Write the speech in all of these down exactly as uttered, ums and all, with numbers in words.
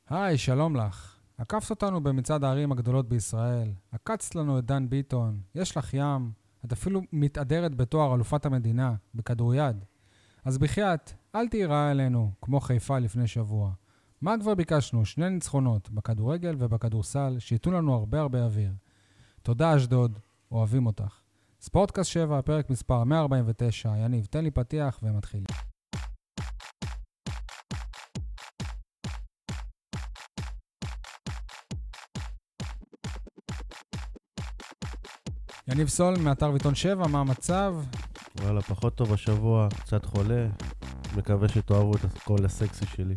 היי, שלום לך. עקפת אותנו במצעד הערים הגדולות בישראל. עקצת לנו את דן ביטון. יש לך ים. את אפילו מתעדרת בתואר אלופת המדינה, בכדוריד. אז בחייאת, אל תיראה אלינו, כמו חיפה לפני שבוע. מה כבר ביקשנו? שני ניצחונות, בכדורגל ובכדורסל, שייתנו לנו הרבה הרבה אוויר. תודה אשדוד, אוהבים אותך. ספורטקאסט שבע, פרק מספר מאה ארבעים ותשע. יניב, תן לי פתיח ומתחיל. יניב סול, מאתר ויטון שבע, מה המצב? וואלה, פחות טוב השבוע, קצת חולה. מקווה שתאהבו את הקול הסקסי שלי.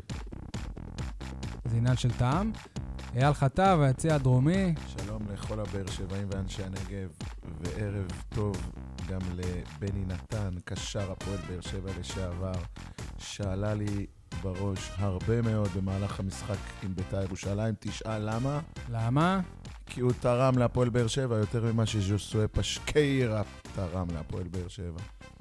זה עניין של טעם. אייל חטב, היציע הדרומי. שלום לכל הבאר שבעים ואנשי הנגב, וערב טוב גם לבני נתן, קשר הפועל באר שבע לשעבר, שעלה לי בראש הרבה מאוד במהלך המשחק עם בית"ר ירושלים. תשאל למה? למה? כי הוא תרם להפועל באר שבע יותר ממה שז'וסואה פשקיירה תרם להפועל באר שבע.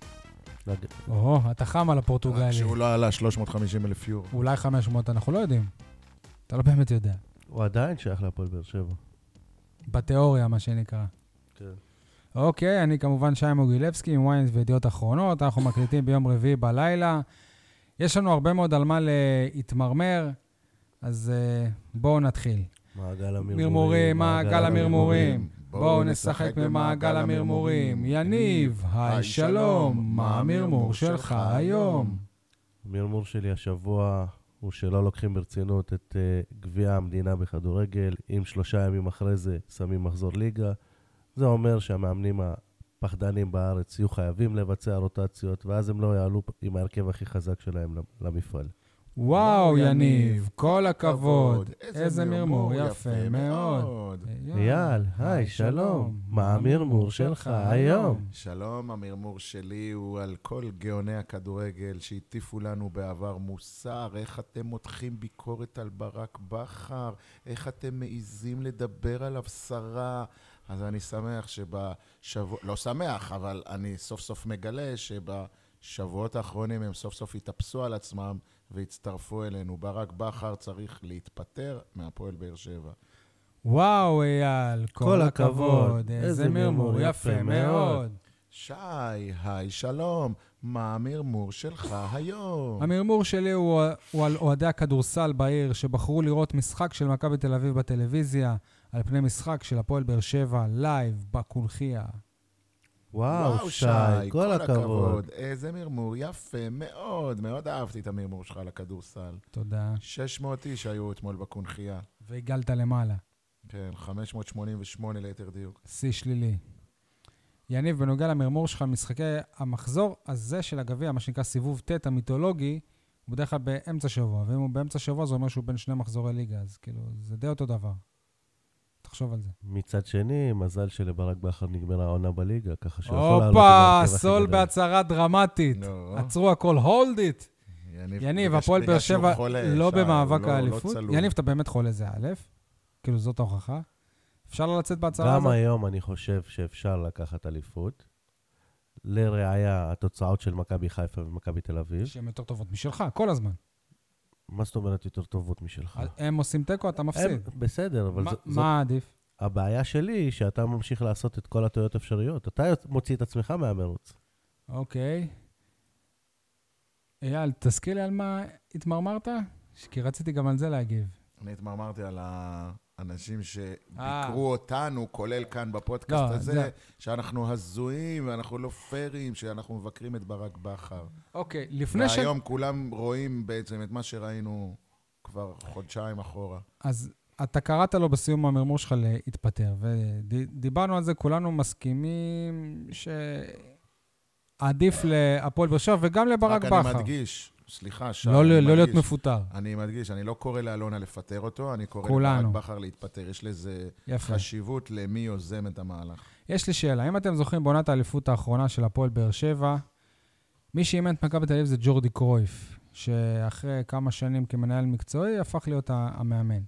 או, אתה חם על הפורטוגלי. שהוא לא עלה שלוש מאות וחמישים אלף יורו. אולי חמש מאות, אנחנו לא יודעים. אתה לא באמת יודע. הוא עדיין שייך להפועל באר שבע. בתיאוריה, מה שנקרא. כן. אוקיי, אני כמובן שי מוגילבסקי עם וויינט וידיעות אחרונות. אנחנו מקליטים ביום רביעי בלילה. יש לנו הרבה מאוד על מה להתמרמר, אז בואו נתחיל. מעגל המרמורים. מרמורים, מעגל המרמורים. בואו נשחק במעגל המרמורים. יניב, היי שלום, מה המרמור שלך היום? המרמור שלי השבוע הוא שלא לוקחים ברצינות את uh, גביע המדינה בכדורגל. אם שלושה ימים אחרי זה שמים מחזור ליגה, זה אומר שהמאמנים הפחדנים בארץ יהיו חייבים לבצע רוטציות, ואז הם לא יעלו עם ההרכב הכי חזק שלהם למפעל. וואו, יניב, כל הכבוד. איזה מרמור יפה מאוד. אייל, היי, שלום. מה המרמור שלך היום? שלום, המרמור שלי הוא על כל גאוני הכדורגל שהטיפו לנו בעבר מוסר. איך אתם מותחים ביקורת על ברק בכר? איך אתם מעיזים לדבר עליו סרה? אז אני שמח שבשבוע... לא שמח, אבל אני סוף סוף מגלה שבשבועות האחרונים הם סוף סוף התאפסו על עצמם והצטרפו אלינו. ברק בכר צריך להתפטר מהפועל באר שבע. וואו, אייל, כל, כל הכבוד. איזה מרמור יפה מאוד. שי, היי, שלום. מה המרמור שלך היום? המרמור שלי הוא, הוא על אוהדי הכדורסל בעיר שבחרו לראות משחק של מכבי תל אביב בטלוויזיה על פני משחק של הפועל באר שבע לייב בקונחייה. וואו, וואו שי, כל, כל הכבוד. הכבוד. איזה מרמור יפה מאוד. מאוד אהבתי את המרמור שלך על הכדורסל. תודה. שש מאות איש היו אתמול בקונחייה. והגלת למעלה. כן, חמש מאות שמונים ושמונה ליתר דיוק. שיא שלילי. יניב, בנוגע למרמור שלך, משחקי המחזור הזה של הגביע, מה שנקרא סיבוב ט' המיתולוגי, הוא בדרך כלל באמצע שבוע, ואם הוא באמצע שבוע זה אומר שהוא בין שני מחזורי ליגה, אז כאילו, זה די אותו דבר. תחשוב על זה. מצד שני, מזל שלברק בכר נגמרה העונה בליגה, ככה שהוא יכול לעלות... אופה, סול בהצהרה דרמטית. עצרו הכל, hold it. יניב, הפועל באר שבע לא במאבק האליפות. יניב, אתה באמת חולה, זה א', כאילו זאת ההוכחה. אפשר לא לצאת בהצהרה הזאת? גם היום אני חושב שאפשר לקחת אליפות. לראיה, התוצאות של מכבי חיפה ומכבי תל אביב. שהן יותר טובות משלך, כל הזמן. מה זאת אומרת יותר טובות משלך? הם עושים טקו, אתה מפסיד. בסדר, אבל זאת... מה עדיף? הבעיה שלי היא שאתה ממשיך לעשות את כל הטעויות אפשריות. אתה מוציא את עצמך מהמרוץ. אוקיי. אייל, תזכיר לי על מה התמרמרת? כי רציתי גם על זה להגיב. אני התמרמרתי על האנשים שביקרו אותנו, כולל כאן בפודקאסט הזה, שאנחנו הזויים ואנחנו לא פיירים, שאנחנו מבקרים את ברק בכר. אוקיי, לפני ש... והיום כולם רואים בעצם את מה שראינו כבר חודשיים אחורה. אז אתה קראת לו בסיום המרמור שלך להתפטר, ודיברנו על זה, כולנו מסכימים שעדיף להפועל באר שבע וגם לברק בכר. רק אני מדגיש, סליחה, שי, לא, לא להיות מפוטר. אני מדגיש, אני לא קורא לאלונה לפטר אותו, אני קורא לברק בכר להתפטר. יש לזה יפה. חשיבות למי יוזם את המהלך. יש לי שאלה, אם אתם זוכרים בעונת האליפות האחרונה של הפועל באר שבע, מי שאימן את מכבי תל אביב זה ג'ורדי קרויף, שאחרי כמה שנים כמנהל מקצועי הפך להיות המאמן.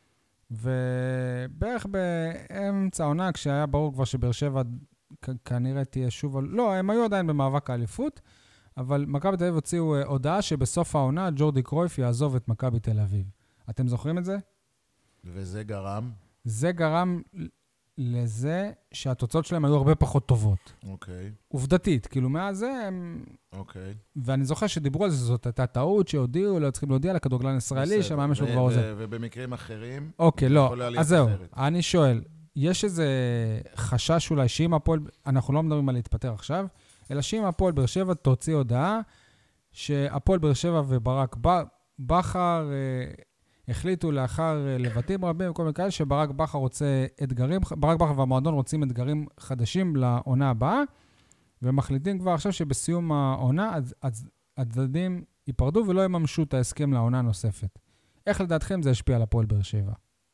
ובערך באמצע העונה, כשהיה ברור כבר שבאר שבע כנראה תהיה שוב... לא, הם היו עדיין במאבק האליפות, אבל מכבי תל אביב הוציאו הודעה שבסוף העונה ג'ורדי קרויף יעזוב את מכבי תל אביב. אתם זוכרים את זה? וזה גרם? זה גרם לזה שהתוצאות שלהם היו הרבה פחות טובות. אוקיי. עובדתית, כאילו מאז זה הם... אוקיי. ואני זוכר שדיברו על זה, זאת הייתה טעות שהודיעו, לא צריכים להודיע לכדורגלן ישראלי, שמאמן שהוא כבר עוזר. ובמקרים אחרים? אוקיי, לא. אז זהו, אני שואל, יש איזה חשש אולי שאם הפועל, אנחנו לא מדברים על להתפטר עכשיו, אלא שאם הפועל באר שבע תוציא הודעה, שהפועל באר שבע וברק בכר החליטו לאחר לבטים רבים וכל מיני כאלה, שברק בכר רוצה אתגרים, ברק בכר והמועדון רוצים אתגרים חדשים לעונה הבאה, ומחליטים כבר עכשיו שבסיום העונה, הצדדים ייפרדו ולא יממשו את ההסכם לעונה נוספת. איך לדעתכם זה ישפיע על הפועל באר שבע?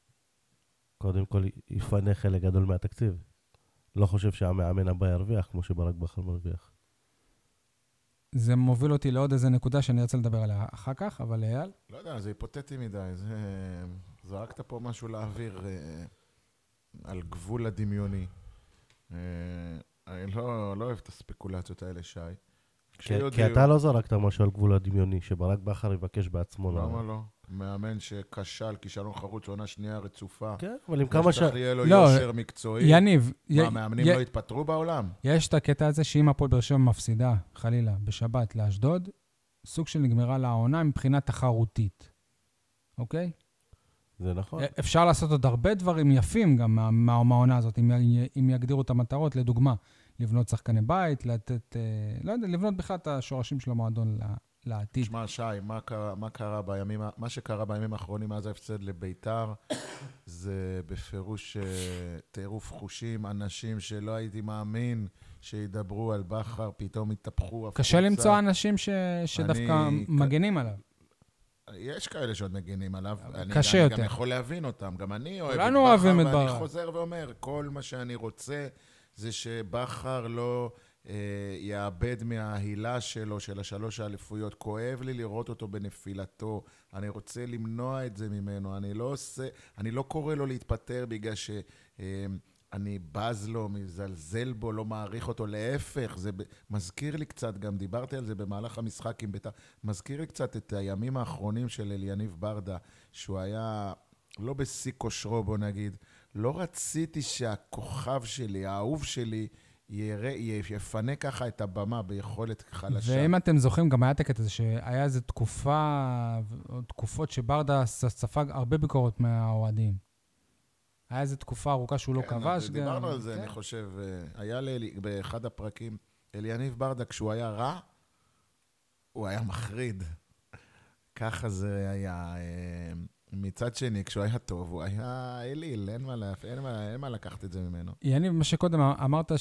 קודם כל, יפנה חלק גדול מהתקציב. לא חושב שהמאמן הבא ירוויח, כמו שברק בכר מרוויח. זה מוביל אותי לעוד איזה נקודה שאני רוצה לדבר עליה אחר כך, אבל אייל? לא יודע, זה היפותטי מדי. זה... זרקת פה משהו לאוויר אה, על גבול הדמיוני. אה, אני לא, לא אוהב את הספקולציות האלה, שי. כי, כי אתה לא זרקת משהו על גבול הדמיוני, שברק בכר יבקש בעצמו. למה לא? מאמן שכשל, כישלון חרוץ, עונה שנייה רצופה. כן, אבל עם כמה ש... יש תהיה לו יושר מקצועי. יניב. מה, המאמנים לא התפטרו בעולם? יש את הקטע הזה שאם הפועל באר שבע מפסידה, חלילה, בשבת לאשדוד, סוג של נגמרה לעונה מבחינה תחרותית. אוקיי? זה נכון. אפשר לעשות עוד הרבה דברים יפים גם מהעונה הזאת, אם יגדירו את המטרות, לדוגמה, לבנות שחקני בית, לתת, לא יודע, לבנות בכלל את השורשים של המועדון לעתיד. תשמע, שי, מה קרה, מה קרה בימים, מה שקרה בימים האחרונים מאז ההפסד לביתר, זה בפירוש טירוף חושים, אנשים שלא הייתי מאמין שידברו על בכר, פתאום התהפכו. קשה למצוא אנשים ש... שדווקא אני... מגנים עליו. יש כאלה שעוד מגנים עליו. קשה אני, יותר. אני גם יכול להבין אותם, גם אני אוהב את בכר, אוהבים את ואני ברק. חוזר ואומר, כל מה שאני רוצה זה שבכר לא אה, יאבד מההילה שלו, של השלוש האליפויות. כואב לי לראות אותו בנפילתו. אני רוצה למנוע את זה ממנו. אני לא עושה, אני לא קורא לו להתפטר בגלל ש... אה, אני בז לו, מזלזל בו, לא מעריך אותו, להפך, זה מזכיר לי קצת, גם דיברתי על זה במהלך המשחק עם בית"ר, מזכיר לי קצת את הימים האחרונים של אליניב ברדה, שהוא היה לא בשיא כושרו, בוא נגיד, לא רציתי שהכוכב שלי, האהוב שלי, יראה, יפנה ככה את הבמה ביכולת חלשה. ואם אתם זוכרים, גם היה תקט הזה, שהיה איזו תקופה, תקופות שברדה ספג הרבה ביקורות מהאוהדים. היה איזו תקופה ארוכה שהוא לא כבש. כן, דיברנו על זה, אני חושב. היה לי באחד הפרקים, אליניב ברדה, כשהוא היה רע, הוא היה מחריד. ככה זה היה. מצד שני, כשהוא היה טוב, הוא היה אליל, אין מה, אין מה, אין מה לקחת את זה ממנו. יניב, מה שקודם אמרת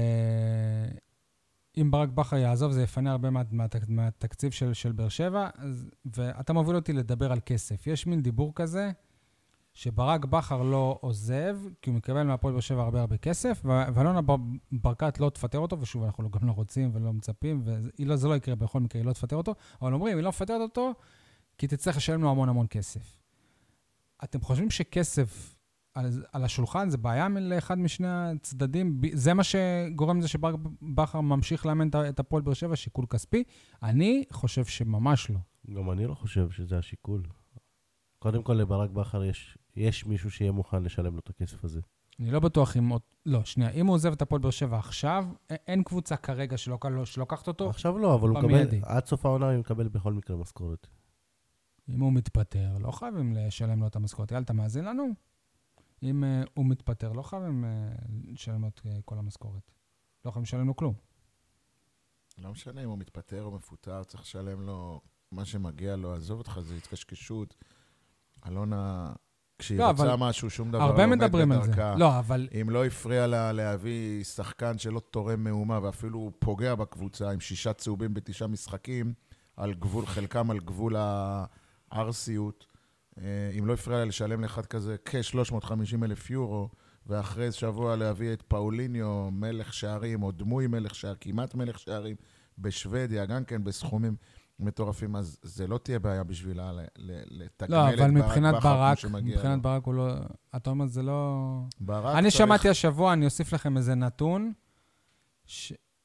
שאם ברק בכר יעזוב, זה יפנה הרבה מהתקציב של, של באר שבע, ואתה מוביל אותי לדבר על כסף. יש מין דיבור כזה, שברק בכר לא עוזב, כי הוא מקבל מהפועל באר שבע הרבה הרבה כסף, ואלונה ברקת לא תפטר אותו, ושוב, אנחנו גם לא רוצים ולא מצפים, וזה לא יקרה בכל מקרה, היא לא תפטר אותו, אבל אומרים, היא לא מפטרת אותו, כי תצטרך לשלם לו המון המון כסף. אתם חושבים שכסף על, על השולחן זה בעיה לאחד משני הצדדים? זה מה שגורם לזה שברק בכר ממשיך לאמן את הפועל באר שבע, שיקול כספי? אני חושב שממש לא. גם אני לא חושב שזה השיקול. קודם כל, לברק בכר יש, יש מישהו שיהיה מוכן לשלם לו את הכסף הזה. אני לא בטוח אם... לא, שנייה, אם הוא עוזב את הפועל באר שבע עכשיו, אין קבוצה כרגע שלוקחת אותו. עכשיו לא, אבל הוא מקבל, עד סוף העונה הוא מקבל בכל מקרה משכורת. אם הוא מתפטר, לא חייבים לשלם לו את המשכורת. יאללה, אתה מאזין לנו? אם uh, הוא מתפטר, לא חייבים uh, לשלם לו את uh, כל המשכורת. לא חייבים לשלם לו כלום. לא משנה אם הוא מתפטר או מפוטר, צריך לשלם לו מה שמגיע לו. עזוב אותך, זה התקשקשות. אלונה, כשהיא לא, רוצה משהו, שום דבר לא עומד בדרכה. לא, אבל... אם לא הפריע לה להביא שחקן שלא תורם מאומה, ואפילו פוגע בקבוצה עם שישה צהובים בתשעה משחקים, על גבול, חלקם על גבול הארסיות, אם לא הפריע לה לשלם לאחד כזה כ-שלוש מאות וחמישים אלף יורו, ואחרי שבוע להביא את פאוליניו, מלך שערים, או דמוי מלך שערים, כמעט מלך שערים, בשוודיה, גם כן בסכומים מטורפים, אז זה לא תהיה בעיה בשבילה לתגמל את ברק בכר כמו שמגיע לו. מבחינת ברק הוא לא... אתה אומר, זה לא... אני שמעתי השבוע, אני אוסיף לכם איזה נתון,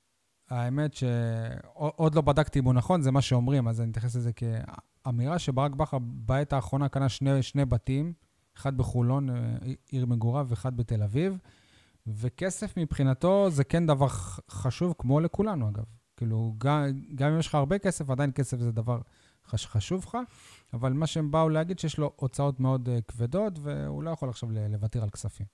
האמת שעוד לא בדקתי אם הוא נכון, זה מה שאומרים, אז אני אתייחס לזה כאמירה שברק בכר בעת האחרונה קנה שני, שני בתים, אחד בחולון, עיר מגוריו, ואחד בתל אביב, וכסף מבחינתו זה כן דבר חשוב, כמו לכולנו אגב. כאילו, גם, גם אם יש לך הרבה כסף, עדיין כסף זה דבר חשוב לך, אבל מה שהם באו להגיד שיש לו הוצאות מאוד כבדות, והוא לא יכול עכשיו לוותר על כספים.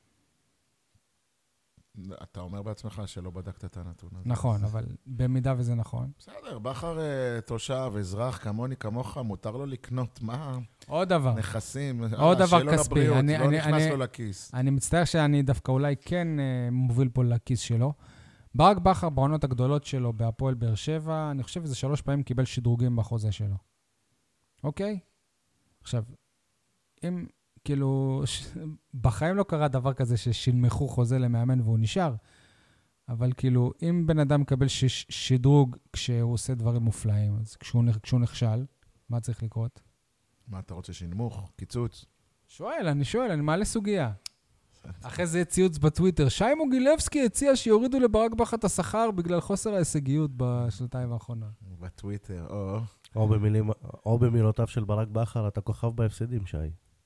אתה אומר בעצמך שלא בדקת את הנתון הזה. נכון, אבל במידה וזה נכון. בסדר, בכר תושב, אזרח, כמוני, כמוך, מותר לו לקנות מה? עוד דבר. נכסים. עוד דבר כספי. לא נכנס לו לכיס. אני מצטער שאני דווקא אולי כן מוביל פה לכיס שלו. ברק בכר בעונות הגדולות שלו בהפועל באר שבע, אני חושב שזה שלוש פעמים קיבל שדרוגים בחוזה שלו. אוקיי? עכשיו, אם... כאילו, ש... בחיים לא קרה דבר כזה ששלמחו חוזה למאמן והוא נשאר, אבל כאילו, אם בן אדם מקבל ש... שדרוג כשהוא עושה דברים מופלאים, אז כשהוא, כשהוא נכשל, מה צריך לקרות? מה אתה רוצה שנמוך? קיצוץ? שואל, אני שואל, אני מעלה סוגיה. אחרי זה ציוץ בטוויטר, שי מוגילבסקי הציע שיורידו לברק בכר את השכר בגלל חוסר ההישגיות בשנתיים האחרונות. בטוויטר, או... או, במילים, או במילותיו של ברק בכר, אתה כוכב בהפסדים, שי.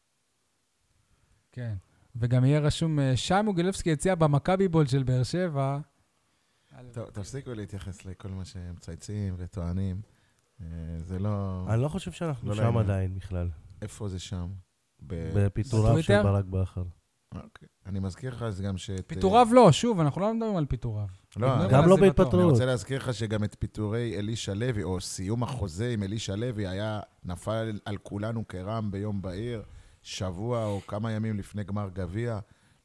כן, וגם יהיה רשום, שי מוגילבסקי הציע במכבי בול של באר שבע. טוב, תפסיקו להתייחס לכל מה שהם צייצים וטוענים. זה לא... אני לא חושב שאנחנו שם עדיין בכלל. איפה זה שם? בפיטוריו של ברק בכר. אוקיי. אני מזכיר לך זה גם ש... פיטוריו לא, שוב, אנחנו לא מדברים על פיטוריו. לא, גם לא בהתפטרות. אני רוצה להזכיר לך שגם את פיטורי אלישע לוי, או סיום החוזה עם אלישע לוי, היה נפל על כולנו כרם ביום בהיר, שבוע או כמה ימים לפני גמר גביע.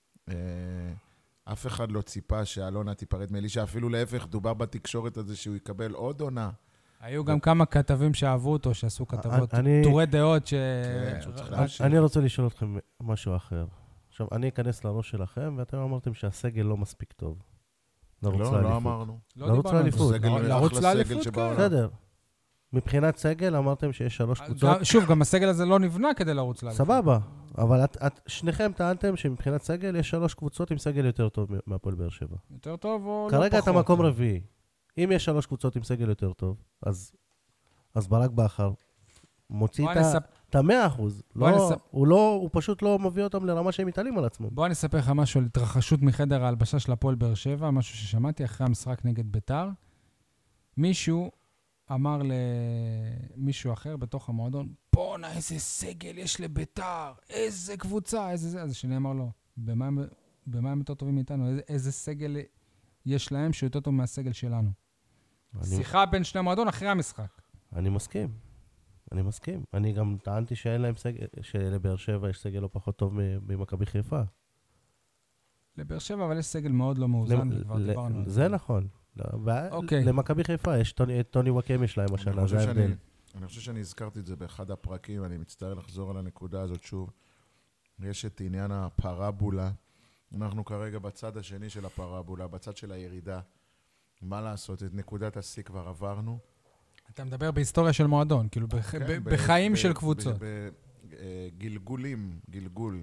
אף אחד לא ציפה שאלונה תיפרד מאלישע, אפילו להפך, דובר בתקשורת הזה שהוא יקבל עוד עונה. היו גם כמה כתבים שאהבו אותו, שעשו כתבות, טורי דעות ש... אני רוצה לשאול אתכם משהו אחר. עכשיו, אני אכנס לראש שלכם, ואתם אמרתם שהסגל לא מספיק טוב. לא, לא אמרנו. לרוץ לאליפות. לרוץ לאליפות, כן. בסדר. מבחינת סגל, אמרתם שיש שלוש קבוצות. שוב, גם הסגל הזה לא נבנה כדי לרוץ לאליפות. סבבה, אבל שניכם טענתם שמבחינת סגל יש שלוש קבוצות עם סגל יותר טוב מהפועל באר שבע. יותר טוב או לא פחות? כרגע אתה מקום רביעי. אם יש שלוש קבוצות עם סגל יותר טוב, אז ברק בכר מוציא את המאה אחוז. הוא פשוט לא מביא אותם לרמה שהם מתעלים על עצמם. בוא אני אספר לך משהו על התרחשות מחדר ההלבשה של הפועל באר שבע, משהו ששמעתי אחרי המשחק נגד ביתר. מישהו אמר למישהו אחר בתוך המועדון, בואנה איזה סגל יש לביתר, איזה קבוצה, איזה זה. אז שאני אמר לו, במה, במה הם יותר טובים מאיתנו? איזה, איזה סגל יש להם שיותר טוב מהסגל שלנו? אני... שיחה בין שני המועדון אחרי המשחק. אני מסכים. אני מסכים. אני גם טענתי שאין להם סגל, שלבאר שבע יש סגל לא פחות טוב ממכבי חיפה. לבאר שבע, אבל יש סגל מאוד לא מאוזן, ל- כבר ל- דיברנו. זה נכון. אוקיי. למכבי חיפה יש טוני וואקם יש להם השנה, זה ההבדל. אני חושב שאני הזכרתי את זה באחד הפרקים, אני מצטער לחזור על הנקודה הזאת שוב. יש את עניין הפרבולה. אנחנו כרגע בצד השני של הפרבולה, בצד של הירידה. מה לעשות? את נקודת השיא כבר עברנו. אתה מדבר בהיסטוריה של מועדון, כאילו בחיים של קבוצות. בגלגולים, גלגול,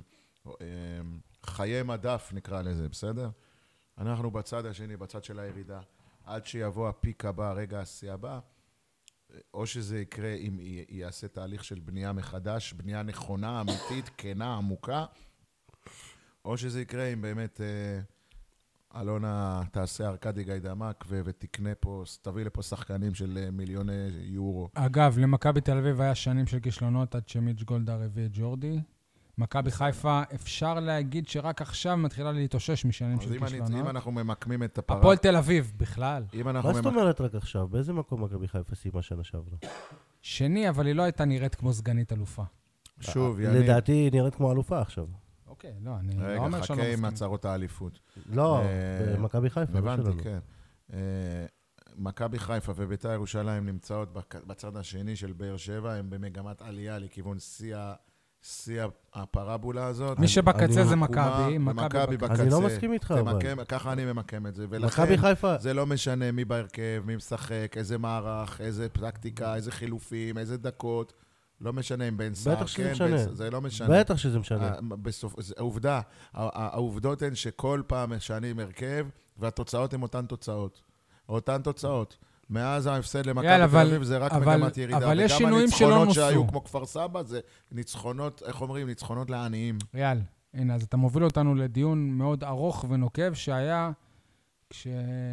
חיי מדף נקרא לזה, בסדר? אנחנו בצד השני, בצד של הירידה, עד שיבוא הפיק הבא, רגע השיא הבא, או שזה יקרה אם יעשה תהליך של בנייה מחדש, בנייה נכונה, אמיתית, כנה, עמוקה, או שזה יקרה אם באמת אלונה תעשה ארקדי גיידמק ותקנה פה, תביא לפה שחקנים של מיליוני יורו. אגב, למכבי תל אביב היה שנים של כישלונות עד שמיץ' גולדהר הביא את ג'ורדי. מכבי חיפה, אפשר להגיד שרק עכשיו מתחילה להתאושש משנים של כישלונות. אם אנחנו ממקמים את הפרה... הפועל תל אביב, בכלל. מה זאת אומרת רק עכשיו? באיזה מקום מכבי חיפה סיימה שנה שעברה? שני, אבל היא לא הייתה נראית כמו סגנית אלופה. שוב, יעני... לדעתי היא נראית כמו אלופה עכשיו. אוקיי, לא, אני לא אומר שלא מסכים. רגע, חכה עם הצהרות האליפות. לא, במכבי חיפה. הבנתי, כן. מכבי חיפה ובית"ר ירושלים נמצאות בצד השני של באר שבע, הם במגמת עלייה לכיוון שיא שיא הפרבולה הזאת. מי שבקצה זה מכבי. מכבי בקצה. אני לא מסכים איתך, אבל. ככה אני ממקם את זה. מכבי חיפה. זה לא משנה מי בהרכב, מי משחק, איזה מערך, איזה פרקטיקה, איזה חילופים, איזה דקות. לא משנה אם בן שר, בטח שזה משנה. זה לא משנה. בטח שזה משנה. העובדה, העובדות הן שכל פעם משנים הרכב, והתוצאות הן אותן תוצאות. אותן תוצאות. מאז ההפסד למכבי יאללה, תל אבל- אביב זה רק אבל- מגמת ירידה. אבל יש וגם שינויים שלא הניצחונות נוסו. שהיו כמו כפר סבא, זה ניצחונות, איך אומרים? ניצחונות לעניים. ריאל, הנה, אז אתה מוביל אותנו לדיון מאוד ארוך ונוקב שהיה כש...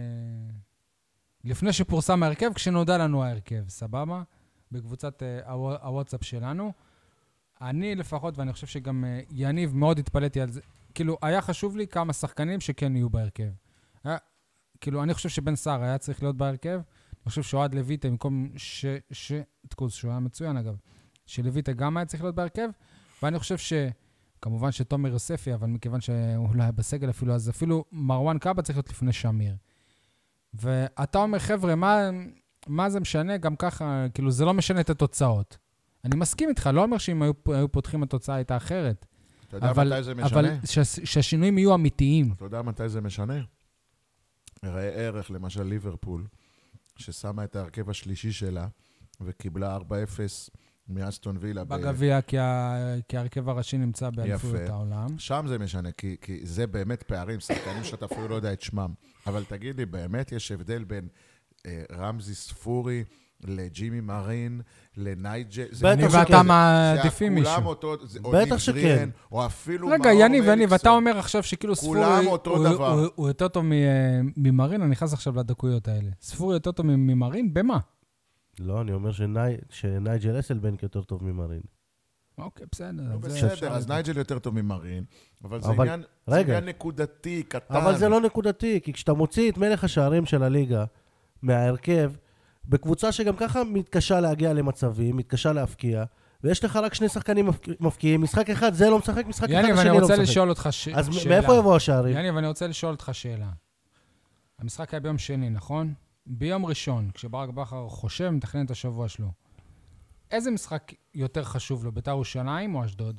לפני שפורסם ההרכב, כשנודע לנו ההרכב, סבבה? בקבוצת uh, הוו- הוואטסאפ שלנו. אני לפחות, ואני חושב שגם uh, יניב, מאוד התפלאתי על זה. כאילו, היה חשוב לי כמה שחקנים שכן יהיו בהרכב. היה, כאילו, אני חושב שבן סער היה צריך להיות בהרכב. אני חושב שאוהד לויטה, במקום ש... ש... תקוז, שהוא היה מצוין אגב, שלויטה גם היה צריך להיות בהרכב, ואני חושב ש... כמובן שתומר יוספי, אבל מכיוון שהוא לא היה בסגל אפילו, אז אפילו מרואן קאבה צריך להיות לפני שמיר. ואתה אומר, חבר'ה, מה, מה זה משנה? גם ככה, כאילו, זה לא משנה את התוצאות. אני מסכים איתך, לא אומר שאם היו, היו פותחים התוצאה הייתה אחרת. אתה יודע אבל, מתי זה משנה? אבל ש, שהשינויים יהיו אמיתיים. אתה יודע מתי זה משנה? ראה ערך, למשל ליברפול, ששמה את ההרכב השלישי שלה, וקיבלה ארבע אפס מאסטון וילה. בגביע, כי, ה, כי ההרכב הראשי נמצא באליפויות יפה. העולם. שם זה משנה, כי, כי זה באמת פערים, שחקנים שאתה אפילו לא יודע את שמם. אבל תגיד לי, באמת יש הבדל בין אה, רמזי ספורי לג'ימי מרין, לנייג'ל? זה אני כמו ואתה שכזה. מעדיפים זה מישהו. כולם אותו, זה- או בטח ניב שכן. דריאן, או אפילו רגע, מאור יניב, יניב, מליקסון. אתה אומר עכשיו שכאילו כולם ספורי אותו הוא, דבר. הוא, הוא יותר טוב מ- ממרין, אני נכנס עכשיו לדקויות האלה. ספורי יותר טוב ממרין? במה? לא, אני אומר שני- שנייג'ל אסלבנק יותר טוב ממרין. אוקיי, בסדר. נו, זה בסדר, אפשר אז לדבר. נייג'ל יותר טוב ממרין, אבל זה אבל- עניין זה רגע. עניין נקודתי, קטן. אבל זה לא נקודתי, כי כשאתה מוציא את מלך השערים של הליגה מההרכב, בקבוצה שגם ככה מתקשה להגיע למצבים, מתקשה להפקיע, ויש לך רק שני שחקנים מפק- מפקיעים, משחק אחד זה לא משחק, משחק אחד יניב, השני אני לא רוצה משחק. לשאול אותך ש... אז מ- שאלה. מאיפה יבואו השערים? יניב, אני רוצה לשאול אותך שאלה. המשחק היה ביום שני, נכון? ביום ראשון, כשברק בכר חושב, מתכנן את השבוע שלו. איזה משחק יותר חשוב לו, בית"ר ירושלים או אשדוד?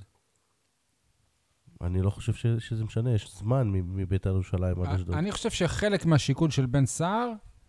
אני לא חושב ש- שזה משנה, יש זמן מ- מבית"ר ירושלים עד אשדוד. אני חושב שחלק מהשיקול של בן סער,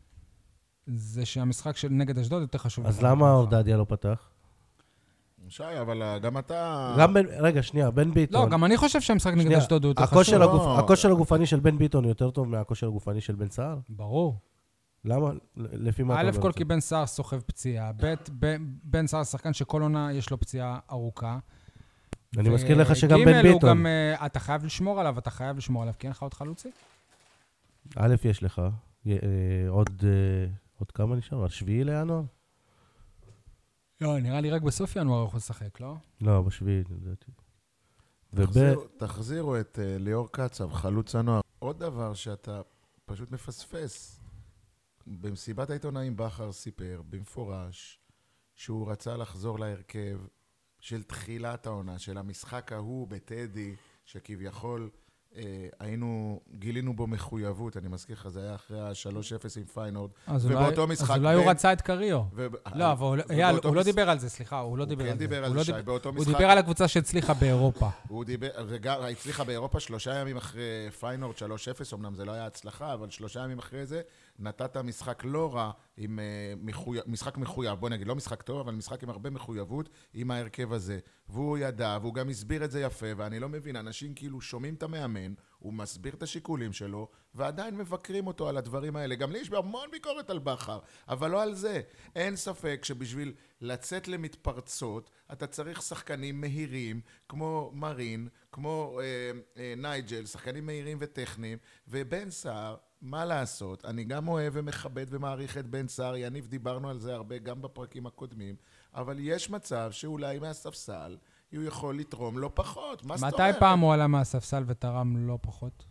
זה שהמשחק של נגד אשדוד יותר חשוב. אז לברק למה בכר. אורדדיה לא פתח? שי, אבל אה, גם אתה... גם בן, רגע, שנייה, בן ביטון. לא, גם אני חושב שהמשחק נגד שנייה, אשדוד הוא יותר הכושר חשוב. הגופ- לא. הכושר הגופני של בן ביטון יותר טוב מהכושר הגופני של בן סער? ברור. למה? ל- לפי מה אתה א' אומר כל את זה? כי בן סער סוחב פציעה, ב' ב- בן סער שחקן שכל עונה יש לו פציעה ארוכה. אני ו- מזכיר לך שגם ג' בן הוא ביטון. גם, אה, אתה חייב לשמור עליו, אתה חייב לשמור עליו, כי אין לך עוד חלוצי. א', יש לך. י- אה, עוד אה, עוד כמה נשאר? השביעי לינואר? לא, נראה לי רק בסוף ינואר הוא יכול לשחק, לא? לא, בשביעי, לדעתי. וב... תחזירו- תחזירו את אה, ליאור קצב, חלוץ הנוער. עוד דבר שאתה פשוט מפספס. במסיבת העיתונאים בכר סיפר במפורש שהוא רצה לחזור להרכב של תחילת העונה, של המשחק ההוא בטדי, שכביכול אה, היינו, גילינו בו מחויבות. אני מזכיר לך, זה היה אחרי ה-שלוש אפס עם פיינורד. אז ובאותו אולי- משחק אז אולי הוא בין- רצה את קריו. ו... לא, אבל הוא- אייל, ובאותו הוא לא מש- דיבר על זה, סליחה, הוא לא דיבר הוא על כן זה. דיבר על הוא לא זה, שי, דיב- באותו הוא משחק. דיבר על הקבוצה שהצליחה באירופה. הוא דיבר, וגם הצליחה באירופה שלושה ימים אחרי פיינורד שלוש אפס, אמנם זה לא היה הצלחה, אבל שלושה ימים אחרי זה נתת משחק לא רע, עם uh, מחויב, משחק מחויב, בוא נגיד, לא משחק טוב, אבל משחק עם הרבה מחויבות עם ההרכב הזה. והוא ידע, והוא גם הסביר את זה יפה, ואני לא מבין, אנשים כאילו שומעים את המאמן, הוא מסביר את השיקולים שלו, ועדיין מבקרים אותו על הדברים האלה. גם לי יש בהמון ביקורת על בכר, אבל לא על זה. אין ספק שבשביל לצאת למתפרצות, אתה צריך שחקנים מהירים, כמו מרין, כמו אה, אה, נייג'ל, שחקנים מהירים וטכניים, ובן סער, מה לעשות? אני גם אוהב ומכבד ומעריך את בן סער, יניב, דיברנו על זה הרבה גם בפרקים הקודמים, אבל יש מצב שאולי מהספסל הוא יכול לתרום לא פחות. מה זאת מתי אומרת? פעם הוא עלה מהספסל ותרם לא פחות?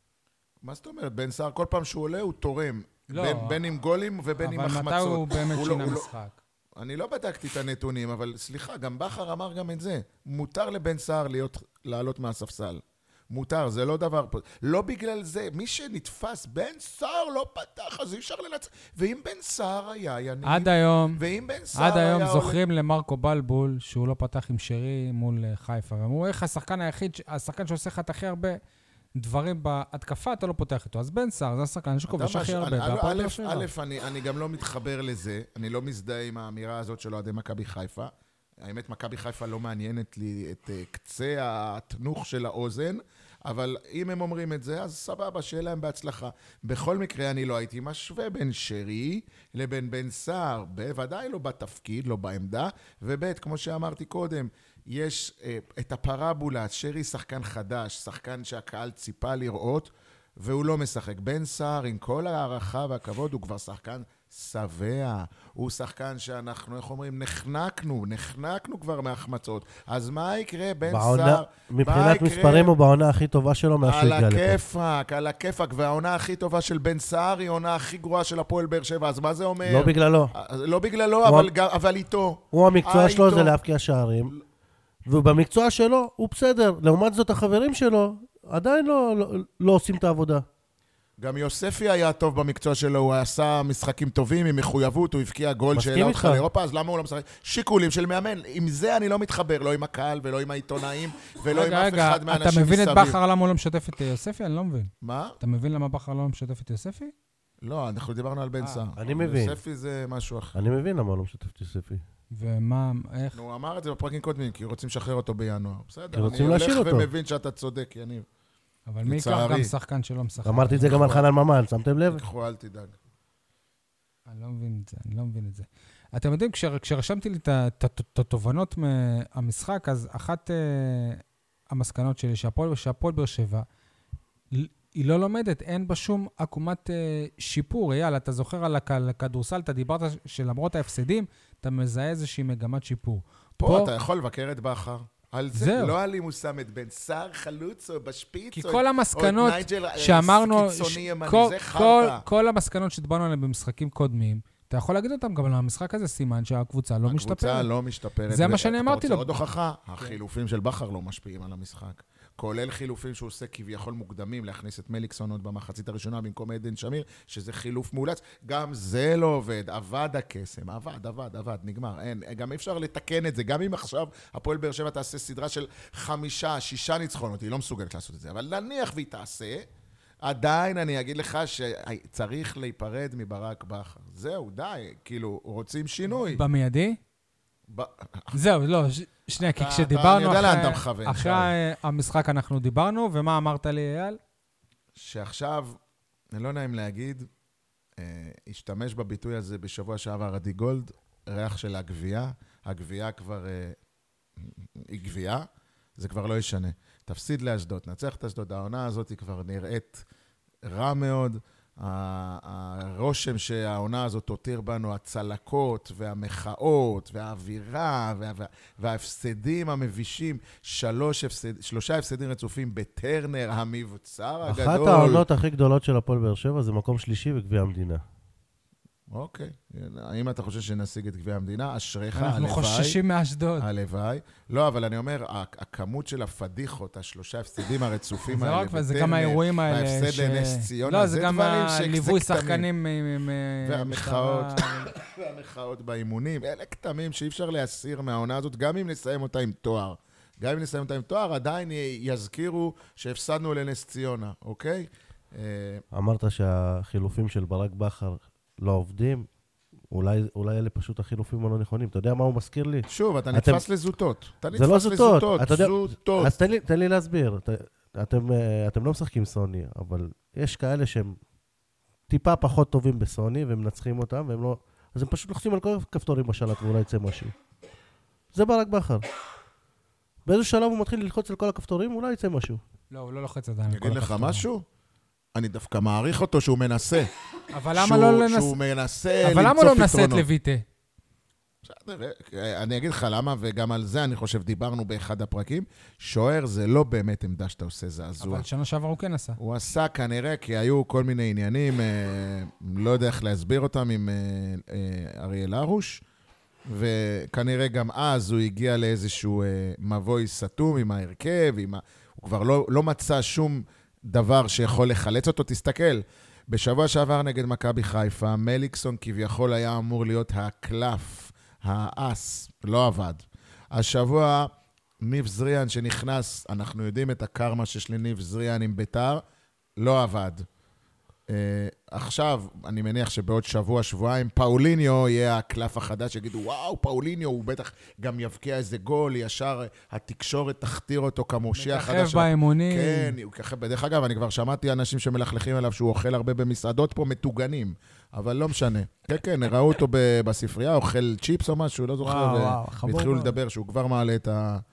מה זאת אומרת? בן סער, כל פעם שהוא עולה הוא תורם. לא, בין, בין עם גולים ובין עם אבל החמצות. מתי הוא באמת הוא לא- שינה הוא לא- משחק? אני לא בדקתי את הנתונים, אבל סליחה, גם בכר אמר גם את זה. מותר לבן סער להיות, לעלות מהספסל. מותר, זה לא דבר... לא בגלל זה, מי שנתפס, בן סער לא פתח, אז אי אפשר לנצח. ואם בן סער היה, יניב... עד היום, ואם בן סער עד היה... היום עולה- זוכרים למרקו בלבול שהוא לא פתח עם שרי מול אה, חיפה. ואמרו, איך השחקן היחיד, ש- השחקן שעושה לך את הכי הרבה דברים בהתקפה, אתה לא פותח איתו. אז בן סער, זה השחקן שכובש אתה הכי מש- הרבה. אני- והפועל א', באר שבע. א', אני, אני גם לא מתחבר לזה, אני לא מזדהה עם האמירה הזאת של אוהדי מכבי חיפה. האמת, מכבי חיפה לא מעניינת לי את uh, קצה התנוך של האוזן, אבל אם הם אומרים את זה, אז סבבה, שיהיה להם בהצלחה. בכל מקרה, אני לא הייתי משווה בין שרי לבין בן סער, בוודאי לא בתפקיד, לא בעמדה, ובית, כמו שאמרתי קודם, יש אה, את הפרבולה, שרי שחקן חדש, שחקן שהקהל ציפה לראות, והוא לא משחק. בן סער, עם כל הערכה והכבוד, הוא כבר שחקן שבע. הוא שחקן שאנחנו, איך אומרים, נחנקנו, נחנקנו כבר מהחמצות. אז מה יקרה, בן סער? מבחינת מספרים הוא בעונה הכי טובה שלו מהשגע לפה. על הכיפק, על הכיפק, והעונה הכי טובה של בן סער היא העונה הכי גרועה של הפועל באר שבע. אז מה זה אומר? לא בגללו. לא בגללו, אבל, גם, אבל איתו. הוא המקצוע שלו זה להבקיע שערים, ובמקצוע שלו הוא בסדר. לעומת זאת החברים שלו עדיין לא, לא, לא עושים את העבודה. גם יוספי היה טוב במקצוע שלו, הוא עשה משחקים טובים עם מחויבות, הוא הבקיע גול שהעלה אותך לאירופה, אז למה הוא לא משחק? שיקולים של מאמן. עם זה אני לא מתחבר, לא עם הקהל ולא עם העיתונאים, ולא עם אף אחד מהאנשים מסביב. אתה מבין את בכר למה הוא לא משתף את יוספי? אני לא מבין. מה? אתה מבין למה בכר לא משתף את יוספי? לא, אנחנו דיברנו על בן סער. אני מבין. יוספי זה משהו אחר. אני מבין למה הוא לא משתף את יוספי. ומה, איך? הוא אמר את זה בפרקים קודמים, כי רוצים לשחרר אותו בינואר. בסדר, אני הולך ומבין שאתה צודק, יניב. אבל מי ייקח גם שחקן שלא משחק? אמרתי את זה גם על חנן ממן, שמתם לב? תקחו, אל תדאג. אני לא מבין את זה, אני לא מבין את זה. אתם יודעים, כשרשמתי לי את התובנות מהמשחק, אז אחת המסקנות שלי, שהפועל באר שבע, היא לא לומדת, אין בה שום עקומת שיפור. אייל, אתה זוכר על הכדורסל, אתה דיברת שלמרות ההפסדים, אתה מזהה איזושהי מגמת שיפור. פה אתה יכול לבקר את בכר. על זה, לא על אם הוא שם את בן סער חלוץ או בשפיץ, כי כל המסקנות שאמרנו, כל המסקנות שדברנו עליהן במשחקים קודמים, אתה יכול להגיד אותם גם על המשחק הזה, סימן שהקבוצה לא משתפרת. הקבוצה לא משתפרת. זה מה שאני אמרתי לו. עוד הוכחה, החילופים של בכר לא משפיעים על המשחק. כולל חילופים שהוא עושה כביכול מוקדמים, להכניס את מליקסון עוד במחצית הראשונה במקום עדן שמיר, שזה חילוף מאולץ. גם זה לא עובד, עבד הקסם, עבד, עבד, עבד, נגמר. אין, גם אי אפשר לתקן את זה. גם אם עכשיו הפועל באר שבע תעשה סדרה של חמישה, שישה ניצחונות, היא לא מסוגלת לעשות את זה. אבל נניח והיא תעשה, עדיין אני אגיד לך שצריך להיפרד מברק בכר. זהו, די, כאילו, רוצים שינוי. במיידי? זהו, לא, שנייה, כי כשדיברנו אחרי המשחק אנחנו דיברנו, ומה אמרת לי, אייל? שעכשיו, אני לא נעים להגיד, השתמש בביטוי הזה בשבוע שעבר עדי גולד, ריח של הגבייה, הגבייה כבר היא גבייה, זה כבר לא ישנה. תפסיד לאשדוד, נצח את אשדוד, העונה הזאת היא כבר נראית רע מאוד, הרושם שהעונה הזאת תותיר בנו, הצלקות והמחאות והאווירה וה, וה, וההפסדים המבישים, שלוש הפסד, שלושה הפסדים רצופים בטרנר, המבצר הגדול. אחת העונות הכי גדולות של הפועל באר שבע זה מקום שלישי בגביע המדינה. אוקיי. האם אתה חושב שנשיג את גביע המדינה? אשריך, הלוואי. אנחנו חוששים מאשדוד. הלוואי. לא, אבל אני אומר, הכמות של הפדיחות, השלושה הפסדים הרצופים האלה, זה רק, זה גם האירועים האלה. ההפסד לנס ציונה, לא, זה גם הליווי שחקנים. והמחאות, והמחאות באימונים. אלה קטמים שאי אפשר להסיר מהעונה הזאת, גם אם נסיים אותה עם תואר. גם אם נסיים אותה עם תואר, עדיין יזכירו שהפסדנו לנס ציונה, אוקיי? אמרת שהחילופים של ברק בכר לא עובדים, אולי, אולי אלה פשוט החילופים הלא נכונים. אתה יודע מה הוא מזכיר לי? שוב, אתה נתפס אתם... לזוטות. אתה זה לא זוטות. אתה יודע... זוטות. אז תן לי, תן לי להסביר. את, אתם, אתם לא משחקים סוני, אבל יש כאלה שהם טיפה פחות טובים בסוני, והם מנצחים אותם, והם לא... אז הם פשוט לוחצים על כל כפתורים בשלט, ואולי יצא משהו. זה ברק בכר. באיזה שלב הוא מתחיל ללחוץ על כל הכפתורים, אולי יצא משהו. לא, הוא לא לוחץ עדיין. אני אגיד לך משהו? אני דווקא מעריך אותו שהוא מנסה. אבל למה לא לנסה? שהוא מנסה למצוא פתרונות. אבל למה לא מנסה את לויטה? אני אגיד לך למה, וגם על זה אני חושב דיברנו באחד הפרקים, שוער זה לא באמת עמדה שאתה עושה זעזוע. אבל שנה שעבר הוא כן עשה. הוא עשה כנראה, כי היו כל מיני עניינים, לא יודע איך להסביר אותם עם אריאל הרוש, וכנראה גם אז הוא הגיע לאיזשהו מבוי סתום עם ההרכב, הוא כבר לא מצא שום דבר שיכול לחלץ אותו. תסתכל, בשבוע שעבר נגד מכבי חיפה, מליקסון כביכול היה אמור להיות הקלף, האס, לא עבד. השבוע ניב זריאן שנכנס, אנחנו יודעים את הקרמה שיש לניב זריאן עם ביתר, לא עבד. עכשיו, אני מניח שבעוד שבוע, שבועיים, פאוליניו יהיה הקלף החדש, יגידו, וואו, פאוליניו, הוא בטח גם יבקיע איזה גול, ישר התקשורת תכתיר אותו כמושיע חדש. מככב באמונים. כן, הוא ככה, בדרך אגב, אני כבר שמעתי אנשים שמלכלכים עליו שהוא אוכל הרבה במסעדות פה מטוגנים, אבל לא משנה. כן, כן, ראו אותו בספרייה, אוכל צ'יפס או משהו, לא זוכר, וואו, וואו, חמור והתחילו מאוד. לדבר שהוא כבר מעלה את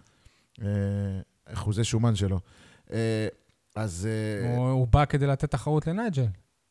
האחוזי שומן שלו. אז... הוא, הוא בא כדי לתת תחרות לנייג'ל.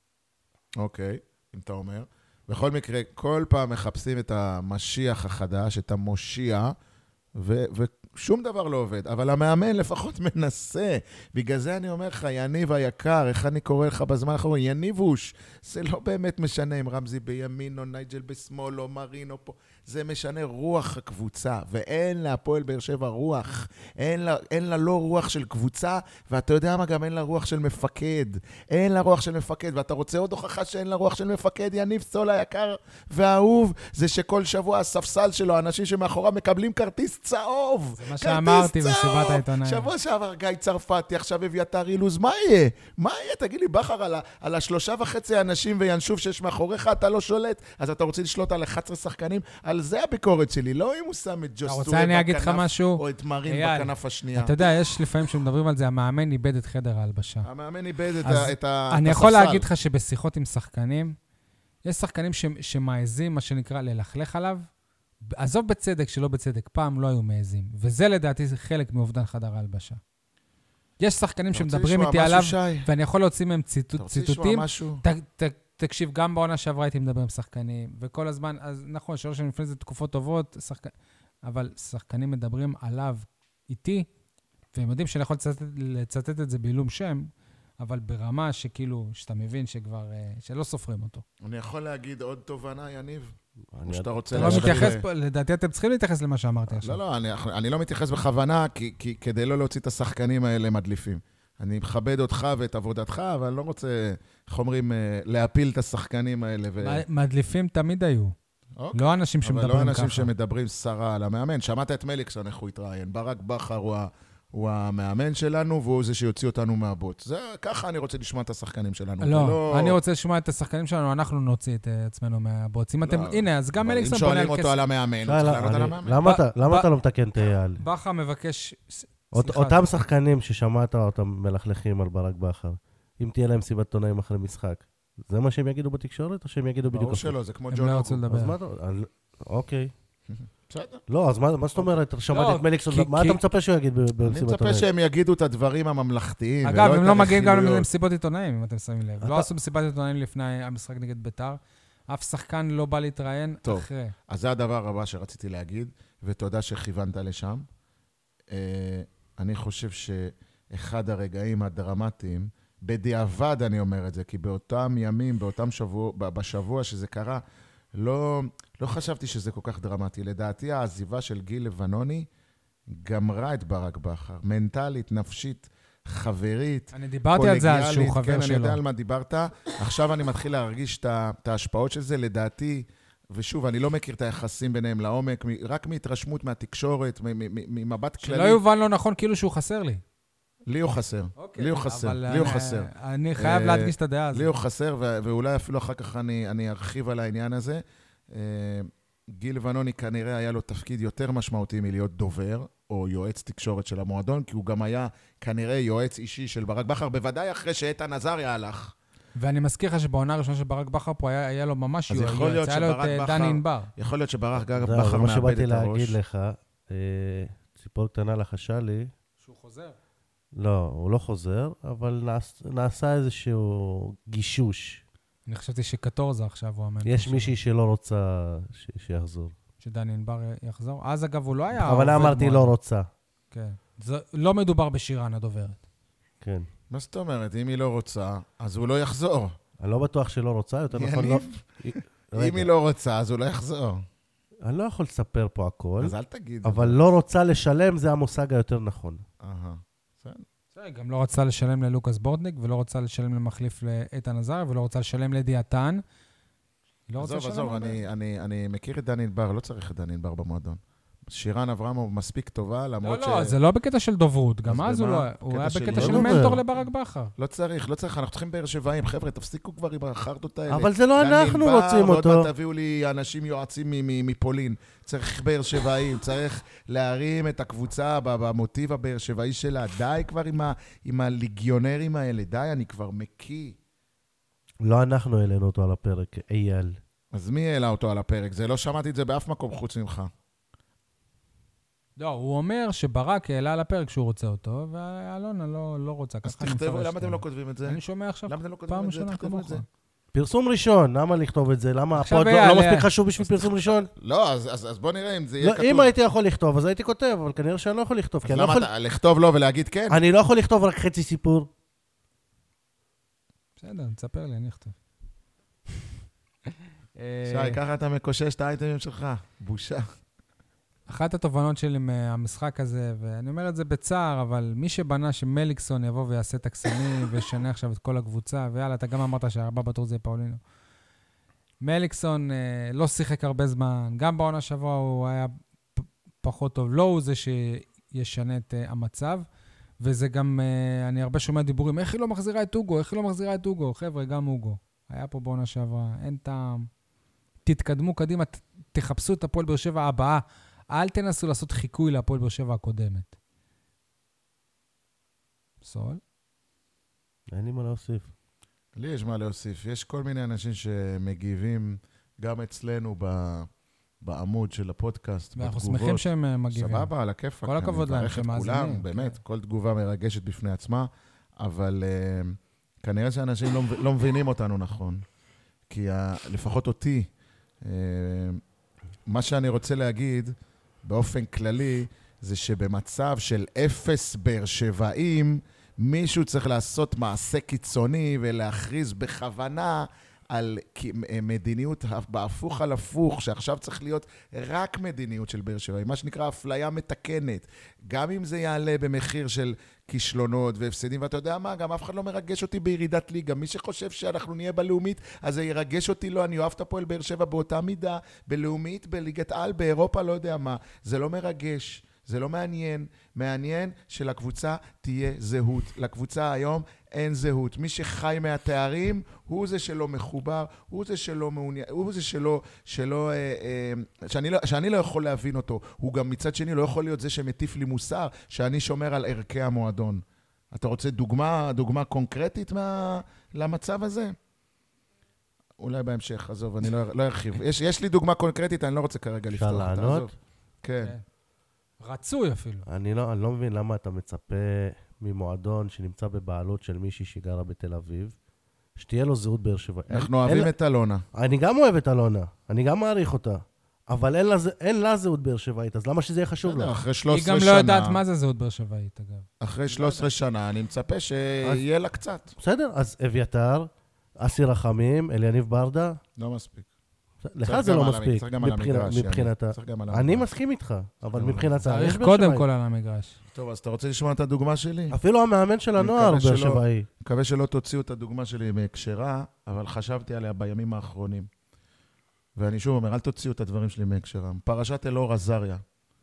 אוקיי, אם אתה אומר. בכל מקרה, כל פעם מחפשים את המשיח החדש, את המושיע, ו- ושום דבר לא עובד. אבל המאמן לפחות מנסה. בגלל זה אני אומר לך, יניב היקר, איך אני קורא לך בזמן האחרון? יניבוש, זה לא באמת משנה אם רמזי בימין או נייג'ל בשמאל או מרינו פה. זה משנה רוח הקבוצה, ואין להפועל באר שבע רוח. אין לה, אין לה לא רוח של קבוצה, ואתה יודע מה, גם אין לה רוח של מפקד. אין לה רוח של מפקד, ואתה רוצה עוד הוכחה שאין לה רוח של מפקד, יניב סול היקר והאהוב, זה שכל שבוע הספסל שלו, האנשים שמאחורה מקבלים כרטיס צהוב. זה מה שאמרתי במסיבת העיתונאים. שבוע שעבר גיא צרפתי, עכשיו אביתר אילוז, מה יהיה? מה יהיה? תגיד לי, בחר על, ה, על השלושה וחצי אנשים וינשוף שיש מאחוריך, אתה לא שולט, אז אתה רוצה לשלוט על אחד עשר שחקנים, על זה הביקורת שלי, לא אם הוא שם את ג'וסטורי בכנף, או את מרין בכנף השנייה. אתה יודע, יש לפעמים שמדברים על זה, המאמן איבד את חדר ההלבשה. המאמן איבד את הספסל. אני יכול להגיד לך שבשיחות עם שחקנים, יש שחקנים שמעזים, מה שנקרא, ללכלך עליו, עזוב בצדק שלא בצדק, פעם לא היו מעזים. וזה לדעתי זה חלק מאובדן חדר ההלבשה. יש שחקנים שמדברים איתי עליו, ואני יכול להוציא מהם ציטוטים. תקשיב, גם בעונה שעברה הייתי מדבר עם שחקנים, וכל הזמן, אז נכון, שלוש שנים לפני זה תקופות טובות, אבל שחקנים מדברים עליו איתי, והם יודעים שאני יכול לצטט את זה בעילום שם, אבל ברמה שכאילו, שאתה מבין שכבר, שלא סופרים אותו. אני יכול להגיד עוד תובנה, יניב? או שאתה אתה רוצה לא מתייחס פה, לדעתי אתם צריכים להתייחס למה שאמרתי עכשיו. לא, לא, אני, אני לא מתייחס בכוונה, כי, כי, כדי לא להוציא את השחקנים האלה מדליפים. אני מכבד אותך ואת עבודתך, אבל אני לא רוצה, איך אומרים, להפיל את השחקנים האלה. ו... מדליפים תמיד היו. אוקיי. לא אנשים שמדברים ככה. אבל לא אנשים ככה. שמדברים סרה על המאמן. שמעת את מליקסון, איך הוא התראיין. ברק בכר הוא, ה... הוא המאמן שלנו, והוא זה שיוציא אותנו מהבוט. זה, ככה אני רוצה לשמוע את השחקנים שלנו. לא, ולא... אני רוצה לשמוע את השחקנים שלנו, אנחנו נוציא את עצמנו מהבוט. אם אתם, לא, הנה, אז גם מליקסון פונה על כסף. אם שואלים אותו על המאמן, הוא צריך לענות על המאמן. למה אתה לא מתקן את אייל? בכר מבקש... אותם שחקנים ששמעת אותם מלכלכים על ברק בכר, אם תהיה להם סיבת עיתונאים אחרי משחק, זה מה שהם יגידו בתקשורת, או שהם יגידו בדיוק? ברור שלא, זה כמו ג'ון. הם לא רוצים לדבר. אוקיי. בסדר. לא, אז מה זאת אומרת? שמעתי את מליקסון, מה אתה מצפה שהוא יגיד במסיבת עיתונאים? אני מצפה שהם יגידו את הדברים הממלכתיים. אגב, הם לא מגיעים גם למסיבות עיתונאים, אם אתם שמים לב. לא עשו מסיבת עיתונאים לפני המשחק נגד ביתר. אף שחקן לא בא להתראיין אחרי. טוב, אז זה הדבר הבא שרציתי להגיד, ותודה שכיוונת לשם. אני חושב שאחד הרגעים הדרמטיים, בדיעבד אני אומר את זה, כי באותם ימים, באותם שבוע, בשבוע שזה קרה, לא, לא חשבתי שזה כל כך דרמטי. לדעתי, העזיבה של גיל לבנוני גמרה את ברק בכר. מנטלית, נפשית, חברית, אני דיברתי על זה אז שהוא חבר כן, שלו. אני יודע על מה דיברת. עכשיו אני מתחיל להרגיש את ההשפעות של זה. לדעתי, ושוב, אני לא מכיר את היחסים ביניהם לעומק, רק מהתרשמות מהתקשורת, ממבט כללי. שלא יובן לא נכון, כאילו שהוא חסר לי. לי הוא חסר, לי הוא חסר, לי הוא חסר. אני חייב להדגיש את הדעה הזאת. לי הוא חסר, ואולי אפילו אחר כך אני ארחיב על העניין הזה. גיל לבנוני כנראה היה לו תפקיד יותר משמעותי מלהיות דובר, או יועץ תקשורת של המועדון, כי הוא גם היה כנראה יועץ אישי של ברק בכר, בוודאי אחרי שאיתן עזריה הלך. ואני מזכיר לך שבעונה הראשונה של ברק בכר פה היה, היה לו ממש יועץ, היה לו את דני ענבר. יכול להיות שברק בכר מאבד את הראש. זה מה שבאתי להגיד לך, ציפור קטנה לחשה לי. שהוא חוזר. לא, הוא לא חוזר, אבל נעשה, נעשה איזשהו גישוש. אני חשבתי שקטורזה עכשיו הוא אמן. יש מישהי שלא רוצה ש... שיחזור. שדני ענבר יחזור? אז אגב הוא לא היה... אבל אמרתי לא רוצה. כן. זה לא מדובר בשירן הדוברת. כן. מה זאת אומרת? אם היא לא רוצה, אז הוא לא יחזור. אני לא בטוח שלא רוצה, יותר נכון לא... אם היא לא רוצה, אז הוא לא יחזור. אני לא יכול לספר פה הכל. אז אל תגיד. אבל לא רוצה לשלם, זה המושג היותר נכון. אהה. גם לא רצה לשלם ללוקאס בורדניק, ולא רצה לשלם למחליף לאיתן עזריה, ולא רצה לשלם לדיאטן. עזוב, עזוב, אני מכיר את דני ענבר, לא צריך את דני ענבר במועדון. שירן אברמוב מספיק טובה, למרות ש... לא, לא, זה לא בקטע של דוברות, גם אז הוא לא... הוא היה בקטע של מנטור לברק בכר. לא צריך, לא צריך, אנחנו צריכים באר שבעים, חבר'ה, תפסיקו כבר עם החרטות האלה. אבל זה לא אנחנו רוצים אותו. ועוד מעט תביאו לי אנשים יועצים מפולין. צריך באר שבעים, צריך להרים את הקבוצה במוטיב הבאר שבעי שלה. די כבר עם הליגיונרים האלה, די, אני כבר מקיא. לא אנחנו העלינו אותו על הפרק, אייל. אז מי העלה אותו על הפרק? זה לא שמעתי את זה באף מקום חוץ ממך. לא, הוא אומר שברק העלה על הפרק שהוא רוצה אותו, ואלונה לא, לא רוצה. אז תכתבו, למה אתם לא כותבים את זה? אני שומע עכשיו פעם ראשונה כמוך. פרסום ראשון, למה לכתוב את זה? למה הפוד לא מספיק חשוב בשביל פרסום ראשון? לא, אז בוא נראה אם זה יהיה כתוב. אם הייתי יכול לכתוב, אז הייתי כותב, אבל כנראה שאני לא יכול לכתוב. אז למה אתה לכתוב לא ולהגיד כן? אני לא יכול לכתוב רק חצי סיפור. בסדר, תספר לי, אני אכתוב. שי, ככה אתה מקושש את האייטמים שלך. בושה. אחת התובנות שלי מהמשחק הזה, ואני אומר את זה בצער, אבל מי שבנה שמליקסון יבוא ויעשה את הקסמים וישנה עכשיו את כל הקבוצה, ויאללה, אתה גם אמרת שהרבה בטור זה פאולינו. מליקסון אה, לא שיחק הרבה זמן, גם בעונה שבוע הוא היה פ- פחות טוב, לא הוא זה שישנה את אה, המצב, וזה גם, אה, אני הרבה שומע דיבורים, איך היא לא מחזירה את אוגו, איך היא לא מחזירה את אוגו, חבר'ה, גם אוגו. היה פה בעונה שבוע, אין טעם. תתקדמו קדימה, ת, תחפשו את הפועל באר שבע הבאה, אל תנסו לעשות חיקוי להפועל באר שבע הקודמת. סול? אין לי מה להוסיף. לי יש מה להוסיף. יש כל מיני אנשים שמגיבים גם אצלנו ב... בעמוד של הפודקאסט, ואנחנו שמחים שהם מגיבים. סבבה, על הכיף. כל הכבוד להם שמאזינים. באמת, כל תגובה מרגשת בפני עצמה, אבל uh, כנראה שאנשים לא, לא מבינים אותנו נכון. כי uh, לפחות אותי, uh, מה שאני רוצה להגיד, באופן כללי, זה שבמצב של אפס באר שבעים, מישהו צריך לעשות מעשה קיצוני ולהכריז בכוונה על מדיניות בהפוך על הפוך, שעכשיו צריך להיות רק מדיניות של באר שבעים, מה שנקרא אפליה מתקנת. גם אם זה יעלה במחיר של כישלונות והפסדים, ואתה יודע מה, גם אף אחד לא מרגש אותי בירידת ליגה. מי שחושב שאנחנו נהיה בלאומית, אז זה ירגש אותי, לא, אני אוהב את הפועל באר שבע באותה מידה, בלאומית, בליגת על, באירופה, לא יודע מה. זה לא מרגש. זה לא מעניין, מעניין שלקבוצה תהיה זהות. לקבוצה היום אין זהות. מי שחי מהתארים הוא זה שלא מחובר, הוא זה שלא מעוניין, הוא זה שלא, שלא, אה, אה, שאני לא, שאני לא יכול להבין אותו. הוא גם מצד שני לא יכול להיות זה שמטיף לי מוסר, שאני שומר על ערכי המועדון. אתה רוצה דוגמה, דוגמה קונקרטית מה, למצב הזה? אולי בהמשך, עזוב, אני לא, לא ארחיב. יש, יש לי דוגמה קונקרטית, אני לא רוצה כרגע לפתוח אותה. אפשר לענות? כן. כן. רצוי אפילו. אני לא, אני לא מבין למה אתה מצפה ממועדון שנמצא בבעלות של מישהי שגרה בתל אביב, שתהיה לו זהות באר שבע. אנחנו אוהבים אין, את אלונה. אני גם אוהב את אלונה, אני גם מעריך אותה, אבל אין לה, אין לה זהות באר שבעית, אז למה שזה יהיה חשוב לה? אחרי שלוש עשרה היא שנה... גם לא יודעת מה זה זהות באר שבעית, אגב. אחרי שלוש עשרה שנה, אני מצפה שיהיה לה קצת. בסדר, אז אביתר, אסי רחמים, אליניב ברדה. לא מספיק. לך זה לא מספיק, מבחינתה. אני מסכים איתך, אבל מבחינתה... צריך קודם כל על המגרש. טוב, אז אתה רוצה לשמוע את הדוגמה שלי? אפילו המאמן של הנוער באר שבעי. מקווה שלא תוציאו את הדוגמה שלי מהקשרה, אבל חשבתי עליה בימים האחרונים. ואני שוב אומר, אל תוציאו את הדברים שלי מהקשרה. פרשת אלאור עזריה.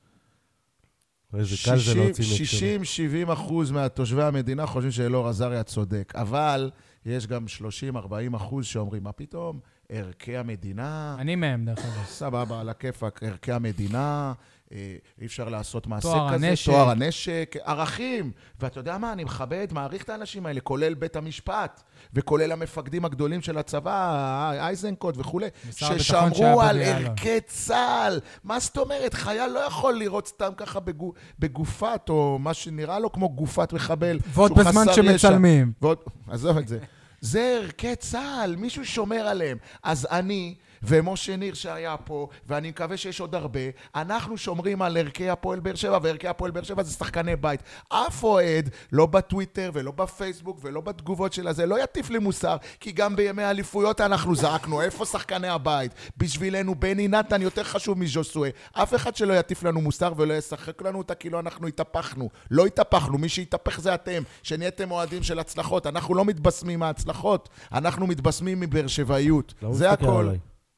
שישים שבעים אחוז מהתושבי המדינה חושבים שאלאור עזריה צודק, אבל יש גם שלושים ארבעים אחוז שאומרים, מה פתאום? ערכי המדינה. אני מהם, דרך אגב. סבבה, על הכיפק, ערכי המדינה, אי אפשר לעשות מעשה כזה. תואר הנשק. תואר הנשק, ערכים. ואתה יודע מה, אני מכבד, מעריך את האנשים האלה, כולל בית המשפט, וכולל המפקדים הגדולים של הצבא, אייזנקוט וכו', ששמרו על ערכי צה"ל. מה זאת אומרת? חייל לא יכול לראות סתם ככה בגופת, או מה שנראה לו כמו גופת מחבל. ועוד בזמן שמצלמים. עזוב את זה. זה ערכי צה"ל, מישהו שומר עליהם. אז אני ומשה ניר שהיה פה, ואני מקווה שיש עוד הרבה, אנחנו שומרים על ערכי הפועל באר שבע, וערכי הפועל באר שבע זה שחקני בית. אף אוהד, לא בטוויטר ולא בפייסבוק ולא בתגובות של הזה, לא יטיף לי מוסר, כי גם בימי האליפויות אנחנו זעקנו, איפה שחקני הבית? בשבילנו בני נתן יותר חשוב מז'וסוי. אף אחד שלא יטיף לנו מוסר ולא ישחק לנו אותה, כאילו אנחנו התהפכנו. לא התהפכנו, מי שהתהפך זה אתם, שנהייתם אוהדים של הצלחות. אנחנו לא מתבשמים מההצלחות, אנחנו מתבשמים מבאר שבעיות. זה הכל.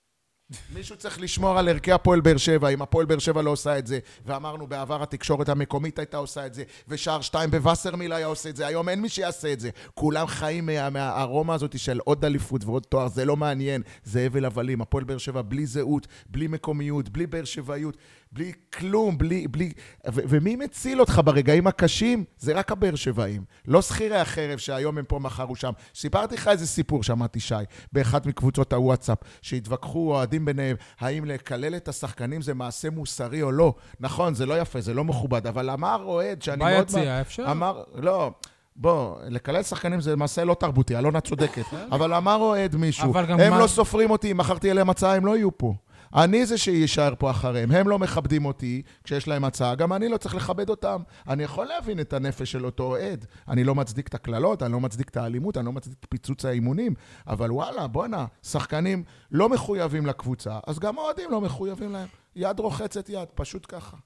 מישהו צריך לשמור על ערכי הפועל באר שבע, אם הפועל באר שבע לא עושה את זה, ואמרנו בעבר התקשורת המקומית הייתה עושה את זה, ושער שתיים בווסרמיל היה עושה את זה, היום אין מי שיעשה את זה. כולם חיים מה, מהארומה הזאת של עוד אליפות ועוד תואר, זה לא מעניין, זה הבל הבלים. הפועל באר שבע בלי זהות, בלי מקומיות, בלי באר שבעיות, בלי כלום, בלי, בלי... ו- ומי מציל אותך ברגעים הקשים? זה רק הבאר שבעים. לא שכירי החרב שהיום הם פה מחרו שם. סיפרתי לך איזה סיפור, שמעתי שי, באחת מקבוצות הוואטסאפ, שהתווכחו אוהדים ביניהם, האם לקלל את השחקנים זה מעשה מוסרי או לא. נכון, זה לא יפה, זה לא מכובד, אבל אמר אוהד שאני מאוד... ביציע, אפשר? אמר, לא... בוא, לקלל שחקנים זה מעשה לא תרבותי, אלונה צודקת. אבל אמר אוהד מישהו, הם לא סופרים אותי, אם מכרתי אליהם הצעה, הם לא יהיו פה. אני זה שישאר פה אחריהם, הם לא מכבדים אותי כשיש להם הצעה, גם אני לא צריך לכבד אותם. אני יכול להבין את הנפש של אותו אוהד, אני לא מצדיק את הכללות, אני לא מצדיק את האלימות, אני לא מצדיק את פיצוץ האימונים, אבל וואלה, בוא'נה, שחקנים לא מחויבים לקבוצה, אז גם אוהדים לא מחויבים להם. יד רוחצת יד, פשוט ככה.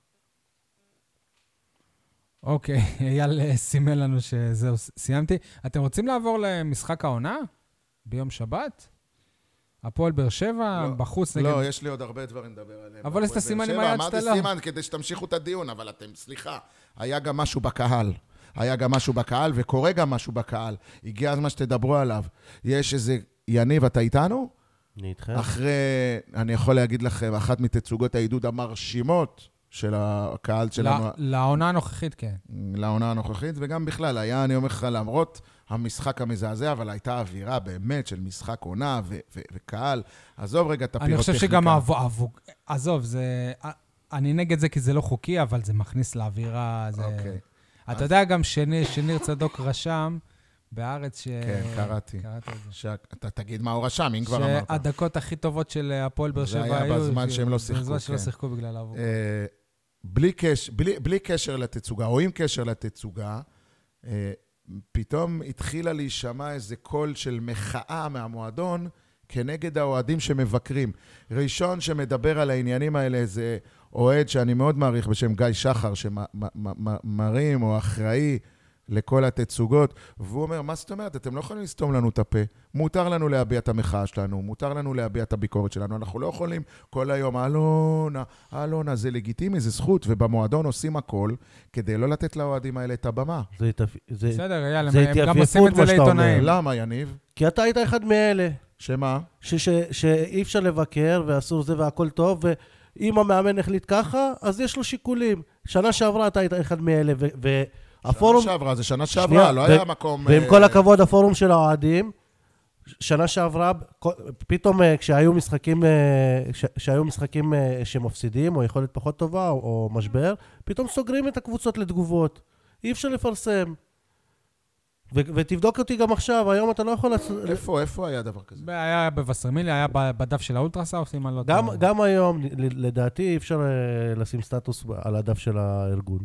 אוקיי, אייל סימן לנו שזהו, סיימתי. אתם רוצים לעבור למשחק העונה? ביום שבת? הפועל באר שבע, לא, בחוץ נגד... לא, יש לי עוד הרבה דברים לדבר עליהם. אבל יש את הסימן עם היד שאתה לא. אמרתי סימן כדי שתמשיכו את הדיון, אבל אתם, סליחה, היה גם משהו בקהל. היה גם משהו בקהל, וקורה גם משהו בקהל. הגיע הזמן שתדברו עליו. יש איזה... יניב, אתה איתנו? אני איתכם. אחרי, אני יכול להגיד לכם, אחת מתצוגות העידוד המרשימות של הקהל שלנו. לעונה הנוכחית, כן. לעונה הנוכחית, וגם בכלל, היה, אני אומר לך, למרות המשחק המזעזע, אבל הייתה אווירה באמת של משחק עונה ו- ו- וקהל. עזוב רגע את הפירוטכניקה. אני חושב שגם אבו... עזוב, זה... אני נגד זה כי זה לא חוקי, אבל זה מכניס לאווירה. זה... אוקיי. אתה אז... יודע גם שני, שניר צדוק רשם בארץ ש... כן, קראתי. קראת את זה. שאתה תגיד מה הוא רשם, אם כבר אמרת. שהדקות הכי טובות של הפועל באר שבע היו... זה היה בזמן שהם לא שיחקו, בזמן שלא שיחקו בגלל אבו. בלי קשר, בלי, בלי קשר לתצוגה, או עם קשר לתצוגה, אה, פתאום התחילה להישמע איזה קול של מחאה מהמועדון כנגד האוהדים שמבקרים. ראשון שמדבר על העניינים האלה זה אוהד שאני מאוד מעריך בשם גיא שחר, שמרים או אחראי לכל התצוגות, והוא אומר, מה זאת אומרת? אתם לא יכולים לסתום לנו את הפה. מותר לנו להביע את המחאה שלנו, מותר לנו להביע את הביקורת שלנו. אנחנו לא יכולים כל היום, אלונה, אלונה, זה לגיטימי, זה זכות, ובמועדון עושים הכל כדי לא לתת לאוהדים האלה את הבמה. זה התאפ... זה... בסדר, יאללה, זה הם גם עושים את זה לעיתונאים. למה, יניב? כי אתה היית אחד מאלה. שמה? ש... ש... שאי אפשר לבקר, ואסור זה והכל טוב, ואם המאמן החליט ככה, אז יש לו שיקולים. שנה שעברה אתה היית אחד מאלה, ו... ו... הפורום... שנה שעברה, זה שנה שעברה, לא היה מקום... ועם כל הכבוד, הפורום של האוהדים, שנה שעברה, פתאום כשהיו משחקים, כשהיו משחקים שמפסידים, או יכולת פחות טובה, או משבר, פתאום סוגרים את הקבוצות לתגובות. אי אפשר לפרסם. ותבדוק אותי גם עכשיו, היום אתה לא יכול... איפה, איפה היה דבר כזה? היה בווסרמילי, היה בדף של האולטרסאוס, אם אני לא טועה. גם היום, לדעתי, אי אפשר לשים סטטוס על הדף של הארגון.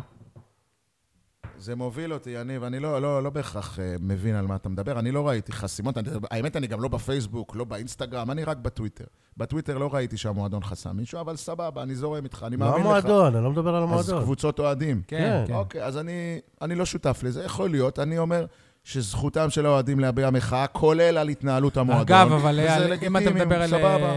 זה מוביל אותי, יניב, אני לא, לא, לא בהכרח מבין על מה אתה מדבר, אני לא ראיתי חסימות, אני, האמת אני גם לא בפייסבוק, לא באינסטגרם, אני רק בטוויטר. בטוויטר לא ראיתי שהמועדון חסם מישהו, אבל סבבה, אני זורם איתך, אני מאמין לך. לא המועדון, אני לא מדבר על המועדון. אז קבוצות אוהדים. כן, כן. אוקיי, אז אני, אני לא שותף לזה, יכול להיות, אני אומר שזכותם של האוהדים להביע מחאה, כולל על התנהלות המועדון. אגב, אבל אם אתה מדבר על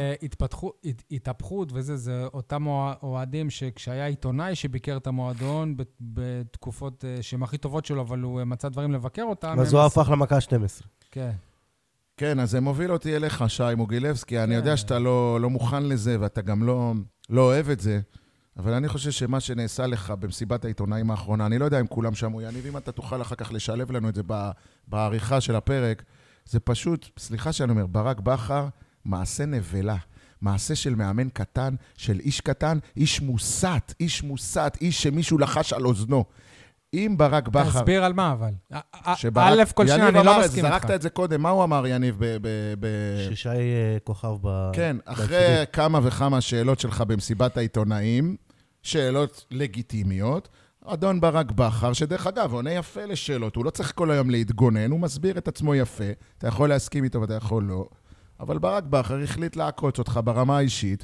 התהפכות וזה, זה אותם אוהדים שכשהיה עיתונאי שביקר את המועדון בתקופות שהן הכי טובות שלו, אבל הוא מצא דברים לבקר אותם. אז הוא הפך למכה שתים עשרה. כן. כן, אז זה מוביל אותי אליך, שי מוגילבסקי, אני יודע שאתה לא מוכן לזה, ואתה גם לא אוהב את זה, אבל אני חושב שמה שנעשה לך במסיבת העיתונאים האחרונה, אני לא יודע אם כולם שמו, יניב, אם אתה תוכל אחר כך לשלב לנו את זה בעריכה של הפרק, זה פשוט, סליחה שאני אומר, ברק בכר, מעשה נבלה, מעשה של מאמן קטן, של איש קטן, איש מוסת, איש מוסת, איש שמישהו לחש על אוזנו. אם ברק בכר... תסביר על מה, אבל. א' כל שנייה, אני לא מסכים איתך. זרקת את זה קודם, מה הוא אמר, יניב? ששי כוכב ב... כן, אחרי כמה וכמה שאלות שלך במסיבת העיתונאים, שאלות לגיטימיות, אדון ברק בכר, שדרך אגב, עונה יפה לשאלות, הוא לא צריך כל היום להתגונן, הוא מסביר את עצמו יפה, אתה יכול להסכים איתו ואתה יכול לא, אבל ברק בכר החליט לעקוץ אותך ברמה האישית,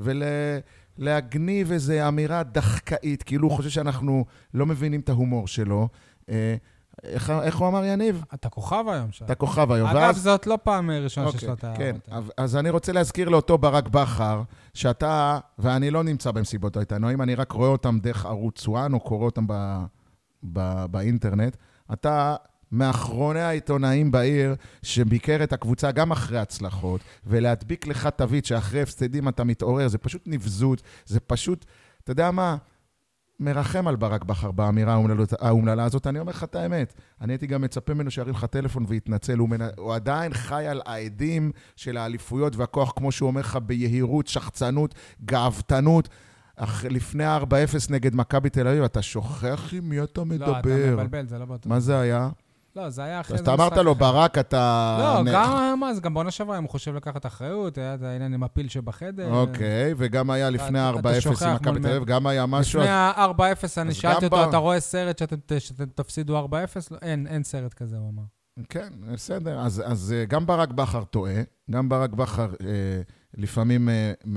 ולהגניב איזו אמירה דחקאית, כאילו הוא חושב שאנחנו לא מבינים את ההומור שלו, איך, איך הוא אמר יניב? אתה כוכב היום שם. אתה כוכב היום. אגב, ואז... זאת לא פעם ראשונה אוקיי, שיש לו את ה... כן, אז אני רוצה להזכיר לאותו ברק בכר, שאתה, ואני לא נמצא במסיבות העיתונאים, אני רק רואה אותם דרך ערוץ וואן, או קורא אותם ב, ב, באינטרנט. אתה מאחרוני העיתונאים בעיר, שביקר את הקבוצה גם אחרי הצלחות, ולהדביק לך תווית שאחרי הפסדים אתה מתעורר, זה פשוט נבזות, זה פשוט, אתה יודע מה? מרחם על ברק בכר באמירה האומללה הזאת, אני אומר לך את האמת. אני הייתי גם מצפה ממנו שירים לך טלפון ויתנצל, הוא, מנ... הוא עדיין חי על העדים של האליפויות והכוח, כמו שהוא אומר לך, ביהירות, שחצנות, גאוותנות. אך לפני ארבע אפס נגד מכבי תל אביב, אתה שוכח עם מי אתה מדבר. לא, אתה מבלבל, זה לא בטוח. מה זה היה? לא, זה היה אחרי אז אתה אמרת לו, ברק, אתה... לא, גם, מה, זה גם בעונה שעברה, אם הוא חושב לקחת אחריות, היה את העניין עם הפיל שבחדר. אוקיי, וגם היה לפני ארבע אפס עם מכבי תל אביב, גם היה משהו... לפני ארבע אפס, אני שאלתי אותו, אתה רואה סרט שאתם תפסידו ארבע אפס? אין, אין סרט כזה, הוא אמר. כן, בסדר. אז גם ברק בכר טועה, גם ברק בכר לפעמים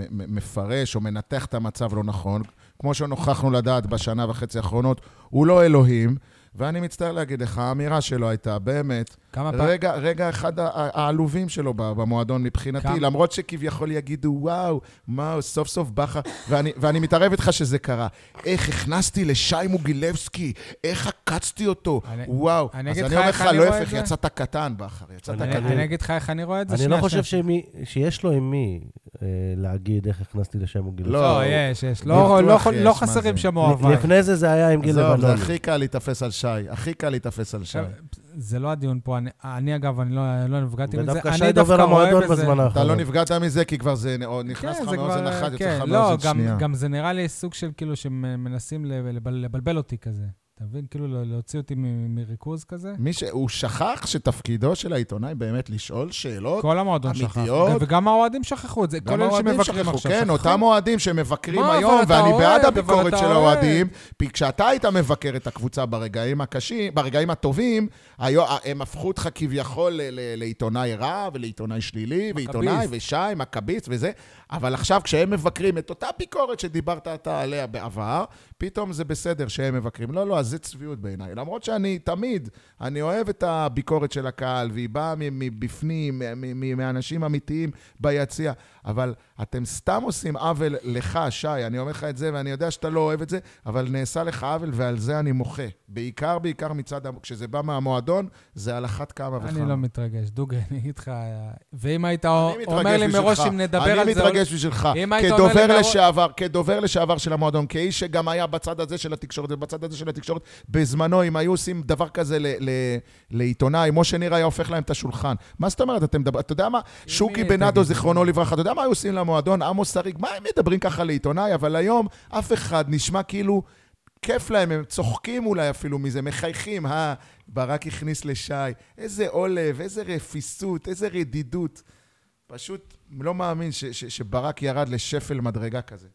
מפרש או מנתח את המצב לא נכון, כמו שנוכחנו לדעת בשנה וחצי האחרונות, הוא לא אלוהים, ואני מצטער להגיד לך, האמירה שלו הייתה באמת, רגע, רגע אחד העלובים שלו במועדון מבחינתי, למרות שכביכול יגידו, וואו, מה, סוף סוף בכר, ואני, ואני מתערב איתך שזה קרה. איך הכנסתי לשי מוגילבסקי, איך עקצתי אותו, וואו. אז אני אומר לך, לא הפך, יצאת קטן בכר, יצאת קטן. אני אגיד לך איך אני רואה את זה. אני לא חושב שיש לו עם מי להגיד איך הכנסתי לשי מוגילבסקי. לא, יש, יש. לא חסרים שם אוהבי. לפני זה זה היה עם גיל לבנוני. זה הכי קל להתאפס על שי, הכי קל להתאפס על שי. זה לא הדיון פה, אני, אני אגב, אני לא, לא נפגעתי מזה. ודווקא שי דובר המועדון בזמן האחרון. אתה לא נפגעת מזה, כי כבר זה נכנס לך מאוזן אחת, יוצא לך מאוזן שנייה. גם זה נראה לי סוג של כאילו שמנסים לבלבל אותי כזה. אתה מבין? כאילו להוציא אותי מריכוז כזה. מי שהוא שכח שתפקידו של העיתונאי באמת לשאול שאלות כל המועדון שכח. וגם האוהדים שכחו את זה. כל אלה שמבקרים עכשיו. כן, אותם אוהדים שמבקרים היום, ואני בעד הביקורת של האוהדים, כשאתה היית מבקר את הקבוצה ברגעים הקשים, ברגעים הטובים, הם הפכו אותך כביכול לעיתונאי רע ולעיתונאי שלילי, ועיתונאי ושי, מכביסט וזה, אבל עכשיו כשהם מבקרים את אותה ביקורת שדיברת אתה עליה בעבר, פתאום זה בסדר שהם מבקרים. לא, לא, אז זה צביעות בעיניי. למרות שאני תמיד, אני אוהב את הביקורת של הקהל, והיא באה מבפנים, מאנשים אמיתיים ביציע, אבל אתם סתם עושים עוול לך, שי, אני אומר לך את זה, ואני יודע שאתה לא אוהב את זה, אבל נעשה לך עוול, ועל זה אני מוחה. בעיקר, בעיקר מצד, כשזה בא מהמועדון, זה על אחת כמה וכמה. אני לא מתרגש, דוגרי, אני אגיד לך, ואם היית אומר לי מראש אם נדבר על זה... אני מתרגש בשבילך, כדובר לשעבר, כדובר לשעבר של המועדון, כאיש שגם היה בצד הזה של התקשורת, ובצד הזה של התקשורת, בזמנו, אם היו עושים דבר כזה לעיתונאי, משה ניר היה הופך להם את השולחן. מה זאת אומרת? אתה יודע מה? שוקי בנאדו, זיכרונו לברכה, אתה יודע מה היו עושים למועדון? עמוס שריג, מה הם מדברים ככה לעיתונאי? אבל היום אף אחד נשמע כאילו כיף להם, הם צוחקים אולי אפילו מזה, מחייכים, אה, ברק הכניס לשי, איזה עולב, איזה רפיסות, איזה רדידות. פשוט לא מאמין ש- ש- שברק ירד לשפל מדרגה כזה.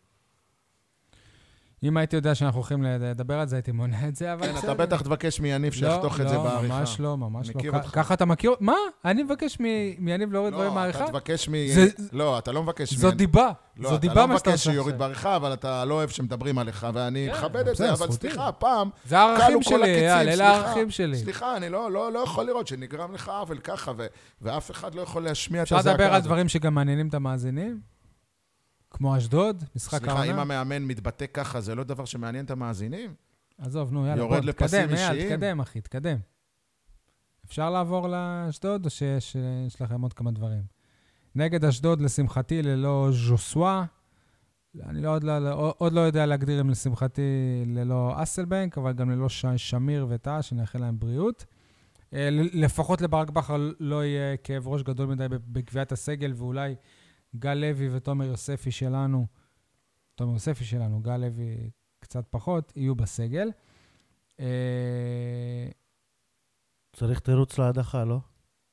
אם הייתי יודע שאנחנו הולכים לדבר על זה, הייתי מונע את זה, אבל... כן, אתה בטח תבקש מיניב שיחתוך את זה בעריכה. לא, ממש לא, ממש לא. ככה אתה מכיר... מה? אני מבקש מיניב להוריד דברים בעריכה? לא, אתה תבקש מ... לא, אתה לא מבקש... זו דיבה. זו דיבה מה שאתה עושה. לא, אתה לא מבקש שיוריד בעריכה, אבל אתה לא אוהב שמדברים עליך, ואני מכבד את זה, אבל סליחה, פעם... זה הערכים שלי, יאל, אלה הערכים שלי. סליחה, אני לא יכול לראות שנגרם לך עוול ככה, ואף אחד לא יכול להשמיע את הזעקה. אפשר לדבר על דברים שגם מעניינים את המאזינים? כמו אשדוד, משחק העונה. סליחה, אם המאמן מתבטא ככה, זה לא דבר שמעניין את המאזינים? עזוב, נו, יאללה, בוא, תקדם, יאללה, תקדם, אחי, תקדם. אפשר לעבור לאשדוד, או שיש לכם עוד כמה דברים? נגד אשדוד, לשמחתי, ללא ז'וסווה. אני לא, עוד, לא, עוד לא יודע להגדיר אם לשמחתי ללא אסלבנק, אבל גם ללא ש... שמיר וטעה, שנאחל להם בריאות. לפחות לברק בכר לא יהיה כאב ראש גדול מדי בקביעת הסגל, ואולי... גל לוי ותומר יוספי שלנו, תומר יוספי שלנו, גל לוי קצת פחות, יהיו בסגל. צריך תירוץ להדחה, לא?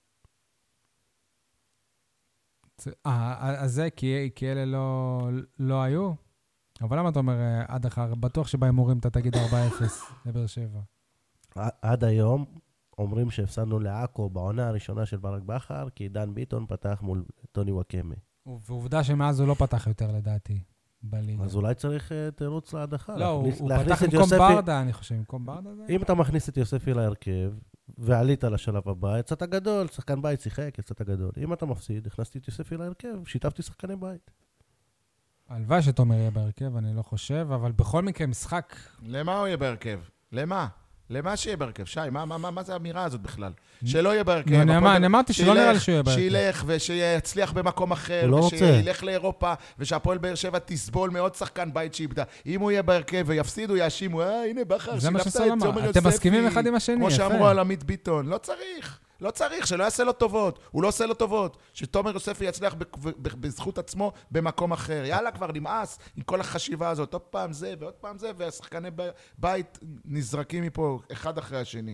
אז זה, כי אלה לא היו. אבל למה אתה אומר עד אחר? בטוח שבהימורים אתה תגיד ארבע אפס לבאר שבע. עד היום אומרים שהפסדנו לעכו בעונה הראשונה של ברק בכר, כי דן ביטון פתח מול טוני וואקמה. ועובדה שמאז הוא לא פתח יותר לדעתי. בליגה. אז אולי צריך uh, תירוץ להדחה. לא, הוא, להכניס, הוא להכניס פתח עם יוספי... קום ברדה, אני חושב, עם קום ברדה זה? אם אתה מכניס את יוספי להרכב, ועלית לשלב הבא, יצאת גדול, שחקן בית שיחק, יצאת גדול. אם אתה מפסיד, הכנסתי את יוספי להרכב, שיתפתי שחקני בית. הלוואי שתומר יהיה בהרכב, אני לא חושב, אבל בכל מקרה משחק... למה הוא יהיה בהרכב? למה? למה שיהיה בהרכב? שי, מה, מה, מה, מה זה האמירה הזאת בכלל? שלא יהיה בהרכב. אני אמר, אני אמרתי שלא נראה לי שהוא יהיה בהרכב. שילך ושיצליח במקום אחר, הוא לא רוצה. ושילך לאירופה, ושהפועל באר שבע תסבול מעוד שחקן בית שאיבדה. אם הוא יהיה בהרכב ויפסיד, הוא יאשימו, אה, הנה בכר, זה מה שילבת את שסול תומר אמר. יוספי. אתם מסכימים אחד עם השני, כמו יפה. שאמרו על עמית ביטון. לא צריך. לא צריך, שלא יעשה לו טובות. הוא לא עושה לו טובות. שתומר יוספי יצליח בזכות עצמו במקום אחר. יאללה, כבר נמאס עם כל החשיבה הזאת. עוד פעם זה ועוד פעם זה, והשחקני בית נזרקים מפה אחד אחרי השני.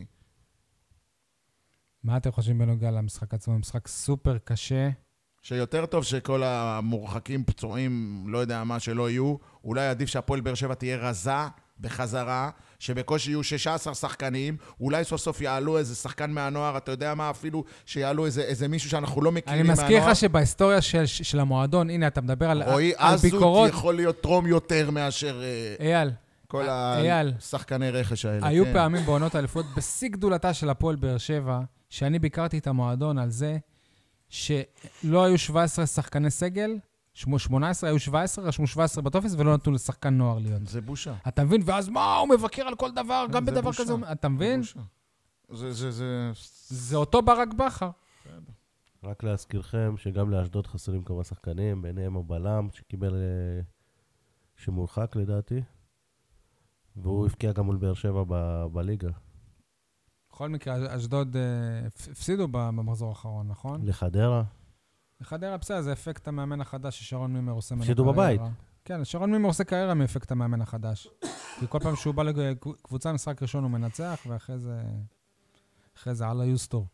מה אתם חושבים בנוגע למשחק עצמו? משחק סופר קשה. שיותר טוב שכל המורחקים פצועים, לא יודע מה שלא יהיו, אולי עדיף שהפועל באר שבע תהיה רזה בחזרה, שבקושי יהיו שישה עשר שחקנים, אולי סוף סוף יעלו איזה שחקן מהנוער, אתה יודע מה, אפילו שיעלו איזה, איזה מישהו שאנחנו לא מכירים אני מהנוער. מזכיר לך שבהיסטוריה של, של המועדון, הנה, אתה מדבר על, רואי, על אז ביקורות. הוא יכול להיות טרום יותר מאשר אייל, כל אייל, השחקני רכש האלה. היו כן. פעמים בעונות האליפות, בשיא גדולתה של הפועל באר שבע, שאני ביקרתי את המועדון על זה, שלא היו שבע עשרה שחקני סגל, שמונה עשרה, היו שבע עשרה, רשמו שבע עשרה בטופס, ולא נתנו לשחקן נוער להיות. זה בושה. אתה מבין? ואז מה, הוא מבקר על כל דבר, גם בדבר כזה. אתה מבין? זה, זה, זה... זה אותו ברק בכר. רק להזכירכם שגם לאשדוד חסרים כמה שחקנים, ביניהם הבלם שקיבל, שמורחק לדעתי, והוא הפקיע גם מול באר שבע ב- בליגה. בכל מקרה, אשדוד הפסידו במחזור האחרון, נכון? לחדרה. לחדרה, בסדר, זה אפקט המאמן החדש ששרון מימר עושה ממנו הפסידו בבית. כן, שרון מימר עושה קריירה מאפקט המאמן החדש. כי כל פעם שהוא בא לקבוצה משחק ראשון הוא מנצח, ואחרי זה, אחרי זה על היוסטור.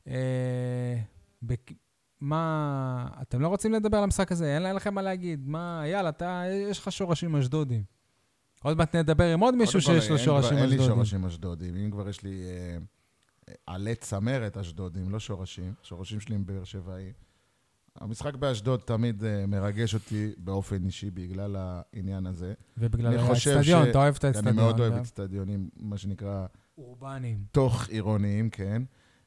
מה, אתם לא רוצים לדבר על המשחק הזה? אין לכם מה להגיד. מה, יאללה, אתה, יש לך שורשים אשדודים. עוד מעט נדבר עם עוד מישהו שיש לו שורשים אשדודים. אין לי שורשים אשדודים. אם כבר יש לי עלי צמרת אשדודים, לא שורשים. שורשים שלי הם באר שבעי. המשחק באשדוד תמיד מרגש אותי באופן אישי בגלל העניין הזה. ובגלל האצטדיון, אתה אוהב את האצטדיון. אני מאוד אוהב אצטדיונים, מה שנקרא... אורבניים. תוך עירוניים, כן.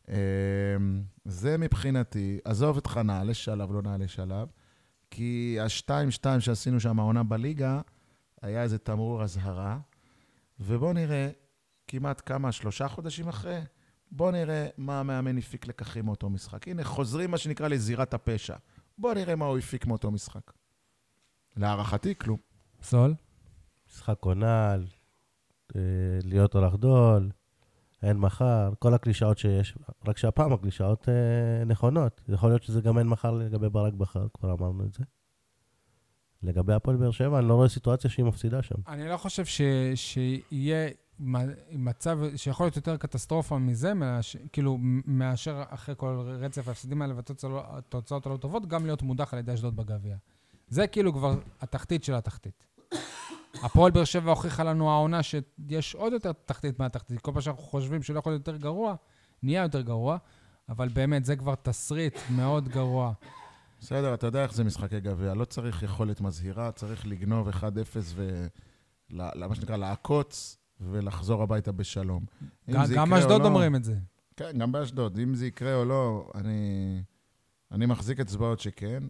זה מבחינתי, עזוב את חנה, לשלב, לא נעלה שלב, כי השתיים שתיים שעשינו שם העונה בליגה, היה איזה תמרור הזהרה, ובוא נראה, כמעט כמה, שלושה חודשים אחרי, בוא נראה מה המאמן הפיק לקחים מאותו משחק. הנה, חוזרים מה שנקרא לזירת הפשע. בוא נראה מה הוא הפיק מאותו משחק. להערכתי, כלום. סול? משחק עונה, להיות או לחדול, אין מחר, כל הקלישאות שיש, רק שהפעם הקלישאות אה, נכונות. יכול להיות שזה גם אין מחר לגבי ברק בכר, כבר אמרנו את זה. לגבי הפועל באר שבע, אני לא רואה סיטואציה שהיא מפסידה שם. אני לא חושב ש... שיהיה מצב שיכול להיות יותר קטסטרופה מזה, מאש... כאילו מאשר אחרי כל רצף ההפסידים האלה והתוצאות הלא טובות, גם להיות מודח על ידי אשדוד בגביע. זה כאילו כבר התחתית של התחתית. הפועל באר שבע הוכיחה לנו העונה שיש עוד יותר תחתית מהתחתית. כל פעם שאנחנו חושבים שלא יכול להיות יותר גרוע, נהיה יותר גרוע, אבל באמת זה כבר תסריט מאוד גרוע. בסדר, אתה יודע איך זה משחקי גביע. לא צריך יכולת מזהירה, צריך לגנוב אחד אפס ולמה שנקרא לעקוץ ולחזור הביתה בשלום. גם אשדוד אומרים את זה. כן, גם באשדוד. אם זה יקרה או לא, אני, אני מחזיק את צבאות שכן.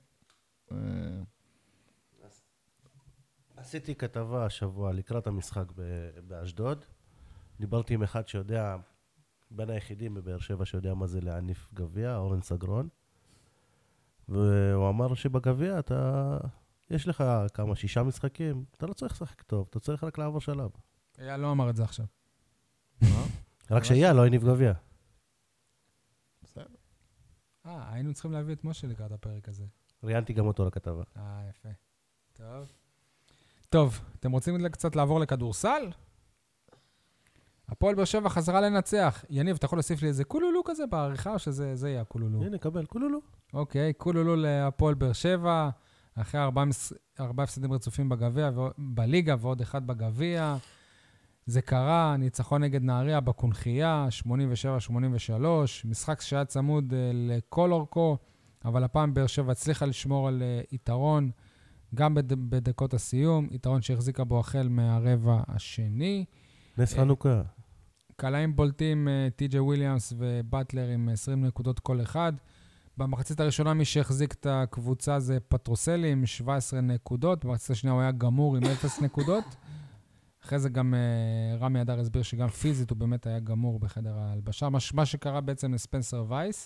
עשיתי כתבה השבוע לקראת המשחק באשדוד. דיברתי עם אחד שיודע, בין היחידים בבאר שבע שיודע מה זה להניף גביע, אורן סגרון. והוא אמר שבגביע אתה, יש לך כמה, שישה משחקים, אתה לא צריך לשחק טוב, אתה צריך רק לעבור שלב. אייל לא אמר את זה עכשיו. רק שאייל לא הניף גביע. בסדר. אה, היינו צריכים להביא את משה לקראת הפרק הזה. ראיינתי גם אותו לכתבה. אה, יפה. טוב. טוב, אתם רוצים קצת לעבור לכדורסל? הפועל באר שבע חזרה לנצח. יניב, אתה יכול להוסיף לי איזה קולולו כזה בעריכה, או שזה זה יהיה קולולו? הנה, קבל, קולולו. אוקיי, קולולו להפועל באר שבע, אחרי ארבעה, ארבעה הפסדים רצופים בגביע, בליגה ועוד אחד בגביע. זה קרה, ניצחון נגד נהריה בקונחייה, שמונים ושבע שמונים ושלוש, משחק שהיה צמוד לכל אורכו, אבל הפעם באר שבע הצליחה לשמור על יתרון, גם בד... בדקות הסיום, יתרון שהחזיקה בו החל מהרבע השני. נס חנוכה. קלעים בולטים, טי.ג'יי וויליאמס ובטלר עם עשרים נקודות כל אחד. במחצית הראשונה מי שהחזיק את הקבוצה זה פטרוסלי עם שבע עשרה נקודות, במחצית השנייה הוא היה גמור עם אפס נקודות. אחרי זה גם uh, רמי אדר הסביר שגם פיזית הוא באמת היה גמור בחדר ההלבשה. מה, מה שקרה בעצם לספנסר וייס,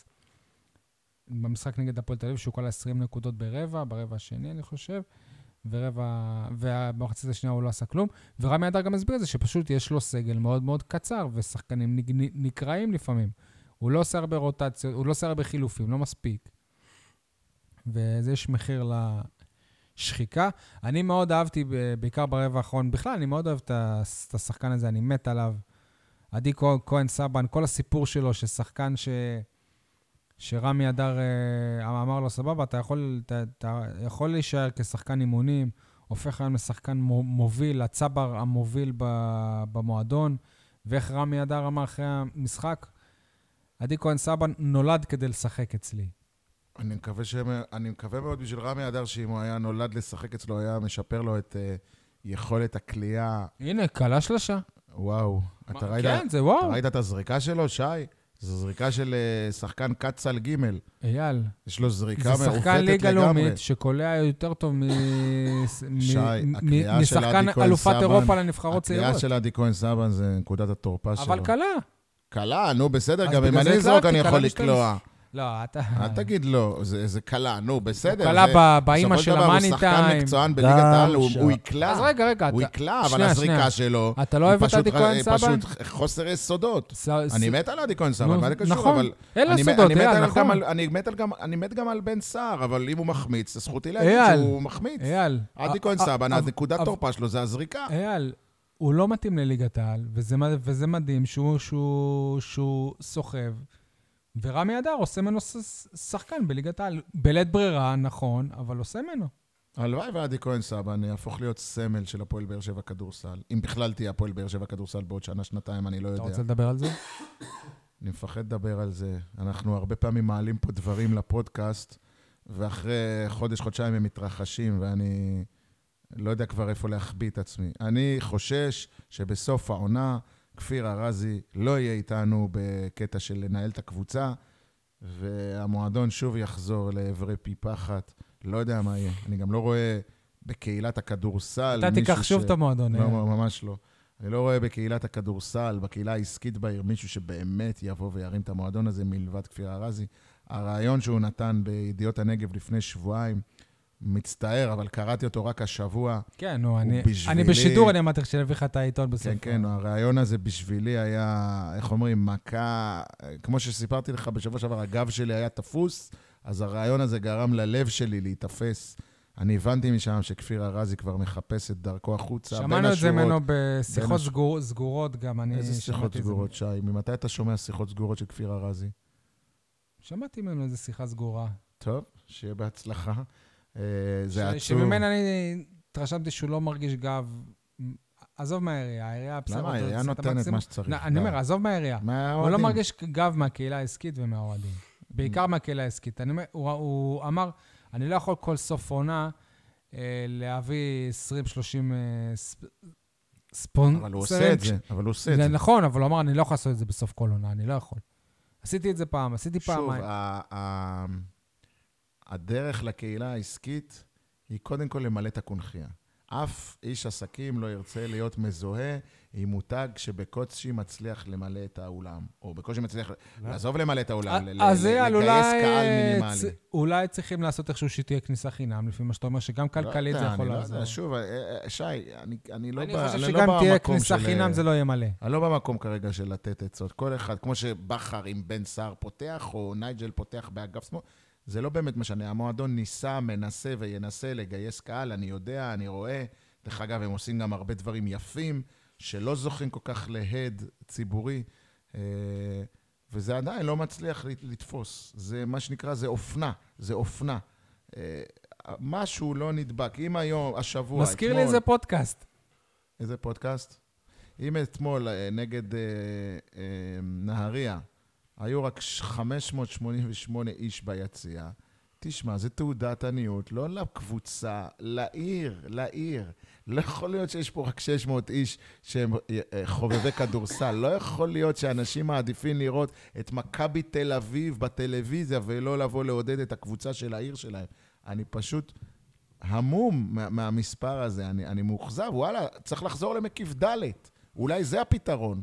במשחק נגד הפועל תל אביב, שהוא כל עשרים נקודות ברבע, ברבע השני אני חושב, ורבע, ובמחצית השנייה הוא לא עשה כלום. ורמי אדר גם הסביר את זה שפשוט יש לו סגל מאוד מאוד קצר, ושחקנים נקראים לפעמים. הוא לא עושה הרבה רוטציות, הוא לא עושה הרבה חילופים, לא מספיק. וזה יש מחיר לשחיקה. אני מאוד אהבתי, בעיקר ברבע האחרון, בכלל, אני מאוד אוהב את השחקן הזה, אני מת עליו. עדי כהן סבן, כל הסיפור שלו, ששחקן ש... שרמי אדר אמר לו, סבבה, אתה יכול, אתה, אתה יכול להישאר כשחקן אימונים, הופך היום לשחקן מוביל, הצבר המוביל במועדון, ואיך רמי אדר אמר אחרי המשחק, עדי כהן סבן נולד כדי לשחק אצלי. אני מקווה, ש... אני מקווה מאוד בשביל רמי אדר, שאם הוא היה נולד לשחק אצלו, היה משפר לו את uh, יכולת הקליעה. הנה, קלה שלושה. וואו. מה, אתה ראית, כן, זה וואו. אתה ראית את הזריקה שלו, שי? זו זריקה של uh, שחקן קצל ג'. אייל. יש לו זריקה מעופפת לגמרי. זה שחקן ליגה לאומית שקולע יותר טוב מ... שי, מ... משחקן אלופת אירופה לנבחרות צעירות. הקליעה של עדי כהן סבן זה נקודת התורפה שלו. אבל קלה. קלה, נו בסדר, גם אם אני זרוק אני יכול לקלוע. לא, אתה... אל תגיד לא, זה קלה, נו בסדר. קלה באמא של המאני טיים. הוא שחקן מקצוען בליגת העל, הוא יקלע. אז רגע, רגע. הוא יקלע, אבל הזריקה שלו... אתה לא אוהב את עדי כהן סבן? פשוט חוסר יסודות. אני מת על עדי כהן סבן, מה זה קשור? נכון, אין לו סודות, נכון. אני מת גם על בן סער, אבל אם הוא מחמיץ, זכותי להגיד שהוא מחמיץ. אייל. עדי כהן סבן, הנקודת תורפה שלו זה הזריקה. אייל. הוא לא מתאים לליגת העל, וזה, וזה מדהים שהוא, שהוא, שהוא סוחב. ורמי אדר עושה ממנו שחקן בליגת העל. בלית ברירה, נכון, אבל עושה ממנו. הלוואי ועדי כהן סבן יהפוך להיות סמל של הפועל באר שבע כדורסל. אם בכלל תהיה הפועל באר שבע כדורסל בעוד שנה, שנתיים, אני לא יודע. אתה רוצה לדבר על זה? אני מפחד לדבר על זה. אנחנו הרבה פעמים מעלים פה דברים לפודקאסט, ואחרי חודש, חודשיים הם מתרחשים, ואני... לא יודע כבר איפה להחביא את עצמי. אני חושש שבסוף העונה, כפיר ארזי לא יהיה איתנו בקטע של לנהל את הקבוצה, והמועדון שוב יחזור לעברי פי פחת. לא יודע מה יהיה. אני גם לא רואה בקהילת הכדורסל... אתה תיקח שוב את המועדון. לא, ממש לא. אני לא רואה בקהילת הכדורסל, בקהילה העסקית בעיר, מישהו שבאמת יבוא וירים את המועדון הזה מלבד כפיר ארזי. הרעיון שהוא נתן בידיעות הנגב לפני שבועיים, מצטער, אבל קראתי אותו רק השבוע. כן, נו, אני, בשבילי... אני בשידור, אני אמרתי שנביא לך את העיתון בסוף. כן, כן, הרעיון הזה בשבילי היה, איך אומרים, מכה, כמו שסיפרתי לך בשבוע שעבר, הגב שלי היה תפוס, אז הרעיון הזה גרם ללב שלי להתאפס. אני הבנתי משם שכפיר ארזי כבר מחפש את דרכו החוצה. שמענו את זה ממנו בשיחות סגור, סגורות גם. אני איזה שיחות סגורות, שי? ממתי אתה שומע שיחות סגורות של כפיר ארזי? שמעתי ממנו איזה שיחה סגורה. טוב, שיהיה בהצלחה. זה עצוב. שממנו אני התרשמתי שהוא לא מרגיש גב, עזוב מהעירייה, העירייה... למה? העירייה נותנת מה שצריך. אני אומר, עזוב מהעירייה. הוא לא מרגיש גב מהקהילה העסקית ומהאוהדים. בעיקר מהקהילה העסקית. הוא אמר, אני לא יכול כל סוף עונה להביא עשרים שלושים ספונסרים. אבל הוא עושה את זה, אבל הוא עושה את זה. זה נכון, אבל הוא אמר, אני לא יכול לעשות את זה בסוף כל עונה, אני לא יכול. עשיתי את זה פעם, עשיתי פעמיים. שוב, הדרך לקהילה העסקית היא קודם כל למלא את הקונחייה. אף איש עסקים לא ירצה להיות מזוהה עם מותג שבקושי מצליח למלא את האולם, או בקושי מצליח לעזוב למלא את האולם, לגייס קהל מינימלי. אולי צריכים לעשות איכשהו שתהיה כניסה חינם, לפי מה שאתה אומר, שגם כלכלית זה יכול לעזור. שוב, שי, אני לא במקום שלי. אני חושב שגם תהיה כניסה חינם, זה לא יהיה מלא. אני לא במקום כרגע של לתת עצות. כל אחד, כמו שבחר עם בן סער פותח, או נייג'ל פותח באגף שמאל, זה לא באמת משנה. המועדון ניסה, מנסה וינסה לגייס קהל, אני יודע, אני רואה. דרך אגב, הם עושים גם הרבה דברים יפים, שלא זוכים כל כך להד ציבורי, וזה עדיין לא מצליח לתפוס. זה מה שנקרא, זה אופנה, זה אופנה. משהו לא נדבק. אם היום, השבוע, מזכיר לי איזה פודקאסט. איזה פודקאסט? אם אתמול נגד נהריה, היו רק חמש מאות שמונים ושמונה איש ביציאה, תשמע, זה תעודת עניות, לא לקבוצה, לעיר, לעיר. לא יכול להיות שיש פה רק שש מאות איש שהם חובבי כדורסל. לא יכול להיות שאנשים מעדיפים לראות את מכבי תל אביב בטלוויזיה ולא לבוא לעודד את הקבוצה של העיר שלהם. אני פשוט המום מה, מהמספר הזה. אני, אני מאוכזב. וואלה, צריך לחזור למקיף ד'. אולי זה הפתרון.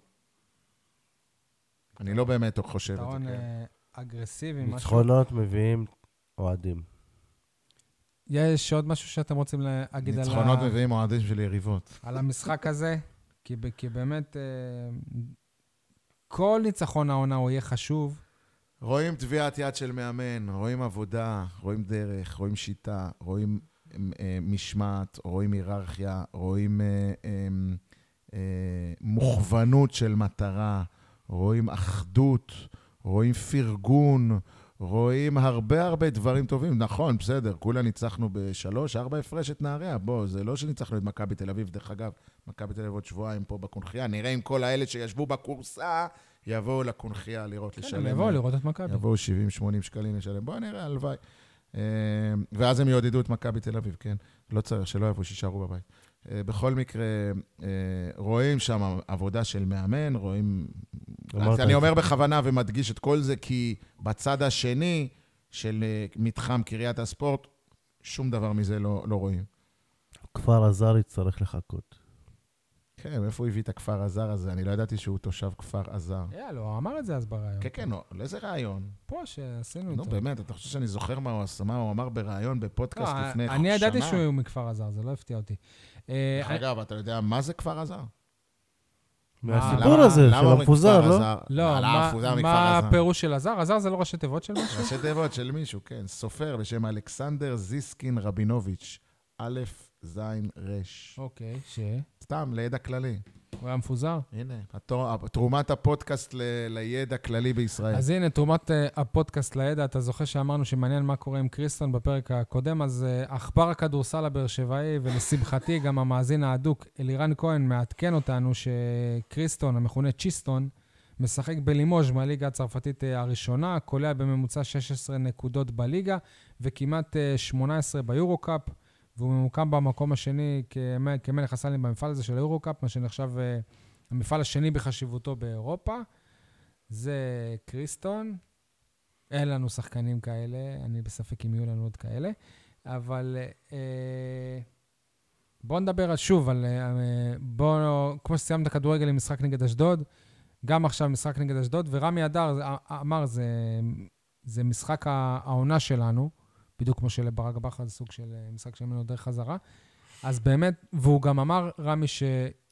אני לא באמת חושב את זה. פתרון אגרסיבי, משהו. ניצחונות מביאים אוהדים. יש עוד משהו שאתם רוצים להגיד על ניצחונות מביאים אוהדים של יריבות. על המשחק הזה? כי, כי באמת כל ניצחון העונה הוא יהיה חשוב. רואים טביעת יד של מאמן, רואים עבודה, רואים דרך, רואים שיטה, רואים אה, משמעת, רואים היררכיה, רואים אה, אה, אה, מוכוונות של מטרה, רואים אחדות, רואים פרגון, רואים הרבה הרבה דברים טובים. נכון, בסדר, כולה ניצחנו בשלוש, ארבע הפרש את נהריה. בוא, זה לא שניצחנו את מכבי תל אביב. דרך אגב, מכבי תל אביב עוד שבועיים פה בקונחייה. נראה אם כל האלה שישבו בקורסה יבואו לקונחייה לראות, לשלם. כן, יבואו לראות את מכבי. יבואו שבעים שמונים שקלים לשלם. בוא נראה, הלוואי. ואז הם יעודדו את מכבי תל אביב, כן? לא צריך, שלא יבואו, שישארו בבית. בכל מקרה, רואים שם עבודה של מאמן, רואים... אני אומר בכוונה ומדגיש את כל זה, כי בצד השני של מתחם קריית הספורט, שום דבר מזה לא, לא רואים. כפר עזר יצטרך לחכות. כן, איפה הוא הביא את הכפר עזר הזה? אני לא ידעתי שהוא תושב כפר עזר. יא, לא, הוא אמר את זה אז ברעיון. כן, כן, לא, לאיזה רעיון? פה שעשינו אותו. נו, באמת, אתה חושב שאני זוכר מה הוא עשה, מה הוא אמר ברעיון, בפודקאסט לפני שנה? אני ידעתי שהוא מכפר עזר, זה לא הפתיע אותי. דרך אגב, אתה יודע מה זה כפר עזר? מהסיפור הזה, של המפוזר, לא? לא, מה הפירוש של עזר? עזר זה לא ראשי תיבות של מישהו? ראשי תיבות של מישהו, כן. סופר בשם אלכסנדר זיסקין רבינוביץ', א' זין רש. אוקיי, ש? סתם, לידע כללי. הוא היה מפוזר? הנה, תרומת הפודקאסט לידע כללי בישראל. אז הנה, תרומת הפודקאסט לידע, אתה זוכר שאמרנו שמעניין מה קורה עם קריסטון בפרק הקודם, אז אכבר הכדורסל הבאר שבעי, ולשמחתי גם המאזין האדוק, אלירן כהן, מעדכן אותנו שקריסטון, המכונה צ'יסטון, משחק בלימוז' מהליגה הצרפתית הראשונה, קולע בממוצע שש עשרה נקודות בליגה, וכמעט שמונה עשרה ביורוקאפ, והוא ממוקם במקום השני כמלך הסלים במפעל הזה של היורוקאפ, מה שנחשב המפעל השני בחשיבותו באירופה. זה קריסטון. אין לנו שחקנים כאלה, אני בספק אם יהיו לנו עוד כאלה, אבל אה, בואו נדבר על שוב, על, אה, בואו, כמו שסיימת הכדורגל עם משחק נגד אשדוד, גם עכשיו משחק נגד אשדוד, ורמי אדר אמר, זה, זה משחק העונה שלנו, בדיוק כמו שלברק בכר, זה סוג של משחק שמנו דרך חזרה. אז באמת, והוא גם אמר, רמי, ש...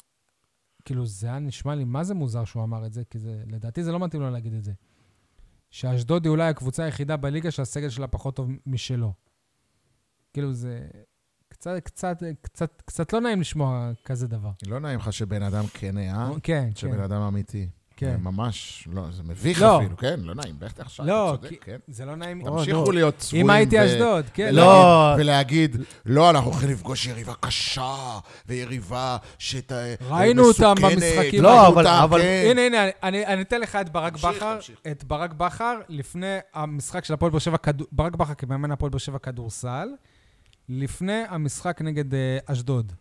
כאילו, זה היה נשמע לי, מה זה מוזר שהוא אמר את זה? כי זה, לדעתי זה לא מתאים לו להגיד את זה. שהאשדוד היא אולי הקבוצה היחידה בליגה שהסגל שלה פחות טוב משלו. כאילו, זה קצת, קצת, קצת, קצת לא נעים לשמוע כזה דבר. לא נעים לך שבן אדם כן, אה? כן, כן. שבן אדם אמיתי. כן. ממש, לא, זה מביך לא. אפילו, כן, לא נעים, בטח עכשיו, לא, אתה צודק, כן. זה לא נעים. תמשיכו להיות צבועים. אם הייתי אשדוד, כן. לא. ולהגיד, לא, אנחנו הולכים לפגוש יריבה קשה, ויריבה שאת... ראינו אותם במשחקים. לא, אבל... אבל... הנה, הנה, אני, אני אתן לך את ברק בכר, את ברק בכר, לפני המשחק של הפועל באר שבע, ברק בכר כמאמן הפועל באר שבע כדורסל, לפני המשחק נגד אשדוד.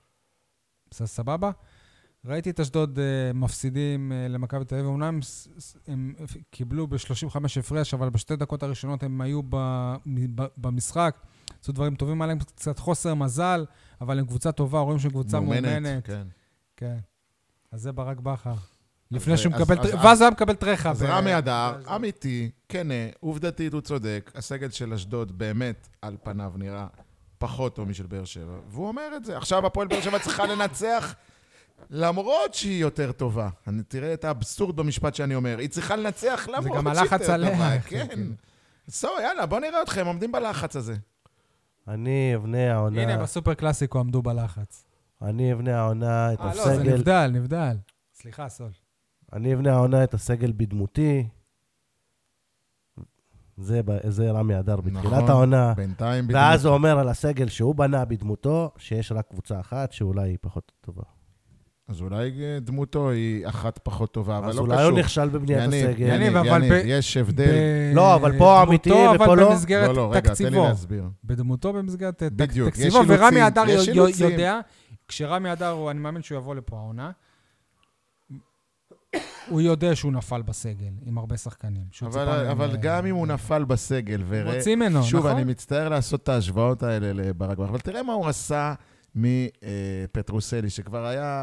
סבבה? ראיתי את אשדוד uh, מפסידים uh, למכבי תל אביב, אומנם הם קיבלו ב-שלושים וחמש הפרש, אבל בשתי דקות הראשונות הם היו ב- ב- במשחק, עשו דברים טובים עליהם, קצת חוסר מזל, אבל הם קבוצה טובה, רואים שהם קבוצה מאומנת. כן. כן. אז זה ברק בכר. לפני שהוא מקבל, ואז הוא מקבל טרחה. אז רמי אדר, אמיתי, כן, עובדתית הוא צודק, הסגל של אשדוד באמת על פניו נראה פחות טוב משל באר שבע, והוא אומר את זה. עכשיו הפועל באר שבע צריכה לנצח, למרות שהיא יותר טובה. אני תראה את האבסורד במשפט שאני אומר. היא צריכה לנצח למרות שהיא יותר טובה. זה גם הלחץ עליה. כן. סו, יאללה, בוא נראה אתכם, עומדים בלחץ הזה. אני אבנה העונה... הנה, בסופר קלאסיקו עמדו בלחץ. אני אבנה העונה את הסגל... אה, לא, זה נבדל, נבדל. סליחה, סול. אני אבנה העונה את הסגל בדמותי. זה, זה רמי אדר בתחילת נכון, העונה. בינתיים בדמות. ואז הוא אומר על הסגל שהוא בנה בדמותו, שיש רק קבוצה אחת שאולי היא פחות טובה. אז אולי דמותו היא אחת פחות טובה, אבל לא אז קשור. אולי הוא נכשל בבניית הסגל. יניב, יניב, אבל יניב, ב- יש הבדל. לא, אבל פה אמיתי בדמותו, ופה אבל לא. במסגרת לא, לא, רגע, תן לי תקציבו. להסביר. בדמותו במסגרת תק- בדיוק, יש תקציבו, אילוצים, ורמי אדר יש י- אילוצים. יודע, כשרמי אדר, הוא- אני מאמין שהוא יבוא לפה העונה, הוא יודע שהוא נפל בסגל, עם הרבה שחקנים. שהוא אבל, ציפה מהם, אבל אה, גם אם הוא נפל בסגל, וראה... מוציא ממנו, שוב, נכון? אני מצטער לעשות את ההשוואות האלה לברק בכר, אבל תראה מה הוא עשה מפטרוסלי, שכבר היה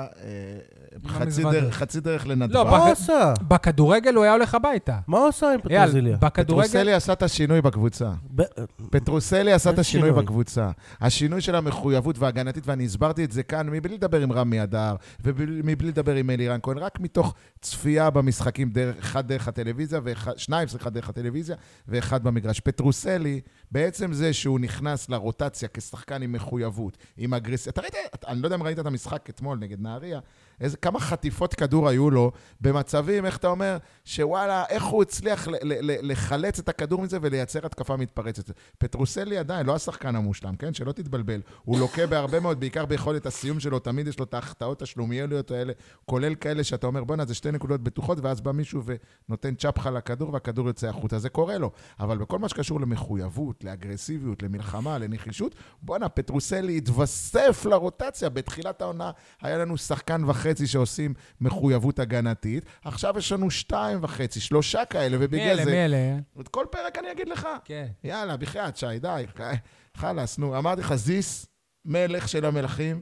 אה, חצי, המזוודה. דרך, חצי דרך לנדבר. לא, מה בכ- הוא עשה? בכדורגל הוא היה הולך הביתה. מה הוא עשה עם אייל, פטרוזיליה? בכדורגל... פטרוסלי עשה את השינוי בקבוצה. ב- פטרוסלי עשה את איזה השינוי שינוי? בקבוצה. השינוי של המחויבות וההגנתית, ואני הסברתי את זה כאן, מבלי לדבר עם רמי אדר, ומבלי לדבר עם אלירן כהן, רק מתוך צפייה במשחקים, דרך, אחד דרך הטלוויזיה, ואחד, שניים, סליחה, דרך הטלוויזיה, ואחד במגרש. פטרוסלי, בעצם זה שהוא נכנס לרוטציה כשחקן עם מחויבות, עם אגרסיה. אתה ראית, אני לא יודע אם ראית את המשחק אתמול נגד נהריה, איזה, כמה חטיפות כדור היו לו במצבים, איך אתה אומר, שוואלה, איך הוא הצליח ל- ל- ל- לחלץ את הכדור מזה ולייצר התקפה מתפרצת. פטרוסלי עדיין, לא השחקן המושלם, כן? שלא תתבלבל. הוא לוקה בהרבה מאוד, בעיקר ביכולת הסיום שלו, תמיד יש לו את ההחטאות השלומיאליות האלה, כולל כאלה שאתה אומר, בוא'נה, זה שתי נקודות בטוחות, ואז בא מישהו ונותן צ'פחה לכדור, והכדור יוצא החוצה. זה קורה לו. אבל בכל מה שקשור למחויבות, לאגרסיביות, למלחמה, לנחישות, בוא'נה, פטרוסלי התווסף לרוטציה. בתחילת העונה היה לנו שחקן וחצי שעושים מחויבות הגנתית. עכשיו יש לנו שתיים וחצי, שלושה כאלה, מי ובגלל אלה, זה... מי אלה? את כל פרק אני אגיד לך. כן. יאללה, בחייאת, שי, די. חלאס, נו. אמרתי לך, זיס, מלך של המלכים,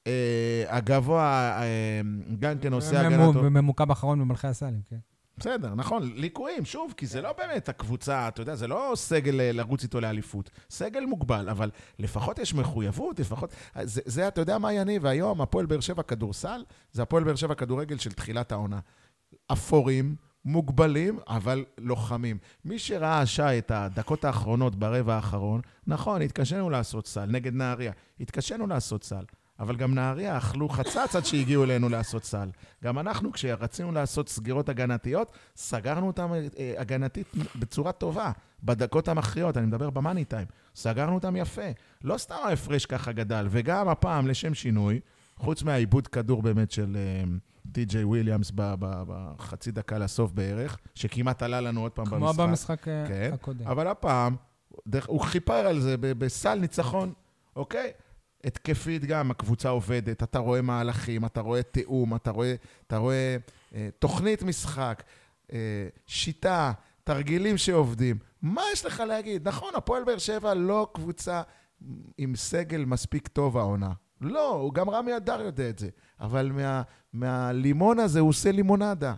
אה, הגבוה, אה, גם כן עושה הגנתו. בממוקם אחרון במלכי הסלים, כן. בסדר, נכון, ליקויים, שוב, כי זה לא באמת הקבוצה, אתה יודע, זה לא סגל אה, לרוץ איתו לאליפות. סגל מוגבל, אבל לפחות יש מחויבות, לפחות... זה, זה אתה יודע מה יניב, והיום הפועל באר שבע כדורסל, זה הפועל באר שבע כדורגל של תחילת העונה. אפורים, מוגבלים, אבל לוחמים. מי שראה שי את הדקות האחרונות ברבע האחרון, נכון, התקשנו לעשות סל, נגד נהריה, התקשנו לעשות סל. אבל גם נהריה אכלו חצץ עד שהגיעו אלינו לעשות סל. גם אנחנו, כשרצינו לעשות סגירות הגנתיות, סגרנו אותם אה, הגנתית בצורה טובה, בדקות המכריעות, אני מדבר במאני טיים. סגרנו אותם יפה. לא סתם ההפרש ככה גדל, וגם הפעם לשם שינוי, חוץ מהעיבוד כדור באמת של טי ג'יי וויליאמס בחצי דקה לסוף בערך, שכמעט עלה לנו עוד פעם כמו במשחק. כמו במשחק כן, הקודם. אבל הפעם, דרך, הוא חיפר על זה ב- בסל ניצחון, אוקיי? התקפית גם, הקבוצה עובדת, אתה רואה מהלכים, אתה רואה תיאום, אתה רואה, אתה רואה אה, תוכנית משחק, אה, שיטה, תרגילים שעובדים. מה יש לך להגיד? נכון, הפועל באר שבע לא קבוצה עם סגל מספיק טוב העונה. לא, הוא גם רמי אדר יודע את זה. אבל מה, מהלימון הזה הוא עושה לימונדה.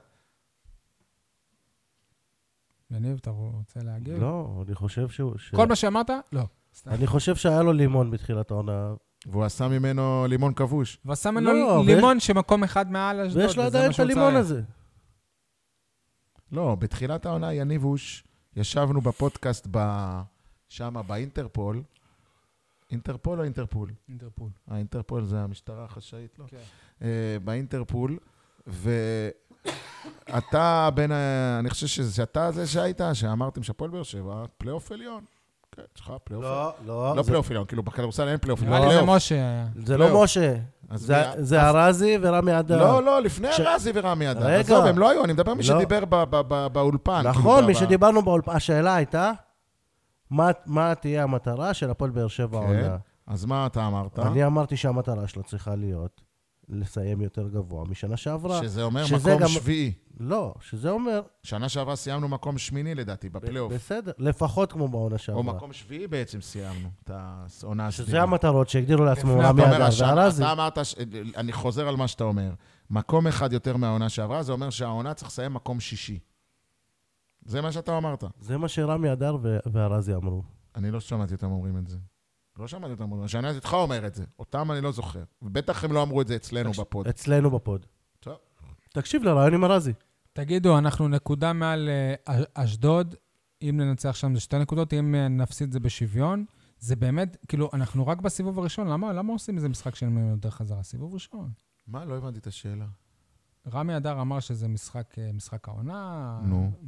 יניב, אתה רוצה להגיב? לא, אני חושב שהוא... ש- כל מה שאמרת? לא. סתם. אני חושב שהיה לו לימון בתחילת העונה, והוא עשה ממנו לימון כבוש. ועשה ממנו לא, לימון שמקום אחד מעל אשדוד. ויש לו וזה עדיין מה את שהוא הלימון צריך. הזה. לא, בתחילת העונה, יניב אוש, ישבנו בפודקאסט ב... שם, באינטרפול. אינטרפול או אינטרפול? אינטרפול. האינטרפול זה המשטרה החשאית, לא? כן. Uh, באינטרפול, ואתה בין, ה... אני חושב שאתה זה שהיית, שאמרתם שהפועל באר שבע, פלייאוף עליון. כן, שלך פלייאוף עליון. לא, לא. לא זה- פלייאוף עליון, כאילו בכדורסל אין פלייאוף נראה עליון. לי זה פלייאוף. משה היה. זה פלייאוף. לא משה. אז זה- מי- זה ארזי ורמי אדר. לא, לא, לפני ש- ארזי ורמי אדר. רגע. עזוב, הם לא היו, אני מדבר מי לא. שדיבר ב- ב- ב- באולפן. נכון, כאילו, מי ב- שדיברנו באולפן, השאלה הייתה, מה- מה תהיה המטרה של הפועל באר שבע כן. העונה? אז מה אתה אמרת? אני אמרתי שהמטרה שלו צריכה להיות לסיים יותר גבוה משנה שעברה. שזה אומר שזה מקום גם- שביעי. לא, שזה אומר, שנה שעברה סיימנו מקום שמיני לדעתי, בפלייאוף. בסדר, לפחות כמו בעונה או שעברה. מקום שביעי בעצם סיימנו, את העונה השביעית. שזה המטרות שהגדירו לעצמו לפני- רמי אתה אומר, אדר השנה- וארזי. אתה אמרת, ש- אני חוזר על מה שאתה אומר, מקום אחד יותר מהעונה שעברה, זה אומר שהעונה צריך לסיים מקום שישי. זה מה שאתה אמרת. זה מה שרמי אדר ו- וארזי אמרו. אני לא שמעתי אותם אומרים את זה. לא שמעתי אותם אומרים, שאני איתך אומר את זה. אותם אני לא זוכר. ובטח הם לא אמרו את זה אצלנו בפוד. אצלנו בפוד. טוב. תקשיב לרעיון עם ארזי. תגידו, אנחנו נקודה מעל אה, אשדוד, אם ננצח שם זה שתי נקודות, אם אה, נפסיד זה בשוויון, זה באמת, כאילו, אנחנו רק בסיבוב הראשון, למה, למה עושים איזה משחק של יותר חזרה? סיבוב ראשון. מה? לא הבנתי את השאלה. רמי אדר אמר שזה משחק, אה, משחק העונה. נו.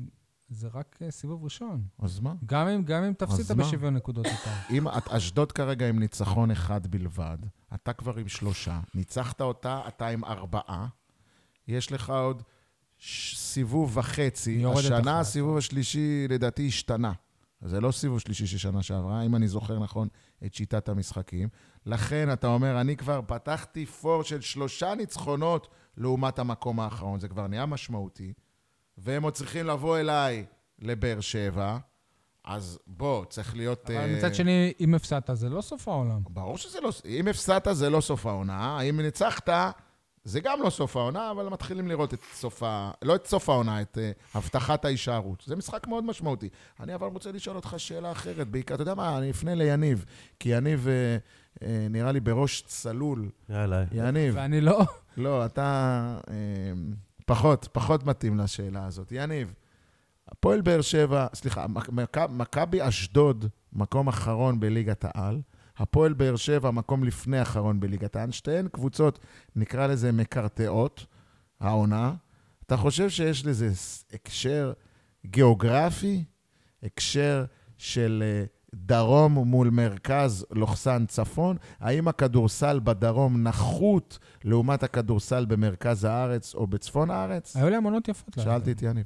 זה רק אה, סיבוב ראשון. אז מה? גם אם, גם אם תפסית אז מה? בשוויון נקודות איתה. אם את אשדוד כרגע עם ניצחון אחד בלבד, אתה כבר עם שלושה, ניצחת אותה, אתה עם ארבעה, יש לך עוד ש- סיבוב וחצי, יורדת השנה אחת. הסיבוב השלישי לדעתי השתנה. זה לא סיבוב שלישי של שנה שעברה, אם אני זוכר נכון את שיטת המשחקים. לכן אתה אומר, אני כבר פתחתי פור של שלושה ניצחונות לעומת המקום האחרון. זה כבר נהיה משמעותי, והם עוד צריכים לבוא אליי לבאר שבע, אז בוא, צריך להיות... אבל אה, מצד שני, אם הפסדת, זה לא סוף העולם. ברור שזה לא... אם הפסדת, זה לא סוף העונה. אם ניצחת, זה גם לא סוף העונה, אבל מתחילים לראות את סוף ה... לא את סוף העונה, את uh, הבטחת ההישארות. זה משחק מאוד משמעותי. אני אבל רוצה לשאול אותך שאלה אחרת. בעיקר, אתה יודע מה? אני אפנה ליניב, כי יניב uh, uh, נראה לי בראש צלול. יאללה. יניב. ואני לא. לא, אתה uh, פחות, פחות מתאים לשאלה הזאת. יניב, הפועל באר שבע, סליחה, מכ- מכבי אשדוד, מקום אחרון בליגת העל, הפועל באר שבע, מקום לפני אחרון בליגת העל, שתיהן קבוצות, נקרא לזה מקרטעות, העונה. אתה חושב שיש לזה הקשר גיאוגרפי, הקשר של אה, דרום מול מרכז לוחסן צפון? האם הכדורסל בדרום נחות לעומת הכדורסל במרכז הארץ או בצפון הארץ? היו לי המונות יפות. שאלתי את יניב.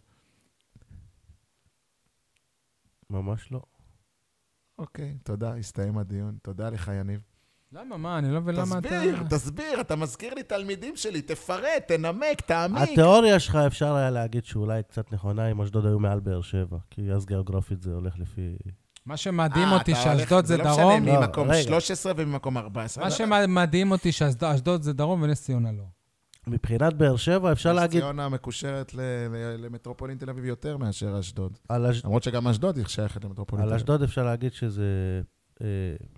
ממש לא. אוקיי, תודה, הסתיים הדיון. תודה לך, יניב. למה? מה? אני לא מבין למה אתה... תסביר, תסביר, אתה מזכיר לי תלמידים שלי, תפרט, תנמק, תעמיק. התיאוריה שלך אפשר היה להגיד שאולי קצת נכונה אם אשדוד היו מעל באר שבע, כי אז גיאוגרפית זה הולך לפי... מה שמדהים אה, אותי אתה הולך- שאשדוד זה לא דרום, משנה, לא, ממקום רגע. שלוש עשרה וממקום ארבע עשרה. מה לא, שמדהים אותי שאשדוד זה דרום ונס ציונה לא. מבחינת באר שבע אפשר נס להגיד... ציונה מקושרת ל- ל- למטרופולין תל אביב יותר מאשר אשדוד. על אש- למרות שגם אשדוד היא שייכת למטרופולין על תל אביב. אשדוד אפשר להגיד שזה אה,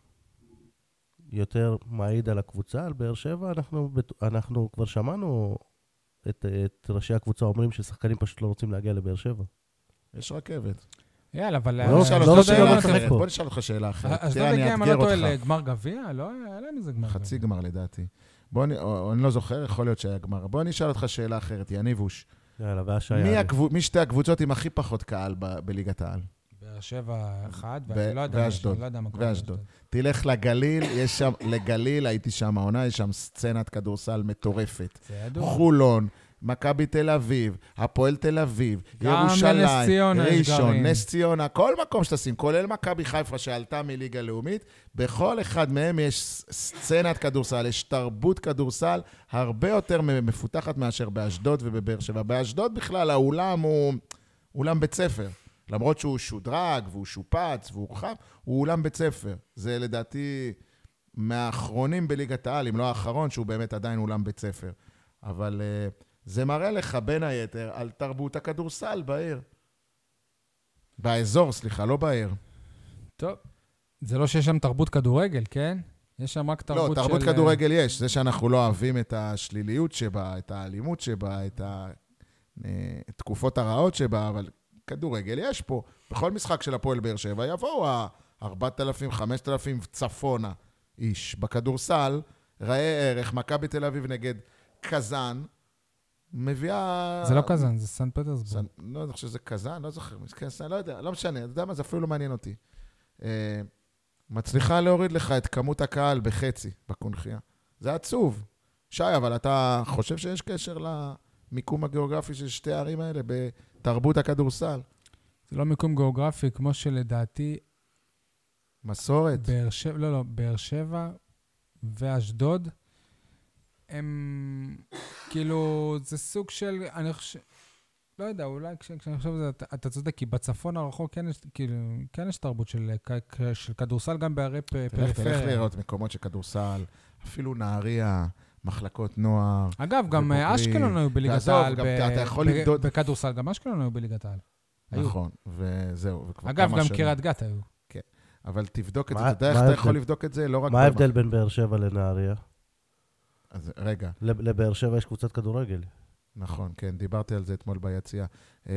יותר מעיד על הקבוצה, על באר שבע. אנחנו, בט- אנחנו כבר שמענו את, את ראשי הקבוצה אומרים ששחקנים פשוט לא רוצים להגיע לבאר שבע. יש רכבת. יאללה, אבל... לא, בוא אה, נשאל לא אותך רוצה שאלה לראות אחרת. לשחק פה. בוא נשאל אותך שאלה אחרת. אשדוד תראה, אני הגיע, אם אני אאתגר לא טועה, אותך. לגמר גביע? לא, היה להם איזה גמר גביע. חצי גמר לדעתי. בוא, נ- או- אני לא זוכר, יכול להיות שהיה גמר. בוא נשאל אותך שאלה אחרת, יניבוש. יאללה, והשעיה. מי הקבוצ- מי שתי הקבוצות עם הכי פחות קהל ב- בליגת העל? באר שבע אחד, ו- ואני לא יודע... ואשדוד. אני לא יודע מה קורה ואשדוד. באשדוד. תלך לגליל, יש שם, לגליל, הייתי שם העונה, יש שם סצנת כדורסל מטורפת. זה ידוע. חולון, מכבי תל אביב, הפועל תל אביב, גם ירושלים, לנס ציונה יש ראשון, גרעין. נס ציונה, כל מקום שתשים, כולל מכבי חיפה שעלתה מליגה לאומית, בכל אחד מהם יש ס- סצנת כדורסל, יש תרבות כדורסל הרבה יותר מ- מפותחת מאשר באשדוד ובבאר שבע. באשדוד בכלל האולם הוא אולם בית ספר. למרות שהוא שודרג והוא שופץ והוא רחב, הוא אולם בית ספר. זה לדעתי מהאחרונים בליגת העל, אם לא האחרון, שהוא באמת עדיין אולם בית ספר. אבל uh, זה מראה לך בין היתר על תרבות הכדורסל בעיר. באזור, סליחה, לא בעיר. טוב. זה לא שיש שם תרבות כדורגל, כן? יש שם רק תרבות לא, של... תרבות כדורגל יש. זה שאנחנו לא אוהבים את השליליות שבה, את האלימות שבה, את התקופות הרעות שבה, אבל כדורגל יש פה. בכל משחק של הפועל באר שבע יבואו ה-ארבעת אלפים, חמשת אלפים צפונה איש. בכדורסל, ראה ערך, מכבי תל אביב נגד קזאן, מביאה... זה לא קזאן, זה סן פטרסבורג. סן, לא, אני חושב שזה קזאן, לא זוכר, קזאן, לא יודע, לא משנה, אתה יודע מה, זה אפילו לא מעניין אותי. אה, מצליחה להוריד לך את כמות הקהל בחצי בקונחייה. זה עצוב. שי, אבל אתה חושב שיש קשר למיקום הגיאוגרפי של שתי הערים האלה בתרבות הכדורסל? זה לא מיקום גיאוגרפי, כמו שלדעתי, מסורת. באר שבע, לא, לא, באר שבע ואשדוד, הם, כאילו, זה סוג של, אני חושב, לא יודע, אולי כש, כשאני חושב על זה, אתה, אתה צודק, כי בצפון הרחוק כן יש, כאילו, כן יש תרבות של, כ- של כדורסל גם בערי פ- תלך, תלך פריפריה. לראות מקומות של כדורסל, אפילו נהריה, מחלקות נוער. אגב, גם ובוגרים. אשקלון היו בליגת ועזוב, העל. גם ב- אתה יכול ב- למדוד- בכדורסל, גם אשקלון היו בליגת העל. היו. נכון, וזהו. וכבר אגב, כמה גם שנים. קריית גת היו. אבל תבדוק את זה, מה- אתה יודע איך מה אתה ההבדל? יכול לבדוק את זה? לא רק... מה במח- ההבדל בין באר שבע לנהריה? אז רגע, לב- לבאר שבע יש קבוצת כדורגל. נכון, כן, דיברתי על זה אתמול ביציאה. אה,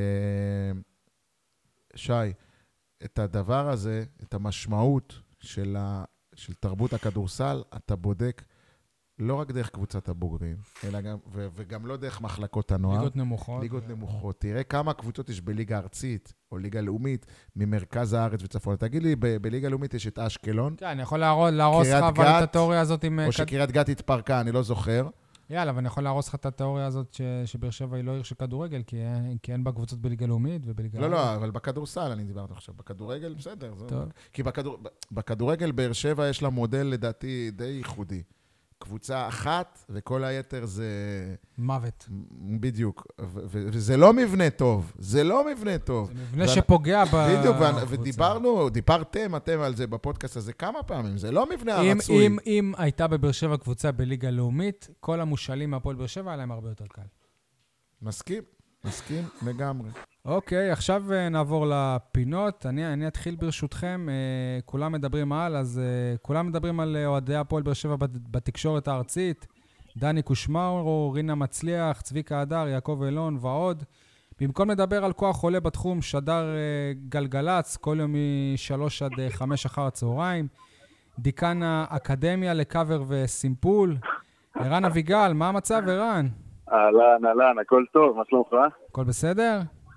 שי, את הדבר הזה, את המשמעות של, ה, של תרבות הכדורסל, אתה בודק לא רק דרך קבוצת הבוגרים, אלא גם, ו- וגם לא דרך מחלקות הנוער. ליגות נמוכות. ליגות נמוכות. תראה כמה קבוצות יש בליגה ארצית, או ליגה לאומית, ממרכז הארץ וצפון. תגיד לי, ב- בליגה לאומית יש את אשקלון. כן, אני יכול להרוס לך אבל את התיאוריה הזאת עם... או שקריית גת התפרקה, אני לא זוכר. יאללה, ואני יכול להרוס לך את התיאוריה הזאת שבאר שבע היא לא עיר של כדורגל, כי אין בה קבוצות בליגה לאומית ובליגה... לא, לא, אבל בכדורסל אני דיברת עכשיו. בכדורגל, בסדר. כי בכדורגל באר שבע יש לה מודל, לדעתי, די ייחודי. קבוצה אחת, וכל היתר זה... מוות. בדיוק. וזה לא מבנה טוב. זה לא מבנה טוב. זה מבנה שפוגע בקבוצה. בדיוק, ודיברנו, דיברתם אתם על זה בפודקאסט הזה כמה פעמים. זה לא מבנה הרצוי. אם הייתה בבאר שבע קבוצה בליגה לאומית, כל המושאלים מהפועל באר שבע היה להם הרבה יותר קל. מסכים, מסכים לגמרי. אוקיי, עכשיו נעבור לפינות. אני, אני אתחיל ברשותכם. כולם מדברים על, אז כולם מדברים על אוהדי הפועל באר שבע בתקשורת הארצית. דני קושמאור, רינה מצליח, צביקה הדר, יעקב אלון ועוד. במקום לדבר על כוח עולה בתחום, שדר גלגלץ, כל יום משלוש עד חמש אחר הצהריים. דיקן האקדמיה לקאבר וסימפול. ערן אביגל, מה המצב, ערן? אהלן, אהלן, הכל טוב, מה שלומך? הכל בסדר?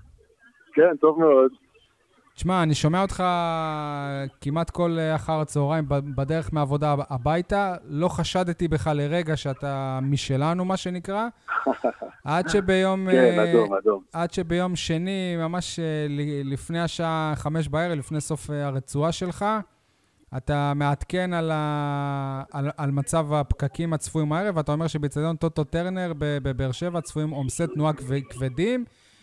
כן, טוב מאוד. תשמע, אני שומע אותך כמעט כל אחר הצהריים בדרך מעבודה הביתה. לא חשדתי בך לרגע שאתה משלנו, מה שנקרא. עד שביום... כן, אדום, אדום. עד שביום שני, ממש לפני השעה חמש בערב, לפני סוף הרצועה שלך, אתה מעדכן על, ה... על, על מצב הפקקים הצפויים הערב, ואתה אומר שבאצטדיון טוטו טרנר בבאר שבע צפויים עומסי תנועה כבדים,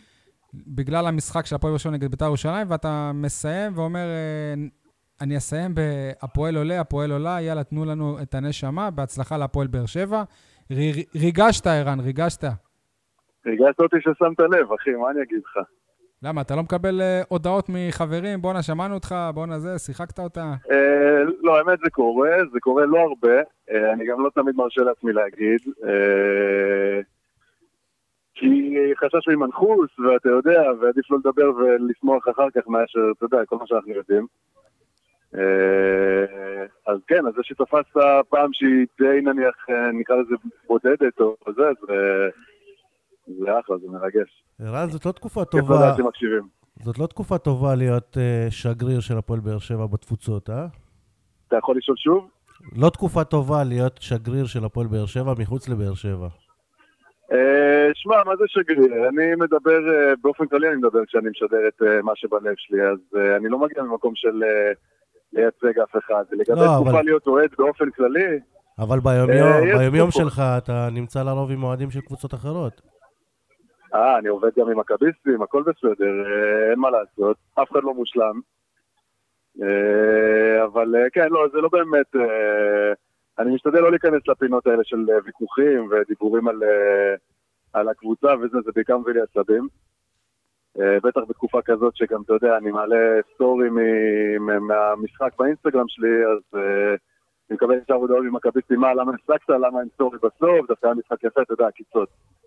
בגלל המשחק של הפועל באר שבע נגד בית"ר ירושלים, ואתה מסיים ואומר, אני אסיים בהפועל עולה, הפועל עולה, יאללה, תנו לנו את הנשמה, בהצלחה להפועל באר שבע. ריגשת, ערן, ריגשת. ריגשת אותי ששמת לב, אחי, מה אני אגיד לך? למה, אתה לא מקבל הודעות מחברים? בואנה, שמענו אותך, בואנה זה, שיחקת אותה? לא, האמת זה קורה, זה קורה לא הרבה, אני גם לא תמיד מרשה לעצמי להגיד, כי חשש ממנחוס, ואתה יודע, ועדיף לא לדבר ולשמוח אחר כך מאשר, אתה יודע, כל מה שאנחנו יודעים. אז כן, אז זה שתפסת פעם שהיא די נניח, נקרא לזה בודדת או זה, זה אחלה, זה מרגש. ערן, זאת לא תקופה טובה. כיף לדעת שמקשיבים. זאת לא תקופה טובה להיות שגריר של הפועל באר שבע בתפוצות, אה? אתה יכול לשאול שוב? לא תקופה טובה להיות שגריר של הפועל באר שבע מחוץ לבאר שבע. שמע, מה זה שגריר? אני מדבר, באופן כללי אני מדבר כשאני משדר את מה שבלב שלי, אז אני לא מגיע ממקום של לייצג אף אחד. לגבי תקופה להיות אוהד באופן כללי... אבל ביומיום, ביומיום שלך אתה נמצא לרוב עם אוהדים של קבוצות אחרות. אה, אני עובד גם עם מכביסטים, הכל בסדר, אין מה לעשות, אף אחד לא מושלם. אבל כן, לא, זה לא באמת... אני משתדל לא להיכנס לפינות האלה של ויכוחים ודיבורים על, על הקבוצה, וזה זה בעיקר מביא לי עצבים. בטח בתקופה כזאת שגם, אתה יודע, אני מעלה סטורי מהמשחק באינסטגרם שלי, אז אני מקבל את העבודות עם מכביסטים, מה, למה הפסקת, למה אין סטורי בסוף, דווקא היה משחק יפה, אתה יודע, קיצות.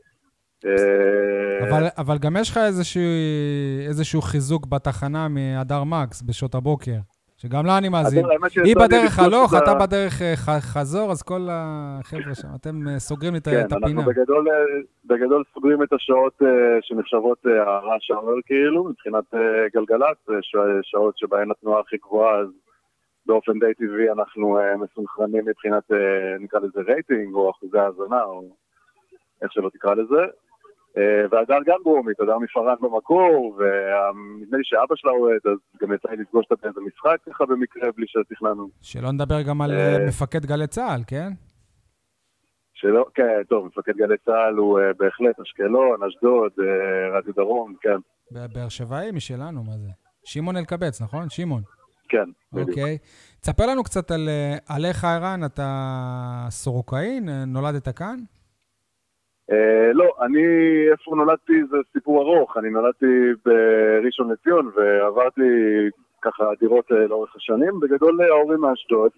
אבל, אבל גם יש לך איזשהו, איזשהו חיזוק בתחנה מהדר מקס בשעות הבוקר. שגם לה אני מאזין. היא בדרך הלוך, אתה בדרך חזור, אז כל החבר'ה שם, אתם סוגרים לי את הפינה. כן, אנחנו בגדול סוגרים את השעות שנחשבות הרעש האומר כאילו, מבחינת גלגלת, שעות שבהן התנועה הכי גבוהה, אז באופן די טבעי אנחנו מסונכרנים מבחינת, נקרא לזה רייטינג, או אחוזי האזנה, או איך שלא תקרא לזה. והדר גם ברומית, הדר מפרן במקור, ונדמה לי שאבא שלה אוהד, אז גם יצא לי לפגוש אותה באיזה משחק ככה במקרה, בלי שתכננו. שלא נדבר גם על מפקד גלי צהל, כן? שלא, כן, טוב, מפקד גלי צהל הוא בהחלט אשקלון, אשדוד, רדיו דרום, כן. באר שבעי משלנו, מה זה? שמעון אלקבץ, נכון? שמעון. כן, בדיוק. אוקיי. תספר לנו קצת עליך, ערן, אתה סורוקאי, נולדת כאן? Uh, לא, אני, איפה נולדתי זה סיפור ארוך, אני נולדתי בראשון לציון ועברתי ככה דירות uh, לאורך השנים, בגדול ההורים מאשדוד,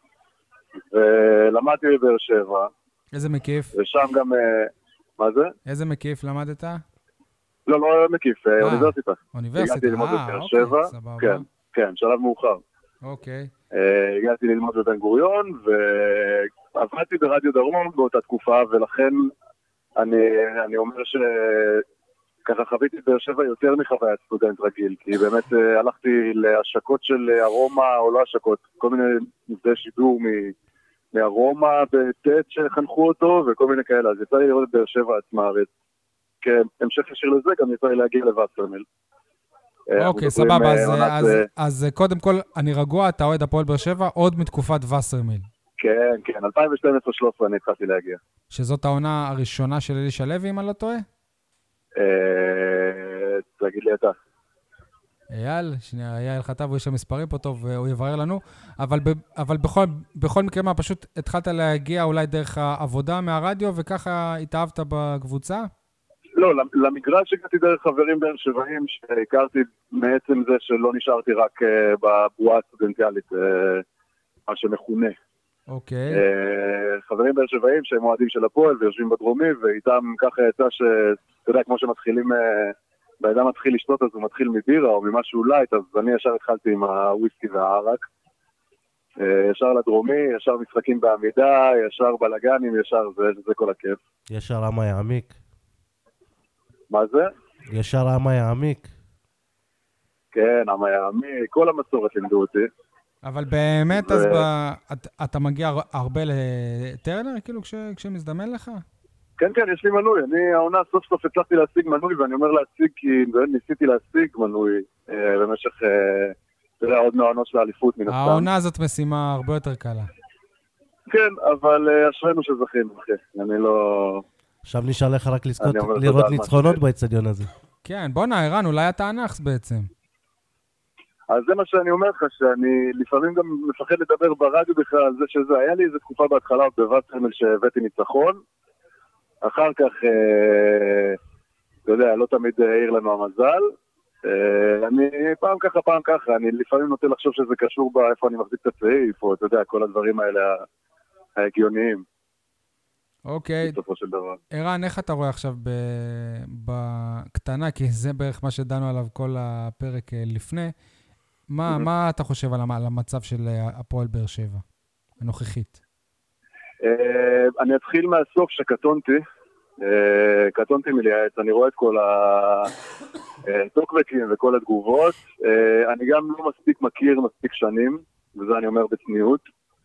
ולמדתי בבאר שבע. איזה מקיף? ושם גם, uh, מה זה? איזה מקיף למדת? לא, לא מקיף, uh, אוניברסיטה. אוניברסיטה, הגעתי ללמוד בבאר שבע, סבבה. כן, כן, שלב מאוחר. אוקיי. Uh, הגעתי ללמוד בבן גוריון, עבדתי ברדיו דרום באותה תקופה, ולכן אני, אני אומר שככה חוויתי באר שבע יותר מחוויית סטודנט רגיל, כי באמת הלכתי להשקות של ארומה, או לא השקות, כל מיני מבדי שידור מארומה בטט שחנכו אותו, וכל מיני כאלה, אז יצא לי לראות את באר שבע עצמה, וכהמשך ישיר לזה גם יצא לי להגיע לווסרמיל. אוקיי, סבבה, אז קודם כל אני רגוע, אתה אוהד הפועל באר שבע עוד מתקופת ווסרמיל. כן, כן, אלפיים ושתים עשרה שלוש עשרה אני התחלתי להגיע. שזאת העונה הראשונה של אלישע לוי, אם אני לא טועה? תגיד לי אתה. אייל, שנייה, אייל חטב, הוא יש המספרים פה טוב, הוא יברר לנו, אבל, ב, אבל בכל, בכל מקרה מה, פשוט התחלת להגיע אולי דרך העבודה מהרדיו, וככה התאהבת בקבוצה? לא, למגרש הגעתי דרך חברים באר שבעים, שהכרתי מעצם זה שלא נשארתי רק בבועה הסטודנטיאלית, מה שמכונה. אוקיי. חברים באר שבעים שהם מועדים של הפועל ויושבים בדרומי, ואיתם ככה יצא ש... אתה יודע, כמו שמתחילים... באדם מתחיל לשתות, אז הוא מתחיל מבירה או ממשהו לייט, אז אני ישר התחלתי עם הוויסקי והערק. ישר לדרומי, ישר משחקים בעמידה, ישר בלגנים, ישר זה, זה כל הכיף. ישר עם היעמיק. מה זה? ישר עם היעמיק. כן, עם היעמיק, כל המסורת לימדו אותי. אבל באמת, ו... אז ב... אתה, אתה מגיע הרבה לטרנר, כאילו, כש, כשמזדמן לך? כן, כן, יש לי מנוי. אני, העונה סוף סוף הצלחתי להשיג מנוי, ואני אומר להשיג כי ניסיתי להשיג מנוי אה, במשך, אה, אתה יודע, עוד מהעונות של האליפות מן הסתם. העונה הזאת משימה הרבה יותר קלה. כן, אבל אה, אשרנו שזכינו, אחי. אני לא... עכשיו נשאר לך רק לזכות, לראות ניצחונות באצטדיון הזה. כן, בוא נע, ערן, אולי אתה הנאחס בעצם. אז זה מה שאני אומר לך, שאני לפעמים גם מפחד לדבר ברדיו בכלל על זה שזה. היה לי איזו תקופה בהתחלה בווסרמיל שהבאתי ניצחון, אחר כך, אה, אתה יודע, לא תמיד העיר לנו המזל. אה, אני פעם ככה, פעם ככה, אני לפעמים נוטה לחשוב שזה קשור באיפה אני מחזיק את הצעיף, או אתה יודע, כל הדברים האלה ההגיוניים. אוקיי. בסופו של דבר. ערן, איך אתה רואה עכשיו בקטנה, כי זה בערך מה שדנו עליו כל הפרק לפני, מה, מה אתה חושב על המצב של הפועל באר שבע, הנוכחית? אני אתחיל מהסוף שקטונתי, קטונתי מלייעץ, אני רואה את כל הטוקבקים וכל התגובות, אני גם לא מספיק מכיר מספיק שנים, וזה אני אומר בצניעות,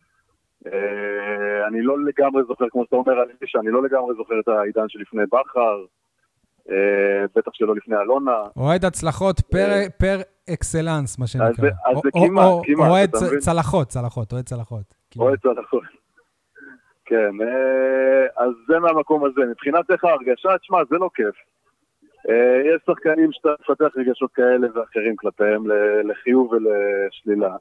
אני לא לגמרי זוכר, כמו שאתה אומר, אני לא לגמרי זוכר את העידן שלפני בחר, בטח שלא לפני אלונה. אוהד הצלחות פר אקסלנס, מה שנקרא. אז זה כמעט, כמעט. אוהד צלחות, צלחות, אוהד צלחות. אוהד צלחות. כן, אז זה מהמקום הזה. מבחינת איך ההרגשה, תשמע, זה לא כיף. יש שחקנים שאתה מפתח רגשות כאלה ואחרים כלפיהם, לחיוב ולשלילה.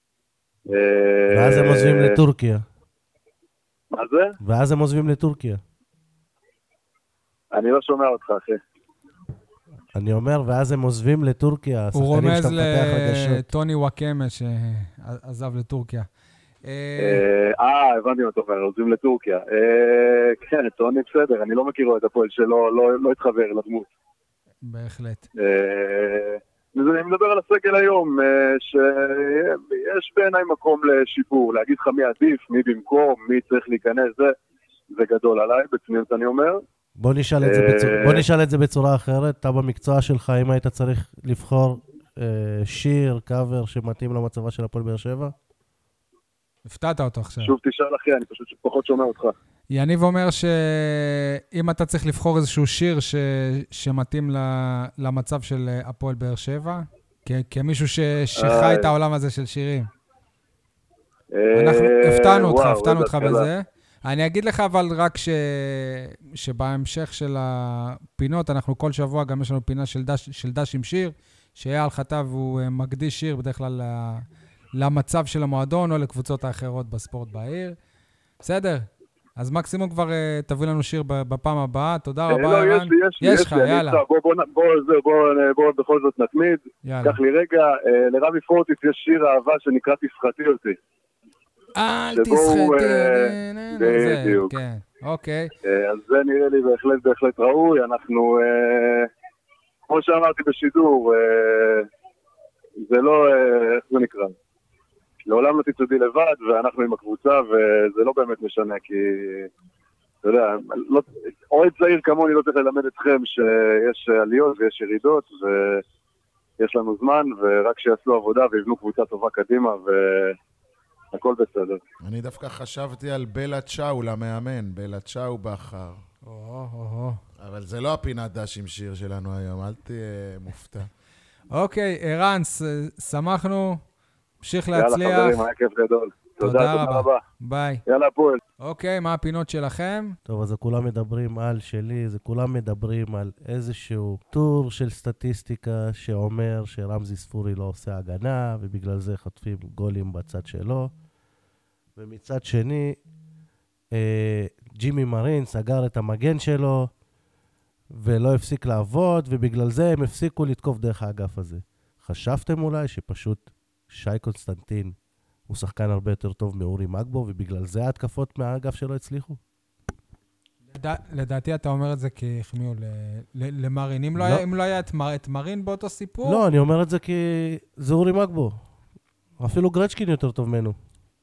ואז הם עוזבים לטורקיה. מה זה? ואז הם עוזבים לטורקיה. אני לא שומע אותך, אחי. אני אומר, ואז הם עוזבים לטורקיה. הוא רומז לטוני וואקמה שעזב לטורקיה. אה, הבנתי מה אתה אומר, עוזבים לטורקיה. כן, טוני בסדר, אני לא מכירו את הפועל שלו, לא התחבר לדמות. בהחלט. אני מדבר על הסגל היום, שיש בעיניי מקום לשיפור, להגיד לך מי עדיף, מי במקום, מי צריך להיכנס, זה, זה גדול עליי, בצניעות אני אומר. בוא נשאל את זה בצורה, בוא נשאל את זה בצורה אחרת, אתה במקצוע שלך, אם היית צריך לבחור שיר, קאבר שמתאים למצבה של הפועל באר שבע? הפתעת אותו עכשיו. שוב תשאל אחי, אני פשוט פחות שומע אותך. יניב אומר שאם אתה צריך לבחור איזשהו שיר ש... שמתאים ל... למצב של הפועל באר שבע, כ... כמישהו ש... שחי את העולם הזה של שירים. אנחנו הפתענו אותך, הפתענו אותך בזה. אני אגיד לך אבל רק ש... שבהמשך של הפינות, אנחנו כל שבוע גם יש לנו פינה של דש, של דש עם שיר, שאייל חטב הוא מקדיש שיר בדרך כלל למצב של המועדון או לקבוצות האחרות בספורט בעיר. בסדר? אז מקסימום כבר uh, תביא לנו שיר בפעם הבאה. תודה רבה, לא, ערן. יש לי, יש לי. יש לך, יאללה. בוא, בוא, בוא, בוא, בוא, בוא בכל זאת נתמיד. יאללה. קח לי רגע, uh, לרבי פורטיס יש שיר אהבה שנקרא תסחטי אותי. אל תסחטי, זה, בדיוק. כן, אוקיי. אז זה נראה לי בהחלט בהחלט ראוי. אנחנו, כמו שאמרתי בשידור, זה לא, איך זה נקרא? לעולם לא תצעדי לבד, ואנחנו עם הקבוצה, וזה לא באמת משנה, כי, אתה יודע, לא, אוהד צעיר כמוני לא צריך ללמד אתכם שיש עליות ויש ירידות, ויש לנו זמן, ורק שיעשו עבודה ויבנו קבוצה טובה קדימה, והכל בסדר. אני דווקא חשבתי על בלה צ'או למאמן, בלה צ'או בחר. או, או, או. אבל זה לא הפינת דש עם שיר שלנו היום, אל תהיה מופתע. אוקיי, ערן, שמחנו, המשיך להצליח. יאללה חברים, היה כיף גדול. תודה, תודה רבה. רבה. ביי. יאללה הפועל. אוקיי, מה הפינות שלכם? טוב, אז כולם מדברים על שלי, זה כולם מדברים על איזשהו טור של סטטיסטיקה שאומר שרמזי ספורי לא עושה הגנה, ובגלל זה חוטפים גולים בצד שלו. ומצד שני, אה, ג'ימי מרין סגר את המגן שלו, ולא הפסיק לעבוד, ובגלל זה הם הפסיקו לתקוף דרך האגף הזה. חשבתם אולי שפשוט שי קונסטנטין הוא שחקן הרבה יותר טוב מאורי מגבו, ובגלל זה ההתקפות מהאגף שלו הצליחו? לדעתי אתה אומר את זה כי החמיאו למרין. אם לא היה את מרין באותו סיפור? לא, אני אומר את זה כי זה אורי מגבו. אפילו גרצ'קין יותר טוב ממנו.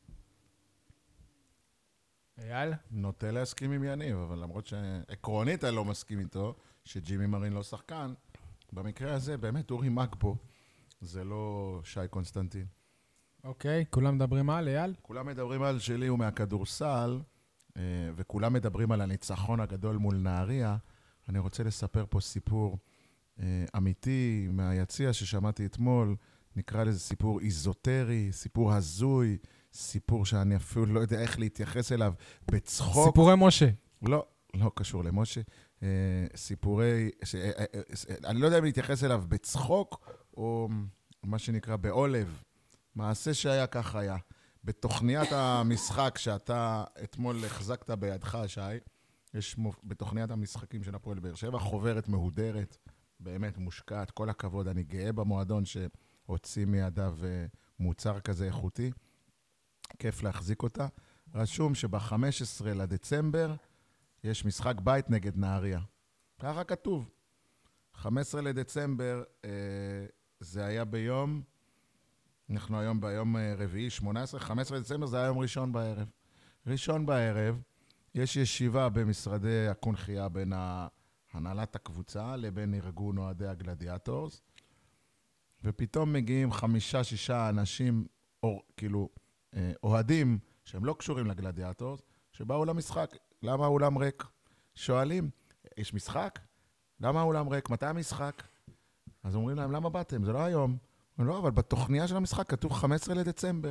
אייל? נוטה להסכים עם יניב, אבל למרות שעקרונית אני לא מסכים איתו, שג'ימי מרין לא שחקן, במקרה הזה באמת אורי מגבו, זה לא שי קונסטנטין. אוקיי, כולם מדברים על, אייל? כולם מדברים על שלי ומהכדורסל, וכולם מדברים על הניצחון הגדול מול נהריה. אני רוצה לספר פה סיפור אמיתי מהיציע ששמעתי אתמול, נקרא לזה סיפור איזוטרי, סיפור הזוי, סיפור שאני אפילו לא יודע איך להתייחס אליו בצחוק. סיפורי משה. לא, לא קשור למשה. סיפורי, אני לא יודע אם להתייחס אליו בצחוק, או מה שנקרא בעולב. מעשה שהיה כך היה. בתוכניית המשחק שאתה אתמול החזקת בידך, שי, יש בתוכניית המשחקים של הפועל באר שבע, חוברת מהודרת, באמת מושקעת, כל הכבוד, אני גאה במועדון שהוציא מידיו מוצר כזה איכותי, כיף להחזיק אותה. רשום שב-חמישה עשר לדצמבר יש משחק בית נגד נהריה. ככה כתוב. חמישה עשר לדצמבר אה, זה היה ביום, אנחנו היום ביום רביעי, שמונה עשרה, חמישה עשר לדצמבר זה היה יום ראשון בערב. ראשון בערב יש ישיבה במשרדי הקונחייה בין הנהלת הקבוצה לבין ארגון אוהדי הגלדיאטורס, ופתאום מגיעים חמישה, שישה אנשים, או, כאילו, אוהדים שהם לא קשורים לגלדיאטורס, שבאו למשחק. למה האולם ריק? שואלים, יש משחק? למה האולם ריק? מתי המשחק? אז אומרים להם, למה באתם? זה לא היום. לא, אבל בתוכניה של המשחק כתוב חמישה עשר לדצמבר.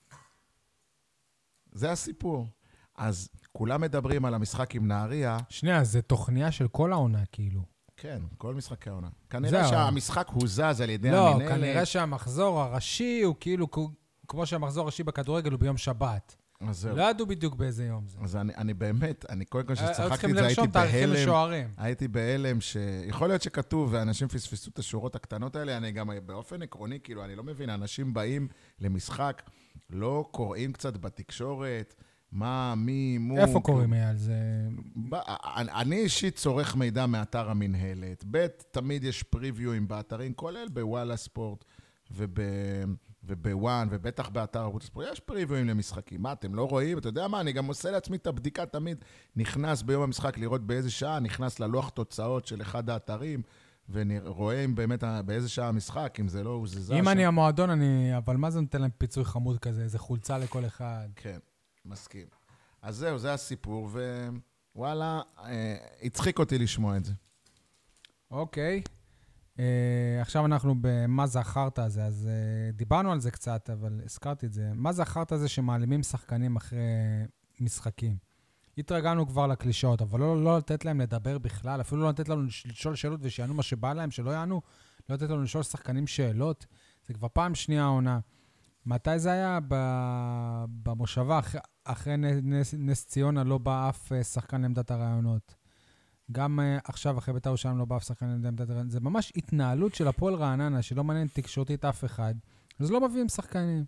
זה הסיפור. אז כולם מדברים על המשחק עם נהריה. שנייה, זה תוכניה של כל העונה, כאילו. כן, כל משחקי העונה. כנראה שהמשחק הוזז על ידי לא, המנהלת. לא, כנראה שהמחזור הראשי הוא כאילו, כמו שהמחזור הראשי בכדורגל הוא ביום שבת. לא ידעו בדיוק באיזה יום זה. אז אני, אני באמת, אני קודם כל שצחקתי את זה, הייתי בהלם. הייתי בהלם שיכול להיות שכתוב, ואנשים פספסו את השורות הקטנות האלה, אני גם באופן עקרוני, כאילו, אני לא מבין, אנשים באים למשחק, לא קוראים קצת בתקשורת, מה, מי, מו... איפה קוראים על זה? אני אישית צורך מידע מאתר המנהלת. ב' תמיד יש פריוויואים באתרים, כולל בוואלה ספורט וב... ובוואן, ובטח באתר ערוץ הספורט, יש פריוויואים למשחקים. מה, אתם לא רואים? אתה יודע מה, אני גם עושה לעצמי את הבדיקה תמיד, נכנס ביום המשחק לראות באיזה שעה, נכנס ללוח תוצאות של אחד האתרים, ורואה אם באמת באיזה שעה המשחק, אם זה לא הוזזה. אם אני המועדון, אני... אבל מה זה נותן להם פיצוי חמוד כזה? איזה חולצה לכל אחד. כן, מסכים. אז זהו, זה הסיפור, ווואלה, הצחיק אותי לשמוע את זה. אוקיי. Uh, עכשיו אנחנו במה זכרת הזה, אז uh, דיברנו על זה קצת, אבל הזכרתי את זה. מה זכרת זה שמעלימים שחקנים אחרי משחקים? התרגלנו כבר לקלישות, אבל לא, לא לתת להם לדבר בכלל, אפילו לא לתת לנו לשאול שאלות ושיענו מה שבא להם, שלא יענו, לא לתת לנו לשאול שחקנים שאלות. זה כבר פעם שנייה העונה. מתי זה היה? במושבה, אחרי, אחרי נס, נס ציונה לא בא אף שחקן לעמדת הרעיונות. גם uh, עכשיו, אחרי בית"ר ירושלים לא בא אף שחקן לעמדת הרעיונות. זה ממש התנהלות של הפועל רעננה, שלא מעניין תקשורתית אף אחד. אז לא מביאים שחקנים.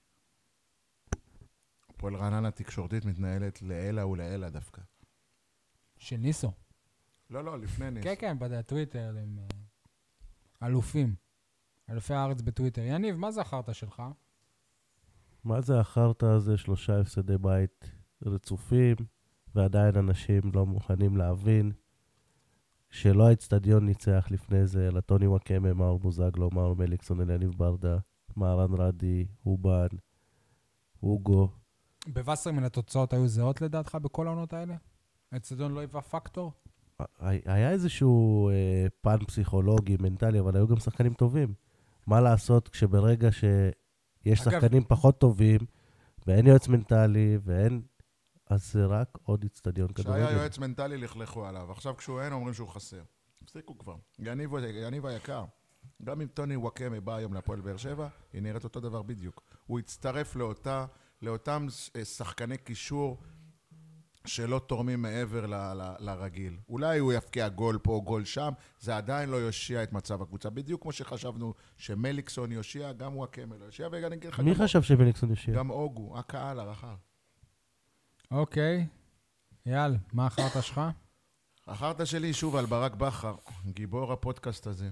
הפועל רעננה תקשורתית מתנהלת לאלה ולאלה דווקא. של ניסו. לא, לא, לפני ניסו. כן, כן, בטוויטר, הם uh, אלופים. אלופי הארץ בטוויטר. יניב, מה זכרת שלך? מה זה החרטא הזה? שלושה הפסדי בית רצופים, ועדיין אנשים לא מוכנים להבין שלא האצטדיון ניצח לפני זה, אלא טוני וואקמה, מאור בוזגלו, מאור מליקסון, אליניב ברדה, מהרן רדי, אובן, אוגו. בווסרמן התוצאות היו זהות לדעתך בכל העונות האלה? האצטדיון לא היווה פקטור? היה איזשהו אה, פן פסיכולוגי, מנטלי, אבל היו גם שחקנים טובים. מה לעשות כשברגע שיש אגב, שחקנים פחות טובים, ואין יועץ מנטלי, ואין... אז זה רק עוד אצטדיון כדורגל. שהיה יועץ מנטלי, לכלכו עליו. עכשיו כשהוא אין, אומרים שהוא חסר. הפסיקו כבר. יניב, יניב היקר. גם אם טוני וואקמה בא היום להפועל באר שבע, היא נראית אותו דבר בדיוק. הוא הצטרף לאותה, לאותם שחקני קישור שלא תורמים מעבר ל, ל, לרגיל. אולי הוא יפקיע גול פה, גול שם, זה עדיין לא יושיע את מצב הקבוצה. בדיוק כמו שחשבנו שמליקסון יושיע, גם וואקמה לא יושיע, וגם נגיד לך... מי חשב שמליקסון יושיע? גם אוגו, הקהל הרחב. אוקיי. אייל, מה החרטא שלך? החרטא שלי שוב על ברק בכר, גיבור הפודקאסט הזה,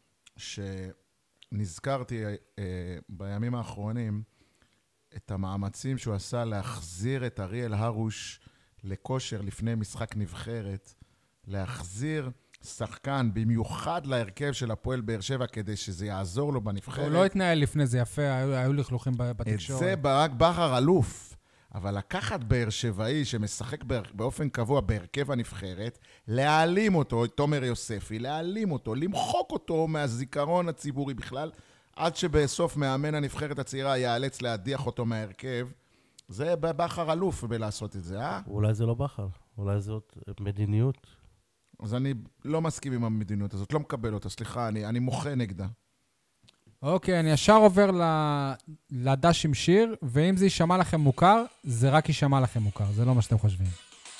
שנזכרתי אה, בימים האחרונים את המאמצים שהוא עשה להחזיר את אריאל הרוש לכושר לפני משחק נבחרת, להחזיר שחקן במיוחד להרכב של הפועל באר שבע כדי שזה יעזור לו בנבחרת. הוא לא התנהל לפני זה יפה, היו, היו לכלוכים בתקשורת. את זה ברק בכר אלוף. אבל לקחת באר שבעי שמשחק באופן קבוע בהרכב הנבחרת, להעלים אותו, את תומר יוספי, להעלים אותו, למחוק אותו מהזיכרון הציבורי בכלל, עד שבסוף מאמן הנבחרת הצעירה יאלץ להדיח אותו מהרכב, זה בכר אלוף בלעשות את זה, אה? אולי זה לא בכר, אולי זאת מדיניות. אז אני לא מסכים עם המדיניות הזאת, לא מקבל אותה, סליחה, אני, אני מוחה נגדה. אוקיי, אני ישר עובר לדש עם שיר, ואם זה יישמע לכם מוכר, זה רק יישמע לכם מוכר, זה לא מה שאתם חושבים.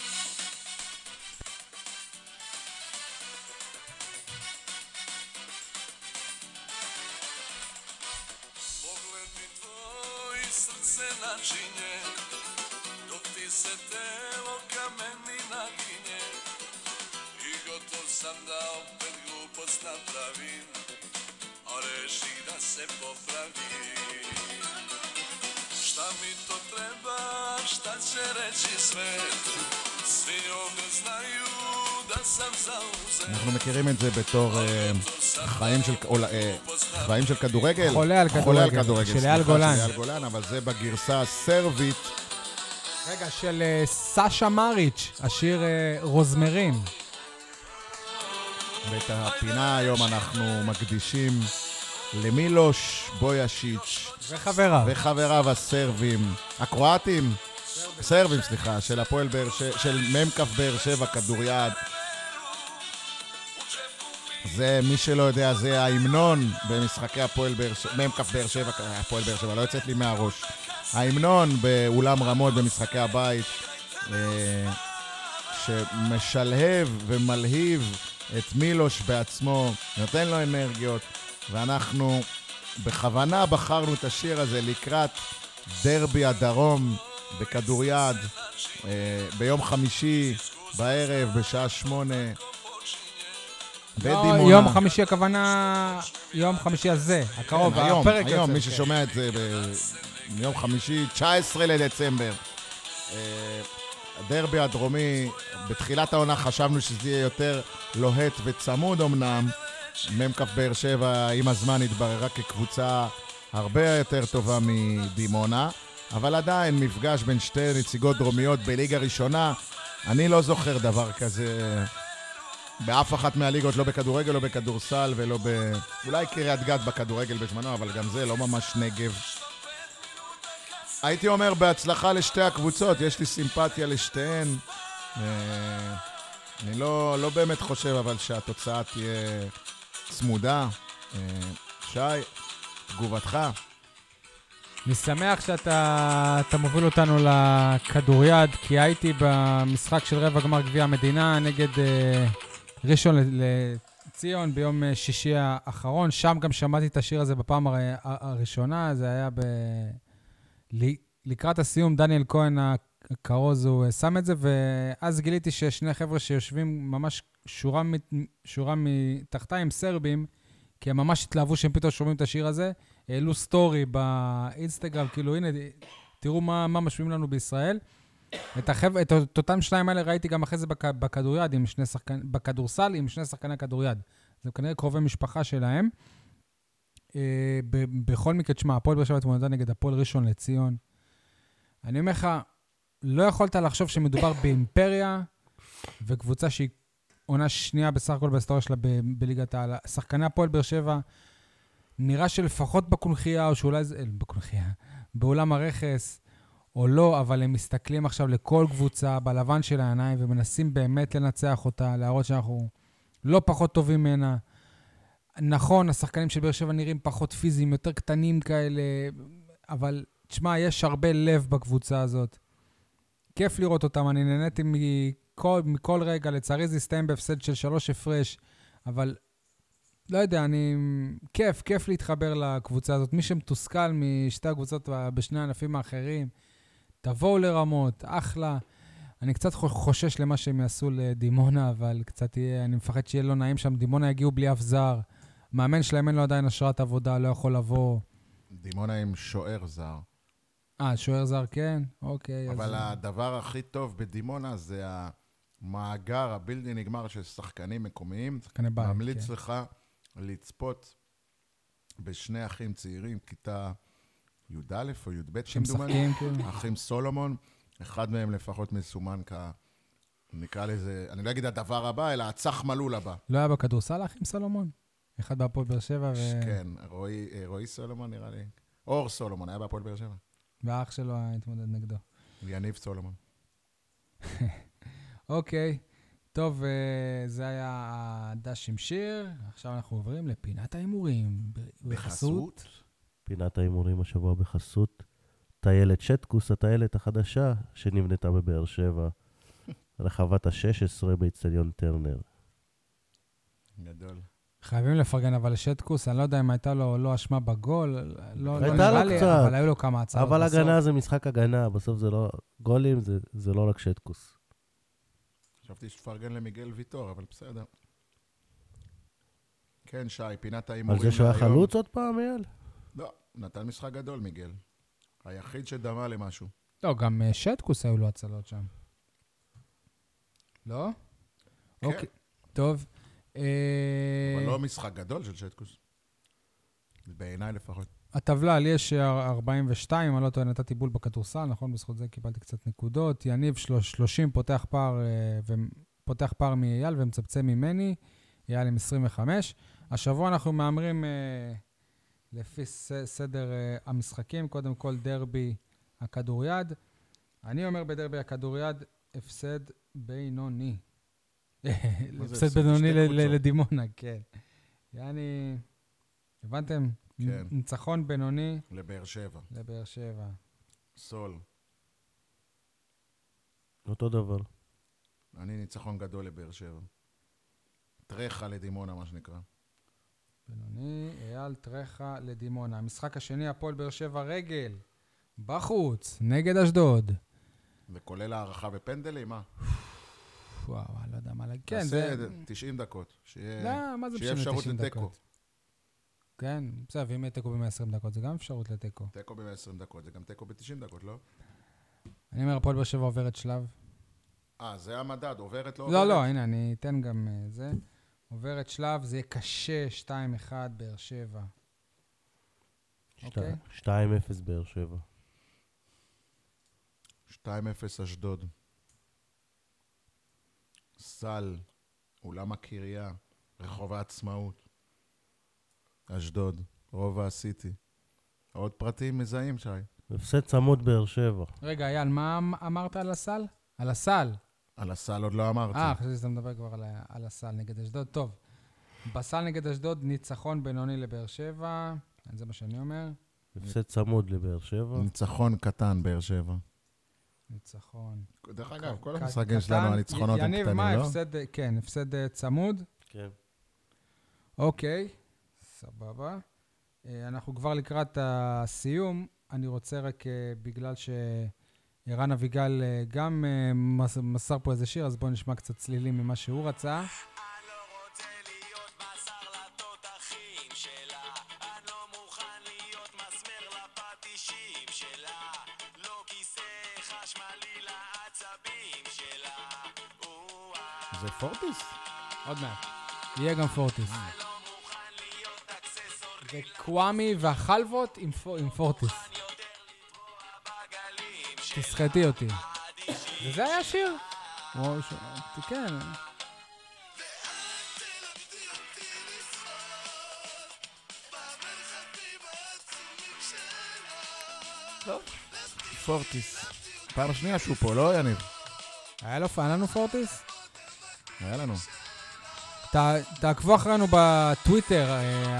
אנחנו מכירים את זה בתור חיים של חיים של כדורגל. חולה על כדורגל. של אייל גולן. של אייל גולן, אבל זה בגרסה הסרבית. רגע, של סשה מריץ', השיר רוזמרין. ואת הפינה היום אנחנו מקדישים למילוש בויאשיץ' וחבריו. וחבריו הסרבים, הקרואטים, סרבים, סליחה, של הפועל באר שבע, של ממקף באר שבע, כדוריד. זה, מי שלא יודע, זה ההמנון במשחקי הפועל באר שבע, ממקף באר שבע, הפועל באר שבע, לא יוצאת לי מהראש. ההמנון באולם רמות במשחקי הבית, שמשלהב ומלהיב את מילוש בעצמו, נותן לו אנרגיות, ואנחנו בכוונה בחרנו את השיר הזה לקראת דרבי הדרום בכדוריד, ביום חמישי בערב בשעה שמונה. לא, יום חמישי הכוונה, יום חמישי הזה, הקרוב, כן, היום, הפרק היום, יוצא, מי כן. ששומע את זה ביום חמישי, תשעה עשר לדצמבר. הדרבי הדרומי, בתחילת העונה חשבנו שזה יהיה יותר לוהט וצמוד אמנם. ממקף באר שבע עם הזמן התבררה כקבוצה הרבה יותר טובה מדימונה, אבל עדיין מפגש בין שתי נציגות דרומיות בליגה ראשונה, אני לא זוכר דבר כזה באף אחת מהליגות, לא בכדורגל, לא בכדורסל ולא ב... אולי קריית גת בכדורגל בזמנו, אבל גם זה לא ממש נגב. הייתי אומר בהצלחה לשתי הקבוצות, יש לי סימפתיה לשתיהן. אני לא, לא באמת חושב אבל שהתוצאה תהיה צמודה. שי, תגובתך. אני שמח שאתה אתה מוביל אותנו לכדוריד, כי הייתי במשחק של רבע גמר גביע המדינה נגד uh, ראשון לציון ביום שישי האחרון. שם גם שמעתי את השיר הזה בפעם הר... הראשונה, זה היה ב... לקראת הסיום, דניאל כהן הקרוז הוא שם את זה, ואז גיליתי ששני חבר'ה שיושבים ממש שורה, שורה מתחתיים סרבים, כי הם ממש התלהבו שהם פתאום שומעים את השיר הזה, העלו סטורי באינסטגרם, כאילו, הנה, תראו מה, מה משווים לנו בישראל. את, החב... את אותם שניים האלה ראיתי גם אחרי זה בכ... בכדוריד, עם שני שחקן... בכדורסל עם שני שחקני כדוריד. זה כנראה קרובי משפחה שלהם. אה, ב... בכל מקרה, תשמע, הפועל באר שבע התמודדה נגד הפועל ראשון לציון. אני אומר לך, לא יכולת לחשוב שמדובר באימפריה, וקבוצה שהיא עונה שנייה בסך הכל בהיסטוריה שלה ב... בליגת העל. שחקני הפועל באר שבע, נראה שלפחות בקונחייה, או שאולי זה... בקונחייה, באולם הרכס, או לא, אבל הם מסתכלים עכשיו לכל קבוצה בלבן של העיניים, ומנסים באמת לנצח אותה, להראות שאנחנו לא פחות טובים ממנה. נכון, השחקנים של באר שבע נראים פחות פיזיים, יותר קטנים כאלה, אבל תשמע, יש הרבה לב בקבוצה הזאת. כיף לראות אותם, אני נהניתי מכל, מכל רגע, לצערי זה הסתיים בהפסד של שלוש הפרש, אבל לא יודע, אני... כיף, כיף להתחבר לקבוצה הזאת. מי שמתוסכל משתי הקבוצות בשני הענפים האחרים, תבואו לרמות, אחלה. אני קצת חושש למה שהם יעשו לדימונה, אבל קצת יהיה, אני מפחד שיהיה לא נעים שם. דימונה יגיעו בלי אף זר. מאמן שלהם אין לו עדיין אשרת עבודה, לא יכול לבוא. דימונה עם שוער זר. אה, שוער זר כן? אוקיי. אבל אז... הדבר הכי טוב בדימונה זה המאגר הבלתי נגמר של שחקנים מקומיים. שחקני בית, ממליץ כן. לך לצפות בשני אחים צעירים, כיתה י"א או י"ב, שמשחקים, כאילו. אחים סולומון, אחד מהם לפחות מסומן כ... נקרא לזה, אני לא אגיד הדבר הבא, אלא הצח מלול הבא. לא היה בכדורסל אחים סולומון? אחד בהפועל באר שבע ו... כן, רועי, רועי סולומון נראה לי. אור סולומון, היה בהפועל באר שבע. והאח שלו היה התמודד נגדו. יניב סולומון. אוקיי, טוב, זה היה הדש עם שיר. עכשיו אנחנו עוברים לפינת האימורים. בחסות. פינת האימורים השבוע בחסות. טיילת שטקוס, הטיילת החדשה שנבנתה בבאר שבע. רחבת ה-שש עשרה באצטדיון טרנר. גדול. חייבים לפרגן, אבל לשטקוס, אני לא יודע אם הייתה לו או לא אשמה בגול, לא הייתה לו לי, קצת. אבל היו לו כמה הצעות אבל בסוף. הגנה זה משחק הגנה, בסוף זה לא... גולים זה, זה לא רק שטקוס. חשבתי שתפרגן למיגל ויטור, אבל בסדר. כן, שי, פינת האימורים על זה שהוא היה חלוץ עוד פעם, אייל? לא, נתן משחק גדול, מיגל. היחיד שדמה למשהו. לא, גם uh, שטקוס היו לו הצלות שם. לא? כן. אוקיי, טוב. אבל לא משחק גדול של שטקוס. בעיניי לפחות. הטבלה, לי יש ארבעים ושתיים, אני לא טועה, נתתי בול בכדורסל, נכון? בזכות זה קיבלתי קצת נקודות. יניב שלושים, פותח פער, פותח פער מאייל ומצפצם ממני. אייל עם עשרים וחמש. השבוע אנחנו מאמרים לפי סדר המשחקים. קודם כל דרבי הכדוריד. אני אומר בדרבי הכדוריד, הפסד בינוני. הפסד בינוני לדימונה, כן. יעני, הבנתם? כן. ניצחון בינוני. לבאר שבע. לבאר שבע. סול. אותו דבר. אני ניצחון גדול לבאר שבע. טרחה לדימונה, מה שנקרא. בינוני, אייל טרחה לדימונה. המשחק השני, הפועל באר שבע רגל. בחוץ, נגד אשדוד. וכולל הערכה ופנדלים, מה? וואו, אני לא יודע מה להגיד. כן, זה... זה... תשעים דקות. שיהיה... לא, מה זה שיהיה אפשרות לתיקו. כן, בסדר, ואם יהיה תיקו ב-מאה ועשרים דקות, זה גם אפשרות לתיקו. תיקו ב-מאה ועשרים דקות, זה גם תיקו ב-תשעים דקות, לא? אני אומר, הפועל באר שבע עוברת שלב. אה, זה המדד, עוברת לא עוברת? לא, לא, הנה, אני אתן גם זה. עוברת שלב, זה יהיה קשה, שתיים אחד, באר שבע. אוקיי? שתיים אפס באר שבע. שתיים אפס אשדוד. סל, אולם הקריה, רחוב העצמאות. אשדוד, רובע הסיטי. עוד פרטים מזהים, שי. הפסד צמוד באר שבע. רגע, אייל, מה אמרת על הסל? על הסל. על הסל עוד לא אמרתי. אה, חשבתי שאתה מדבר כבר על, על הסל נגד אשדוד. טוב, בסל נגד אשדוד, ניצחון בינוני לבאר שבע. זה מה שאני אומר. הפסד צמוד לבאר שבע. ניצחון קטן באר שבע. ניצחון. דרך אגב, כל המשחקים שלנו, הניצחונות הם קטנים, לא? יניב, מה, הפסד, כן, הפסד צמוד? כן. אוקיי, סבבה. אנחנו כבר לקראת הסיום. אני רוצה רק, בגלל שערן אביגל גם מסר פה איזה שיר, אז בואו נשמע קצת צלילים ממה שהוא רצה. זה פורטיס? עוד מעט. יהיה גם פורטיס. זה קוואמי והחלבות עם, פור, עם פורטיס. תסחטי אותי. וזה היה שיר? וואו, ש... כן. טוב. פורטיס. פעם שנייה שהוא פה, לא יניב? היה לו, היה לנו פורטיס? היה לנו. תעקבו אחרינו בטוויטר,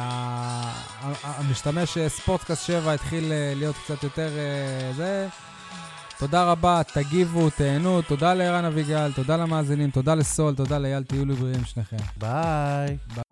המשתמש ספורטקאסט שבע התחיל להיות קצת יותר זה. תודה רבה, תגיבו, תהנו, תודה לערן אביגל, תודה למאזינים, תודה לסול, תודה לאייל, תהיו לי בריאים שניכם. ביי.